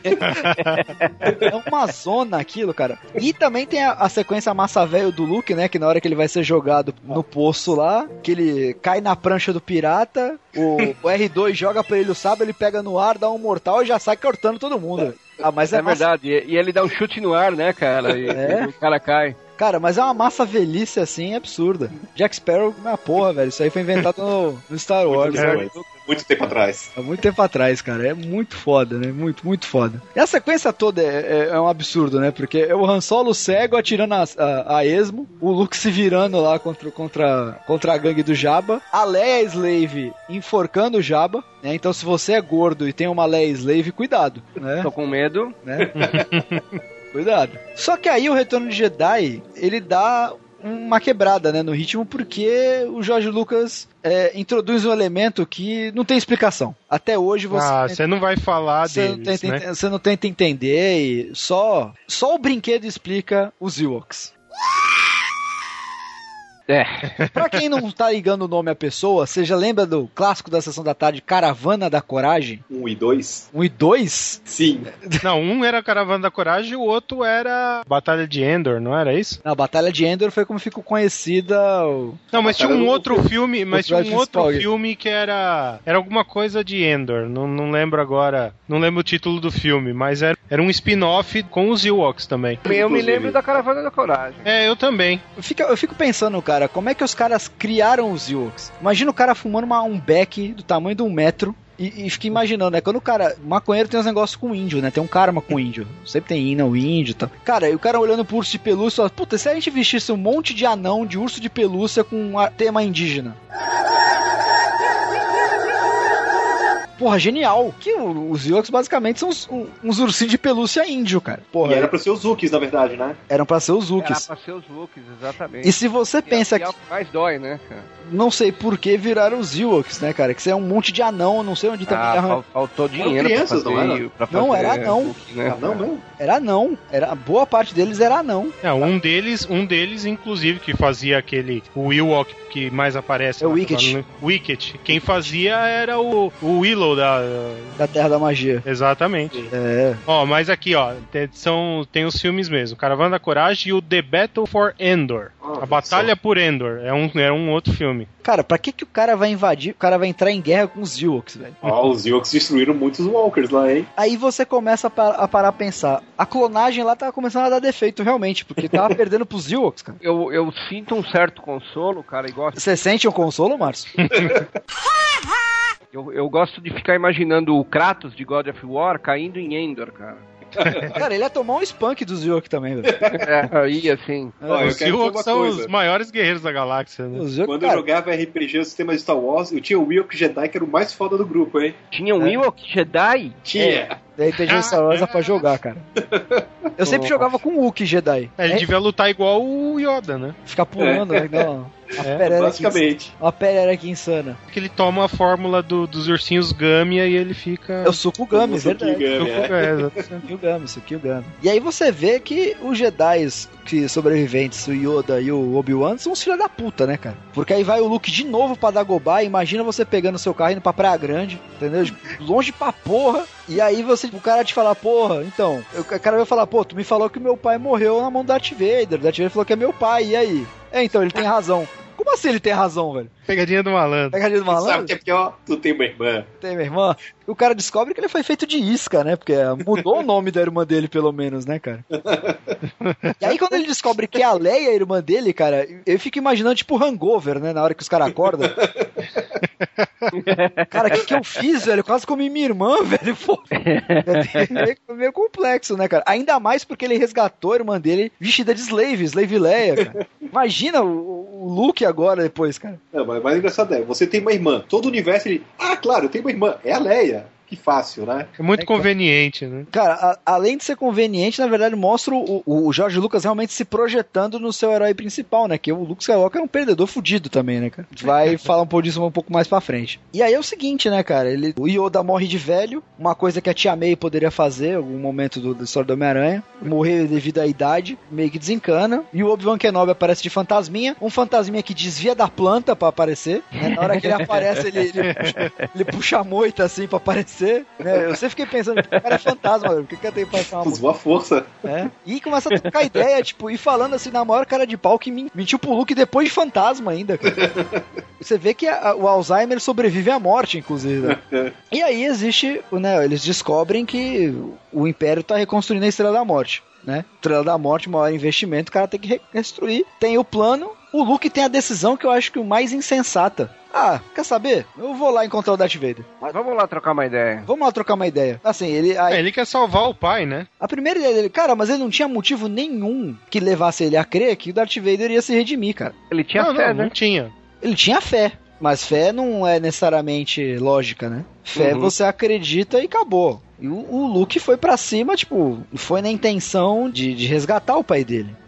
É uma zona aquilo, cara. E também tem a sequência massa velho do Luke, né? Que na hora que ele vai ser jogado no poço lá, que ele cai na prancha do pirata, o R2 joga pra ele o sabre, ele pega no ar, dá um mortal e já sai cortando todo mundo. Mas é verdade. E ele dá um chute no ar, né, cara? E o cara cai. Cara, mas é uma massa velhice assim absurda. Jack Sparrow, porra, velho. Isso aí foi inventado no Star Wars. Muito tempo atrás. Há muito tempo atrás, cara. É muito foda, né? Muito, muito foda. E a sequência toda é um absurdo, né? Porque é o Han Solo cego atirando a esmo, o Luke se virando lá contra a gangue do Jabba, a Leia Slave enforcando o Jabba, né? Então se você é gordo e tem uma Leia Slave, cuidado, né? Tô com medo. Né? Cuidado. Só que aí o Retorno de Jedi, ele dá uma quebrada, né, no ritmo, porque o George Lucas introduz um elemento que não tem explicação. Até hoje você não vai falar deles, né? Você não tenta entender e só o brinquedo explica os Ewoks. Pra quem não tá ligando o nome à pessoa, você já lembra do clássico da Sessão da Tarde, Caravana da Coragem? 1 e 2? 1 e 2? Sim. Não, um era Caravana da Coragem e o outro era Batalha de Endor, não era isso? Não, a Batalha de Endor foi como ficou conhecida. Não, mas tinha um outro filme, filme que era alguma coisa de Endor, não lembro agora, não lembro o título do filme, mas era um spin-off com os Ewoks também. Eu me lembro da Caravana da Coragem. Eu também. Eu fico pensando, cara, como é que os caras criaram os Ewoks? Imagina o cara fumando um beck do tamanho de 1 metro e fica imaginando, né? Quando o cara, maconheiro tem uns negócios com índio, né? Tem um karma com índio. Sempre tem hina, o índio e tal. Cara, e o cara olhando pro urso de pelúcia e fala, puta, se a gente vestisse um monte de anão, de urso de pelúcia com tema indígena? Porra, genial. Que os Ewoks basicamente são uns ursinhos de pelúcia índio, cara. Porra, e era pra ser os Wookiees, na verdade, né? Eram pra ser os Wookiees. Era pra ser os Wookiees, exatamente. E se você pensa que... é o que mais dói, né, cara? Não sei por que viraram os Ewoks, né, cara? Que você é um monte de anão, não sei onde também... Faltou dinheiro crianças, pra fazer, não era anão. Wookiee, né, não. Era anão. Boa parte deles era anão. Um deles, inclusive, que fazia o Ewok que mais aparece. É o Wicket. Wicket. Quem fazia era o Willow da Terra da Magia. Exatamente. Mas aqui, tem os filmes mesmo. Caravana da Coragem e o The Battle for Endor. A Batalha por Endor. É um outro filme. Cara, pra que o cara vai invadir? O cara vai entrar em guerra com os Ewoks, velho. Os Ewoks destruíram muitos Walkers lá, hein? Aí você começa a parar a pensar. A clonagem lá tava começando a dar defeito, realmente, porque tava perdendo pros Ewoks, cara. Eu sinto um certo consolo, cara, e gosto... Você sente um consolo, Márcio? Eu gosto de ficar imaginando o Kratos de God of War caindo em Endor, cara. Cara, ele ia tomar um spunk dos Ewoks também, velho. Aí, assim... Os Ewoks são os maiores guerreiros da galáxia, né? Quando eu jogava RPG no sistema de Star Wars, eu tinha o Ewok Jedi, que era o mais foda do grupo, hein? Tinha um Ewok Jedi? Tinha. Daí tem Star Wars pra jogar, cara. Eu sempre jogava com o Wookiee Jedi. Ele devia lutar igual o Yoda, né? Ficar pulando, né? Basicamente. Uma perereca insana. Porque ele toma a fórmula dos ursinhos Gâmia e ele fica... É o suco Gummy, verdade. Suco Gummy. E aí você vê que os Jedi que sobreviventes, o Yoda e o Obi-Wan, são uns filha da puta, né, cara? Porque aí vai o Luke de novo pra Dagobah, imagina você pegando seu carro e indo pra Praia Grande, entendeu? Longe pra porra. E aí o cara te falar, porra, então, o cara vai falar, pô, tu me falou que meu pai morreu na mão do Darth Vader. O Darth Vader falou que é meu pai, e aí? Então, ele tem razão. Como assim ele tem razão, velho? Pegadinha do malandro. Pegadinha do malandro? Sabe que é pior? Tu tem uma irmã. Tem minha irmã? E o cara descobre que ele foi feito de isca, né? Porque mudou o nome da irmã dele, pelo menos, né, cara? E aí, quando ele descobre que a Leia é a irmã dele, cara, eu fico imaginando, tipo, Hangover, né? Na hora que os caras acordam. Cara, o que eu fiz, velho? Eu quase comi minha irmã, velho. Pô. É meio complexo, né, cara? Ainda mais porque ele resgatou a irmã dele vestida de Slave Leia, cara. Imagina o Luke agora, depois, cara. Não, mas mais engraçado é, você tem uma irmã. Todo o universo, ele... claro, eu tenho uma irmã. É a Leia. Que fácil, né? É muito conveniente, né? Cara, além de ser conveniente, na verdade, mostra o George Lucas realmente se projetando no seu herói principal, né? Que o Luke Skywalker é um perdedor fudido também, né, cara? A gente vai falar um pouco disso um pouco mais pra frente. E aí é o seguinte, né, cara? O Yoda morre de velho, uma coisa que a Tia May poderia fazer em algum momento da história do Homem-Aranha. Morrer devido à idade, meio que desencana. E o Obi-Wan Kenobi aparece de fantasminha, um fantasminha que desvia da planta pra aparecer. Né? Na hora que ele aparece, ele puxa a moita assim pra aparecer. Né? Eu sempre fiquei pensando, o cara é fantasma, por que eu tenho que passar uma... Usou a força. E começa a trocar ideia, tipo, e falando assim na maior cara de pau que mentiu pro Luke depois de fantasma ainda, cara. Você vê que o Alzheimer sobrevive à morte, inclusive. E aí existe, né, eles descobrem que o Império tá reconstruindo a Estrela da Morte, né? Estrela da Morte, maior investimento, o cara tem que reconstruir. Tem o plano, o Luke tem a decisão que eu acho que o mais insensata. Quer saber? Eu vou lá encontrar o Darth Vader. Mas vamos lá trocar uma ideia. Vamos lá trocar uma ideia. Assim, ele quer salvar o pai, né? A primeira ideia dele, cara, mas ele não tinha motivo nenhum que levasse ele a crer que o Darth Vader ia se redimir, cara. Ele tinha fé, né? Não tinha. Ele tinha fé. Mas fé não é necessariamente lógica, né? Fé você acredita e acabou. E o Luke foi pra cima, tipo, foi na intenção de resgatar o pai dele.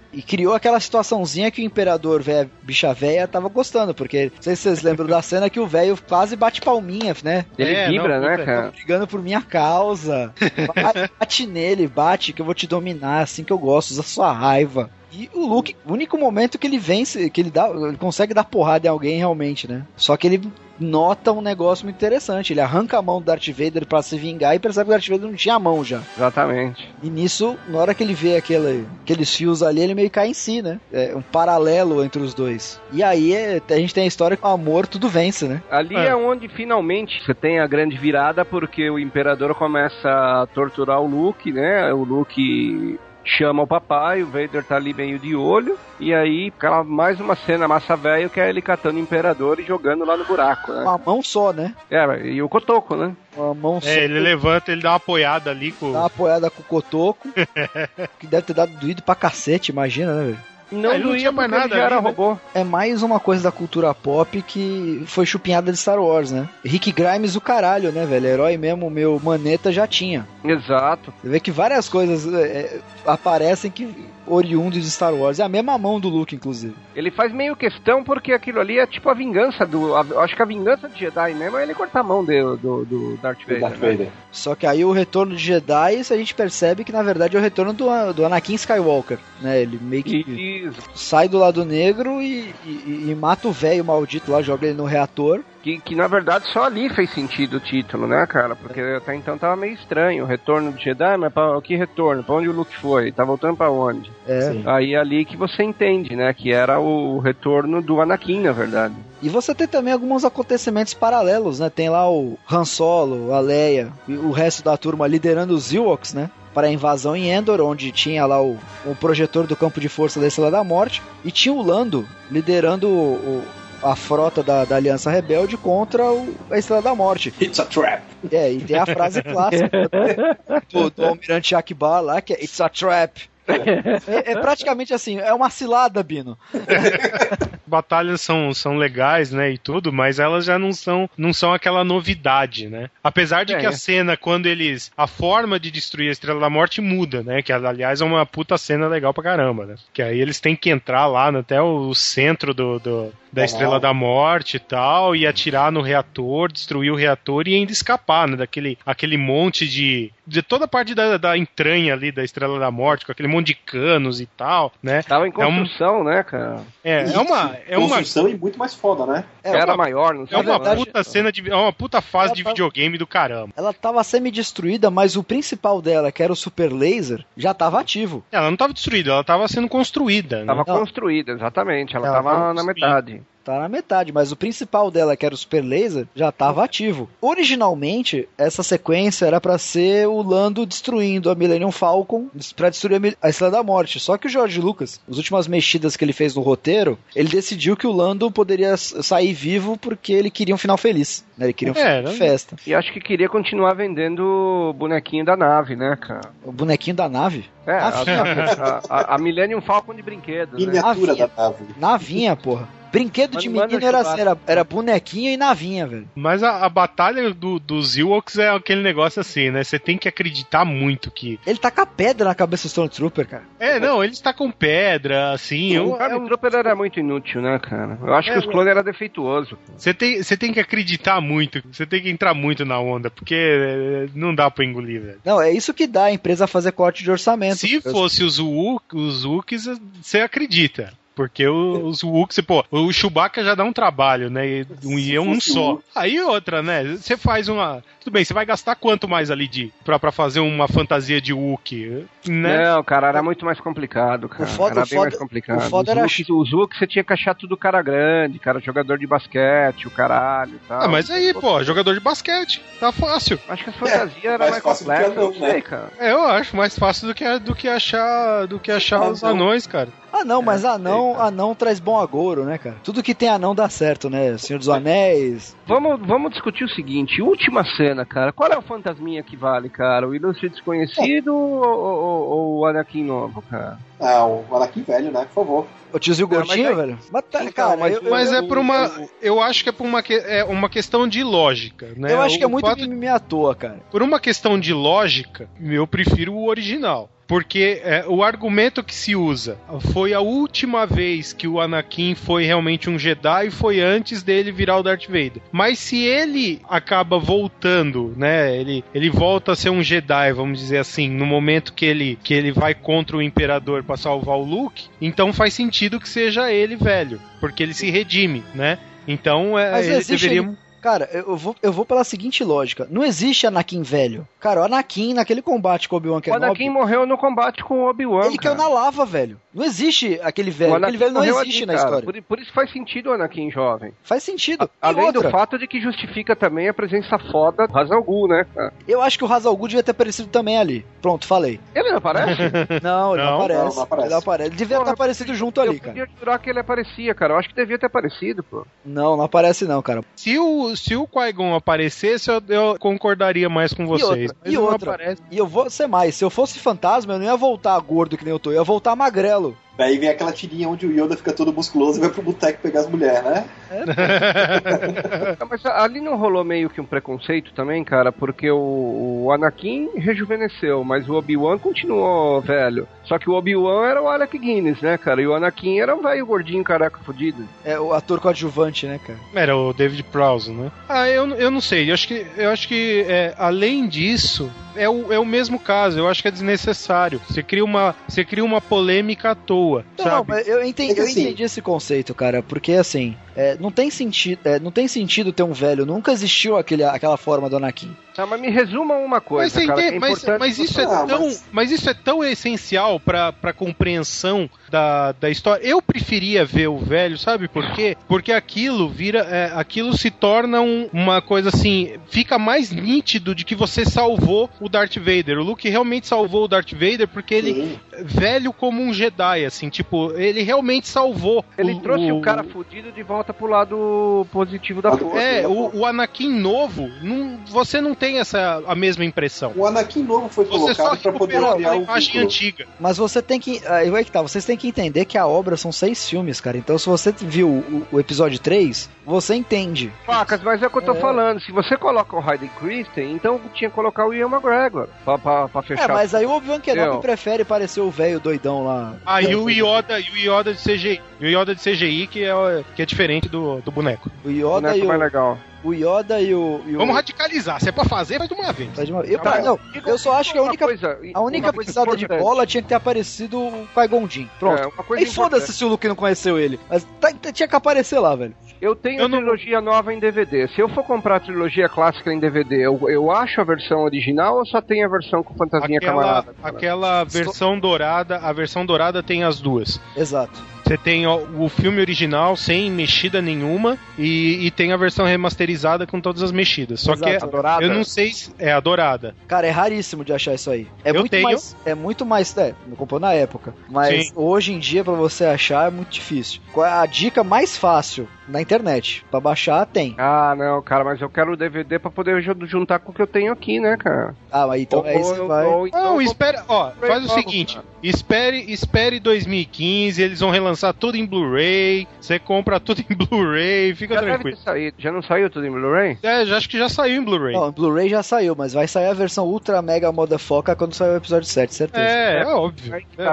E criou aquela situaçãozinha que o Imperador, bicha véia, tava gostando, porque não sei se vocês lembram da cena que o velho quase bate palminha, né? Ele vibra, né, cara? Brigando por minha causa. Bate nele, bate, que eu vou te dominar, assim que eu gosto, usa sua raiva. E o Luke, o único momento que ele vence, que ele consegue dar porrada em alguém realmente, né? Só que ele nota um negócio muito interessante. Ele arranca a mão do Darth Vader pra se vingar e percebe que o Darth Vader não tinha a mão já. Exatamente. E nisso, na hora que ele vê aqueles fios ali, ele meio cai em si, né? É um paralelo entre os dois. E aí a gente tem a história que o amor tudo vence, né? Ali é onde finalmente você tem a grande virada, porque o Imperador começa a torturar o Luke, né? O Luke chama o papai, o Vader tá ali meio de olho, e aí mais uma cena massa velho que é ele catando o Imperador e jogando lá no buraco, né? Uma mão só, né? E o cotoco, né? Uma mão só. Ele levanta, ele dá uma apoiada ali com... Dá uma apoiada com o cotoco, que deve ter dado doído pra cacete, imagina, né, velho? Não ia mais nada, já era robô. É mais uma coisa da cultura pop que foi chupinhada de Star Wars, né? Rick Grimes o caralho, né, velho? Herói mesmo, o meu Maneta já tinha. Exato. Você vê que várias coisas aparecem que oriundos de Star Wars. É a mesma mão do Luke, inclusive. Ele faz meio questão porque aquilo ali é tipo a vingança acho que a vingança de Jedi mesmo é ele cortar a mão do Darth Vader. Né? Só que aí o retorno de Jedi, a gente percebe que na verdade é o retorno do Anakin Skywalker, né? Ele meio que sai do lado negro e mata o velho maldito lá, joga ele no reator. Que na verdade só ali fez sentido o título, né, cara? Porque até então tava meio estranho. O retorno do Jedi, mas que retorno? Pra onde o Luke foi? Tá voltando pra onde? Aí ali que você entende, né? Que era o retorno do Anakin, na verdade. E você tem também alguns acontecimentos paralelos, né? Tem lá o Han Solo, a Leia e o resto da turma liderando os Ewoks, né? Para a invasão em Endor, onde tinha lá o projetor do campo de força da Estrela da Morte. E tinha o Lando liderando a frota da Aliança Rebelde contra a Estrela da Morte. It's a trap. E tem a frase clássica do Almirante Akbar lá, que é It's a trap. É praticamente assim, é uma cilada, Bino. Batalhas são legais, né, e tudo, mas elas já não são aquela novidade, né? Apesar de que a cena, quando a forma de destruir a Estrela da Morte muda, né? Que aliás é uma puta cena legal pra caramba, né? Que aí eles têm que entrar lá até o centro da Estrela da Morte e tal, e atirar no reator, destruir o reator e ainda escapar, né? Aquele monte de toda a parte da entranha ali da Estrela da Morte, com aquele monte de canos e tal, né? Tava em construção, né, cara? É uma construção e muito mais foda, né? Era maior, não sei. É uma puta cena é uma puta fase de videogame do caramba. Ela tava semi-destruída, mas o principal dela, que era o Super Laser, já tava ativo. Ela não tava destruída, ela tava sendo construída. Tava construída, exatamente. Ela tava na metade. Tá na metade, mas o principal dela, que era o Super Laser, já estava ativo. Originalmente, essa sequência era para ser o Lando destruindo a Millennium Falcon para destruir a Estrela da Morte. Só que o George Lucas, as últimas mexidas que ele fez no roteiro, ele decidiu que o Lando poderia sair vivo porque ele queria um final feliz. Né? Ele queria um final de festa. E acho que queria continuar vendendo o bonequinho da nave, né, cara? O bonequinho da nave? A Millennium Falcon de brinquedo. Miniatura da nave. Navinha, porra. Brinquedo de menino era bonequinho e navinha, velho. Mas a batalha dos Ewoks é aquele negócio assim, né? Você tem que acreditar muito que... Ele tá com a pedra na cabeça do Stormtrooper, cara. Não, ele está com pedra, assim... O Stormtrooper era muito inútil, né, cara? Eu acho que os clones eram defeituosos. Você tem que acreditar muito, você tem que entrar muito na onda, porque não dá pra engolir, velho. Não, é isso que dá a empresa fazer corte de orçamento. Se fosse os Wookies, você acredita. Porque os Wookies, o Chewbacca já dá um trabalho, né? E é um só. Aí outra, né? Você faz uma... Tudo bem, você vai gastar quanto mais ali pra fazer uma fantasia de Wookiee, né? Não, cara, era muito mais complicado, cara. Era bem mais complicado. O foda os Wookies você tinha que achar tudo cara grande, cara, jogador de basquete, o caralho e tal. Mas aí, jogador de basquete, tá fácil. Acho que a fantasia era mais complexa, não sei, cara. Eu acho mais fácil do que achar os anões, cara. Não, mas anão traz bom agouro, né, cara? Tudo que tem anão dá certo, né? Senhor dos Anéis. Vamos discutir o seguinte, última cena, cara. Qual é o fantasminha que vale, cara? O Ilustre Desconhecido ou o Anakin novo, cara? O Anakin velho, né? Por favor. O tiozinho gordinho, velho? Mas é por uma... Eu acho que é por uma questão de lógica, né? Eu acho que é muito mimimi à toa, cara. Por uma questão de lógica, eu prefiro o original. porque o argumento que se usa foi a última vez que o Anakin foi realmente um Jedi, foi antes dele virar o Darth Vader. Mas se ele acaba voltando, né, ele volta a ser um Jedi, vamos dizer assim, no momento que ele vai contra o Imperador pra salvar o Luke, então faz sentido que seja ele velho, porque ele se redime, né? Então eles deveriam... Cara, eu vou pela seguinte lógica. Não existe Anakin velho. Cara, o Anakin naquele combate com o Obi-Wan Kenobi... O Anakin morreu no combate com o Obi-Wan, Ele caiu na lava, velho. Não existe aquele velho. Aquele velho não existe na história. Por isso faz sentido o Anakin jovem. Faz sentido. Além do fato de que justifica também a presença foda do Ra's al Ghul, né? Eu acho que o Ra's al Ghul devia ter aparecido também ali. Pronto, falei. Ele não aparece? Não, ele não aparece. Não aparece. Ele não aparece. Ele devia ter aparecido junto ali, cara. Eu podia jurar que ele aparecia, cara. Eu acho que devia ter aparecido, pô. Não aparece não, cara. Se o Qui-Gon aparecesse, eu concordaria mais com vocês. E eu vou ser mais. Se eu fosse fantasma, eu não ia voltar gordo que nem eu tô. Eu ia voltar magrelo. Daí vem aquela tirinha onde o Yoda fica todo musculoso e vai pro boteco pegar as mulheres, né? Mas ali não rolou meio que um preconceito também, cara? Porque o Anakin rejuvenesceu, mas o Obi-Wan continuou velho. Só que o Obi-Wan era o Alec Guinness, né, cara? E o Anakin era um velho gordinho, careca, fudido. É o ator coadjuvante, né, cara? Era o David Prowse, né? Eu não sei. Eu acho que além disso, é o mesmo caso. Eu acho que é desnecessário. Você cria uma polêmica à toa. Não, mas eu entendi esse conceito, cara, porque assim, não tem sentido ter um velho, nunca existiu aquela forma do Anakin. Tá, mas me resuma uma coisa, mas isso é tão essencial pra compreensão da história. Eu preferia ver o velho, sabe por quê? Porque aquilo se torna uma coisa assim, fica mais nítido de que você salvou o Darth Vader. O Luke realmente salvou o Darth Vader porque ele, velho como um Jedi, assim, tipo, ele realmente salvou. Ele trouxe o cara fudido de volta pro lado positivo da força. O Anakin novo, você não tem a mesma impressão. O Anakin novo foi colocado pra poder criar a imagem antiga. Mas você tem que... Aí que tá, vocês têm que entender que a obra são 6 filmes, cara. Então se você viu o episódio 3, você entende. Facas, mas é o que eu tô falando. Se você coloca o Hayden Christensen, então tinha que colocar o Ian McGregor pra fechar. Mas aí o Obi-Wan Kenobi prefere parecer o velho doidão lá. E o Yoda de CGI. E o Yoda de CGI que é diferente do boneco. O Yoda e o... mais legal. O Yoda e o... Vamos radicalizar. Se é pra fazer, faz de uma vez. Eu só acho que a única pisada de bola tinha que ter aparecido o Qui-Gon Jinn. Pronto. E foda-se se o Luke não conheceu ele. Mas tinha que aparecer lá, velho. Eu tenho a trilogia nova em DVD. Se eu for comprar a trilogia clássica em DVD, eu acho a versão original ou só tem a versão com fantasminha camarada? Aquela versão dourada, a versão dourada tem as duas. Exato. Você tem o filme original sem mexida nenhuma e tem a versão remasterizada com todas as mexidas. Só que eu não sei se é a dourada. Cara, é raríssimo de achar isso aí. É muito mais, me comprou na época. Mas hoje em dia, pra você achar, é muito difícil. Qual é a dica mais fácil? Na internet. Pra baixar, tem. Ah, não, cara, mas eu quero o DVD pra poder juntar com o que eu tenho aqui, né, cara? Mas então aí você vai... Não, espera, faz o seguinte. Espere 2015, eles vão relançar tudo em Blu-ray, você compra tudo em Blu-ray, fica tranquilo. Já não saiu tudo em Blu-ray? Acho que já saiu em Blu-ray. Não, Blu-ray já saiu, mas vai sair a versão Ultra Mega Motherfucker quando sair o episódio 7, certeza. É óbvio.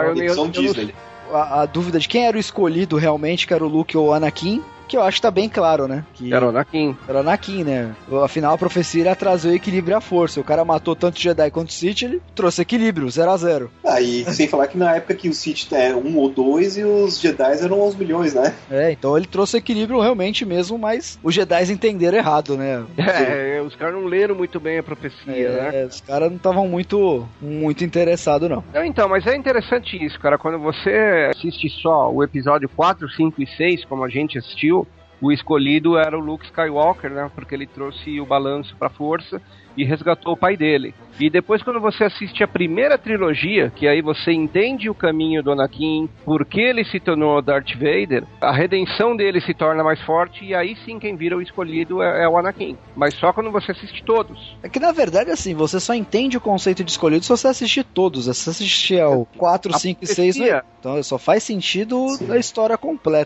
A dúvida de quem era o escolhido realmente, que era o Luke ou o Anakin, que eu acho que tá bem claro, né? Que era o Anakin. Era o Anakin, né? Afinal, a profecia era trazer o equilíbrio e a força. O cara matou tanto Jedi quanto Sith, ele trouxe equilíbrio, 0-0. E sem falar que na época que o Sith era 1 ou 2 e os Jedi eram uns milhões, né? Então ele trouxe equilíbrio realmente mesmo, mas os Jedi entenderam errado, né? Os caras não leram muito bem a profecia, né? Os caras não estavam muito interessados, não. Então, mas é interessante isso, cara. Quando você assiste só o episódio 4, 5 e 6, como a gente assistiu, o escolhido era o Luke Skywalker, né? Porque ele trouxe o balanço pra força e resgatou o pai dele. E depois, quando você assiste a primeira trilogia, que aí você entende o caminho do Anakin, por que ele se tornou Darth Vader, a redenção dele se torna mais forte, e aí sim quem vira o escolhido é o Anakin. Mas só quando você assiste todos. É que na verdade, assim, você só entende o conceito de escolhido se você assistir todos. Se você assistir ao 4, 5 e 6, né? Então só faz sentido na história completa, né?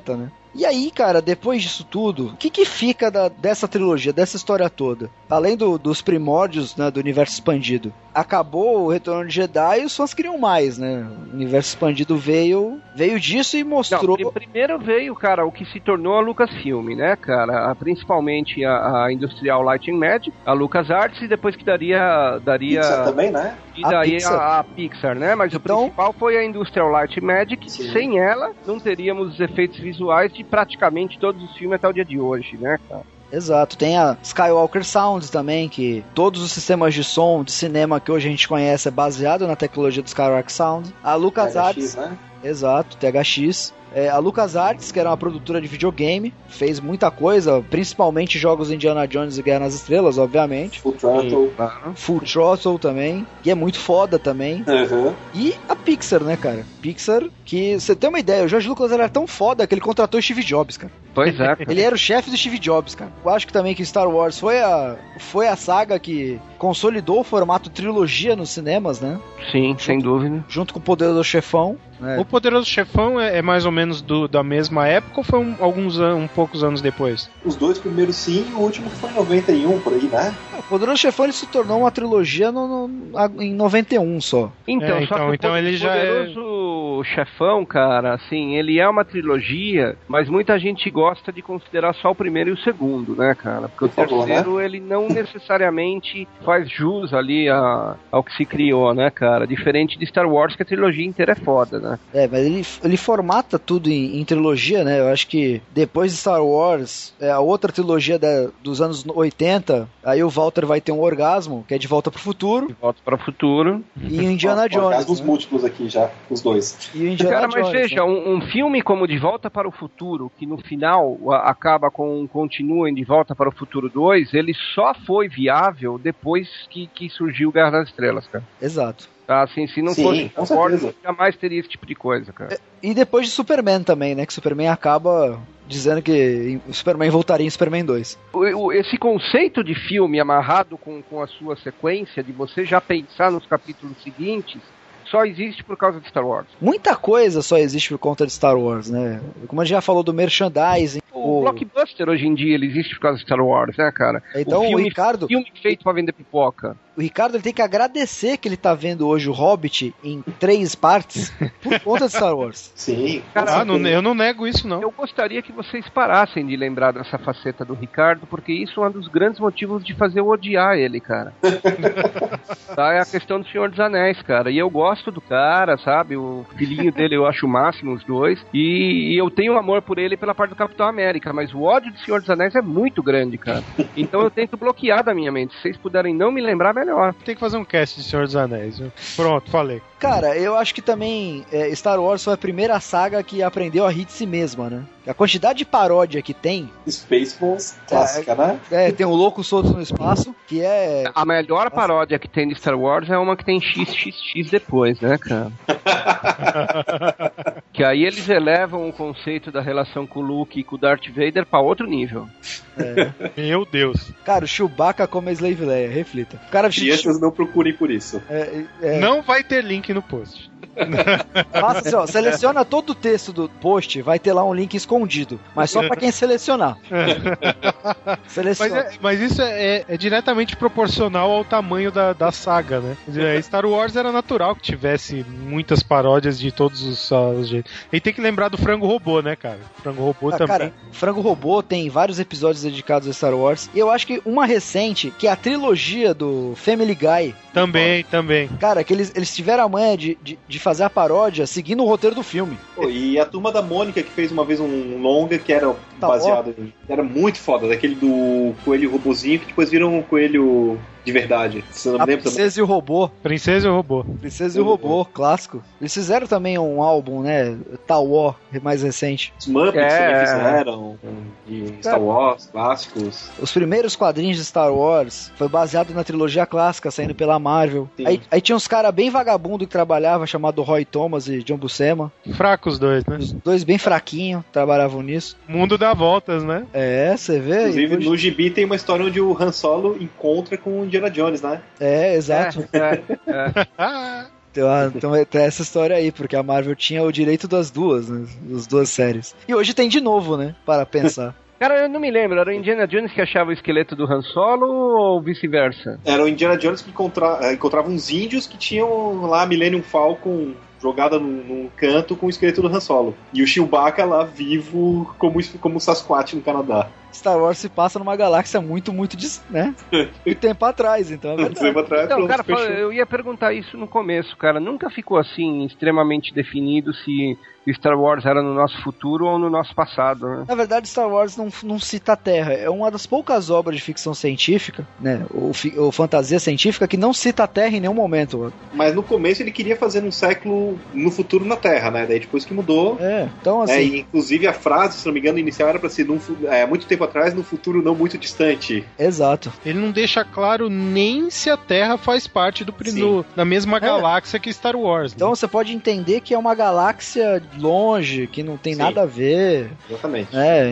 E aí, cara, depois disso tudo, o que fica dessa trilogia, dessa história toda? Além dos primórdios, né, do universo expandido. Acabou o Retorno de Jedi e os fãs queriam mais, né? O universo expandido veio disso e mostrou... Não, primeiro veio, cara, o que se tornou a Lucasfilm, né, cara? Principalmente a Industrial Light and Magic, a LucasArts, e depois que daria Pixar também, né? E daí a Pixar, né? Mas o principal foi a Industrial Light and Magic. Sim. Sem ela, não teríamos os efeitos visuais de praticamente todos os filmes até o dia de hoje, né, cara? Exato, tem a Skywalker Sound também, que todos os sistemas de som de cinema que hoje a gente conhece é baseado na tecnologia do Skywalker Sound. A LucasArts, né? Exato, THX. A LucasArts, que era uma produtora de videogame, fez muita coisa, principalmente jogos de Indiana Jones e Guerra nas Estrelas, obviamente. Full Throttle. Full Throttle também, que é muito foda também. Uhum. E a Pixar, né, cara? Pixar, que você tem uma ideia, o George Lucas era tão foda que ele contratou o Steve Jobs, cara. Pois é. Cara. Ele era o chefe do Steve Jobs, cara. Eu acho que também que Star Wars foi a saga que consolidou o formato trilogia nos cinemas, né? Sim, sem dúvida. Junto com o Poderoso Chefão. O Poderoso Chefão é mais ou menos da mesma época ou foi poucos anos depois? Os dois primeiros sim, o último foi em 91, por aí, né? O Poderoso Chefão ele se tornou uma trilogia em 91 só. Então ele já Poderoso Chefão, cara, assim, ele é uma trilogia, mas muita gente gosta de considerar só o primeiro e o segundo, né, cara? Porque o terceiro, né? Ele não necessariamente faz jus ali ao que se criou, né, cara? Diferente de Star Wars, que a trilogia inteira é foda, né? Mas ele formata tudo em trilogia, né? Eu acho que depois de Star Wars, a outra trilogia dos anos 80, aí o Walter vai ter um orgasmo, que é De Volta pro Futuro. De Volta para o Futuro. E o Indiana Jones. Orgasmos múltiplos aqui já, os dois. E o Indiana Jones. Mas veja, um filme como De Volta para o Futuro, que no final acaba com continua em De Volta para o Futuro 2, ele só foi viável depois que surgiu Guerra nas Estrelas, cara. Exato. Tá, assim, se não fosse o Ford, jamais teria esse tipo de coisa, cara. E depois de Superman também, né? Que Superman acaba dizendo que o Superman voltaria em Superman 2. Esse conceito de filme amarrado com a sua sequência, de você já pensar nos capítulos seguintes, só existe por causa de Star Wars. Muita coisa só existe por conta de Star Wars, né? Como a gente já falou do merchandising. O blockbuster hoje em dia ele existe por causa de Star Wars, né, cara? Então o Ricardo... filme feito pra vender pipoca. O Ricardo ele tem que agradecer que ele tá vendo hoje o Hobbit em 3 partes por conta de Star Wars. Sim. Cara, eu não nego isso, não. Eu gostaria que vocês parassem de lembrar dessa faceta do Ricardo, porque isso é um dos grandes motivos de fazer eu odiar ele, cara. Tá? É a questão do Senhor dos Anéis, cara. E eu gosto do cara, sabe? O filhinho dele eu acho o máximo, os dois. E eu tenho amor por ele pela parte do Capitão América, mas o ódio do Senhor dos Anéis é muito grande, cara. Então eu tento bloquear da minha mente. Se vocês puderem não me lembrar, melhor. Tem que fazer um cast de Senhor dos Anéis. Pronto, falei. Cara, eu acho que também Star Wars foi a primeira saga que aprendeu a rir de si mesma, né? A quantidade de paródia que tem... Spaceballs, clássica, né? Tem o Louco Solto no Espaço, que é... A melhor paródia que tem de Star Wars é uma que tem XXX depois, né, cara? Que aí eles elevam o conceito da relação com o Luke e com o Darth Vader pra outro nível. Meu Deus. Cara, o Chewbacca como a Slave Leia, reflita. Crianças não procurem por isso. Não vai ter link no post. Faça assim, ó, seleciona todo o texto do post, vai ter lá um link escondido, mas só pra quem selecionar. Seleciona. Mas isso é diretamente proporcional ao tamanho da saga, né? Star Wars era natural que tivesse muitas paródias de todos os jeitos. E tem que lembrar do Frango Robô, né, cara? Frango Robô também. Cara, Frango Robô tem vários episódios dedicados a Star Wars. E eu acho que uma recente, que é a trilogia do Family Guy. Também. Cara, que eles tiveram a manha de fazer a paródia seguindo o roteiro do filme. E a Turma da Mônica, que fez uma vez um longa que era baseado em... Era muito foda, daquele do coelho robozinho, que depois viram um coelho de verdade. Você não lembra? Princesa e o Robô. Princesa e o Robô. Princesa e o Robô, clássico. Eles fizeram também um álbum, né? Tauó, mais recente. Os Muppets também fizeram, de Star Wars, clássicos. Os primeiros quadrinhos de Star Wars foi baseado na trilogia clássica, saindo pela Marvel. Aí tinha uns caras bem vagabundo que trabalhavam, chamado Roy Thomas e John Buscema. Fracos os dois, né? Os dois bem fraquinhos, trabalhavam nisso. O mundo dá voltas, né? Você vê. Inclusive, no gibi tem uma história onde o Han Solo encontra com o Indiana Jones, né? Exato. Então tem essa história aí, porque a Marvel tinha o direito das duas, né? Das duas séries. E hoje tem de novo, né? Para pensar. Cara, eu não me lembro, era o Indiana Jones que achava o esqueleto do Han Solo ou vice-versa? Era o Indiana Jones que encontrava uns índios que tinham lá a Millennium Falcon jogada num canto com o esqueleto do Han Solo. E o Chewbacca lá vivo como o Sasquatch no Canadá. Star Wars se passa numa galáxia muito né? E tempo atrás, então. Então, cara, eu ia perguntar isso no começo, cara. Nunca ficou assim extremamente definido se Star Wars era no nosso futuro ou no nosso passado, né? Na verdade, Star Wars não cita a Terra. É uma das poucas obras de ficção científica, né? Ou fantasia científica que não cita a Terra em nenhum momento. Mas no começo ele queria fazer um século no futuro na Terra, né? Daí depois que mudou. Então assim. E, inclusive a frase, se não me engano, inicial era pra ser muito tempo atrás, no futuro não muito distante. Exato. Ele não deixa claro nem se a Terra faz parte da mesma galáxia que Star Wars. Né? Então você pode entender que é uma galáxia longe, que não tem nada a ver. Exatamente.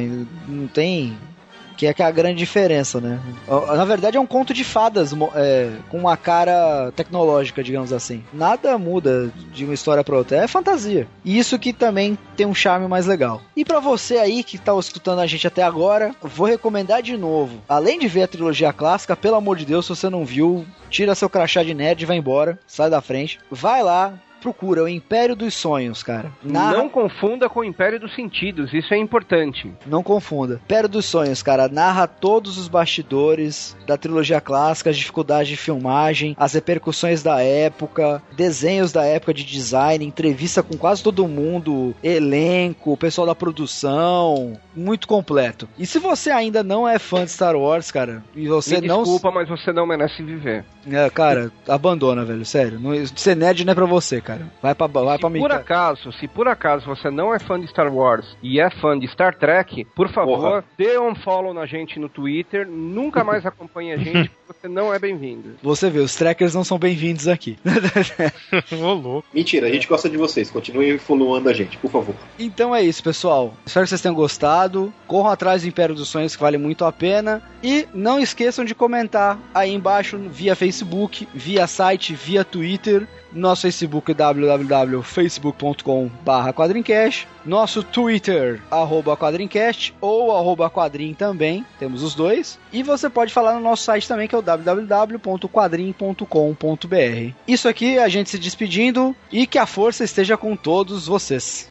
Não tem... Que é a grande diferença, né? Na verdade é um conto de fadas com uma cara tecnológica, digamos assim. Nada muda de uma história pra outra. É fantasia. E isso que também tem um charme mais legal. E pra você aí que tá escutando a gente até agora, vou recomendar de novo. Além de ver a trilogia clássica, pelo amor de Deus, se você não viu, tira seu crachá de nerd e vai embora. Sai da frente. Vai lá. Procura o Império dos Sonhos, cara. Não confunda com o Império dos Sentidos, isso é importante. Não confunda. Império dos Sonhos, cara, narra todos os bastidores da trilogia clássica, as dificuldades de filmagem, as repercussões da época, desenhos da época de design, entrevista com quase todo mundo, elenco, pessoal da produção, muito completo. E se você ainda não é fã de Star Wars, cara, e você desculpa, mas você não merece viver. Cara, abandona, velho, sério. Ser nerd não é pra você, cara. Vai pra mim. Se por acaso você não é fã de Star Wars e é fã de Star Trek, por favor, dê um follow na gente no Twitter, nunca mais acompanhe a gente, porque você não é bem-vindo. Você vê, os trackers não são bem-vindos aqui. Ô, louco. Mentira, a gente gosta de vocês, continuem followando a gente, por favor. Então é isso, pessoal. Espero que vocês tenham gostado. Corram atrás do Império dos Sonhos, que vale muito a pena. E não esqueçam de comentar aí embaixo via Facebook, via site, via Twitter. Nosso Facebook é www.facebook.com/quadrincast. Nosso Twitter, @quadrincast ou @quadrim também. Temos os dois. E você pode falar no nosso site também, que é o www.quadrim.com.br. Isso aqui, a gente se despedindo e que a força esteja com todos vocês.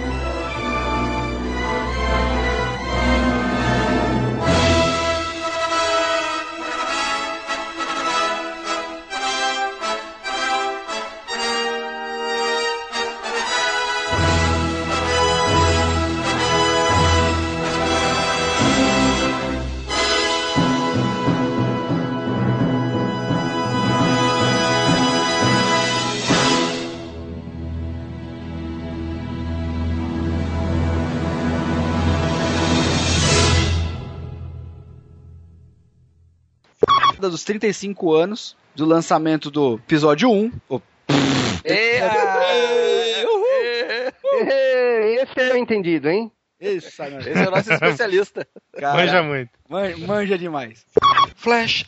Dos 35 anos do lançamento do episódio 1. Esse é o entendido, hein? Esse é o nosso especialista. Cara, manja muito. Manja demais. Flash.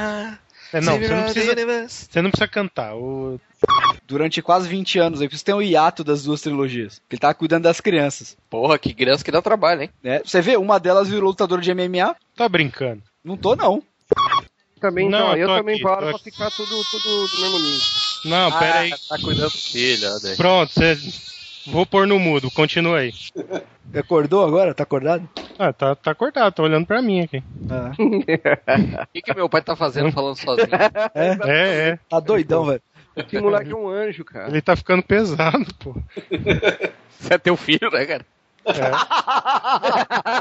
Você não precisa cantar. Durante quase 20 anos, aí você tem o hiato das duas trilogias. Que ele tá cuidando das crianças. Porra, que criança que dá trabalho, hein? Você vê, uma delas virou lutador de MMA. Tá brincando. Não tô, não. Também não, eu também aqui, paro pra ficar tudo do mesmo nível. Não, pera aí. Tá cuidando do filho, olha. Pronto, vou pôr no mudo, continua aí. Acordou agora? Tá acordado? Tá acordado, tá olhando pra mim aqui. O que meu pai tá fazendo falando sozinho? É. Tá doidão, velho. Esse moleque é um anjo, cara. Ele tá ficando pesado, pô. Você é teu filho, né, cara?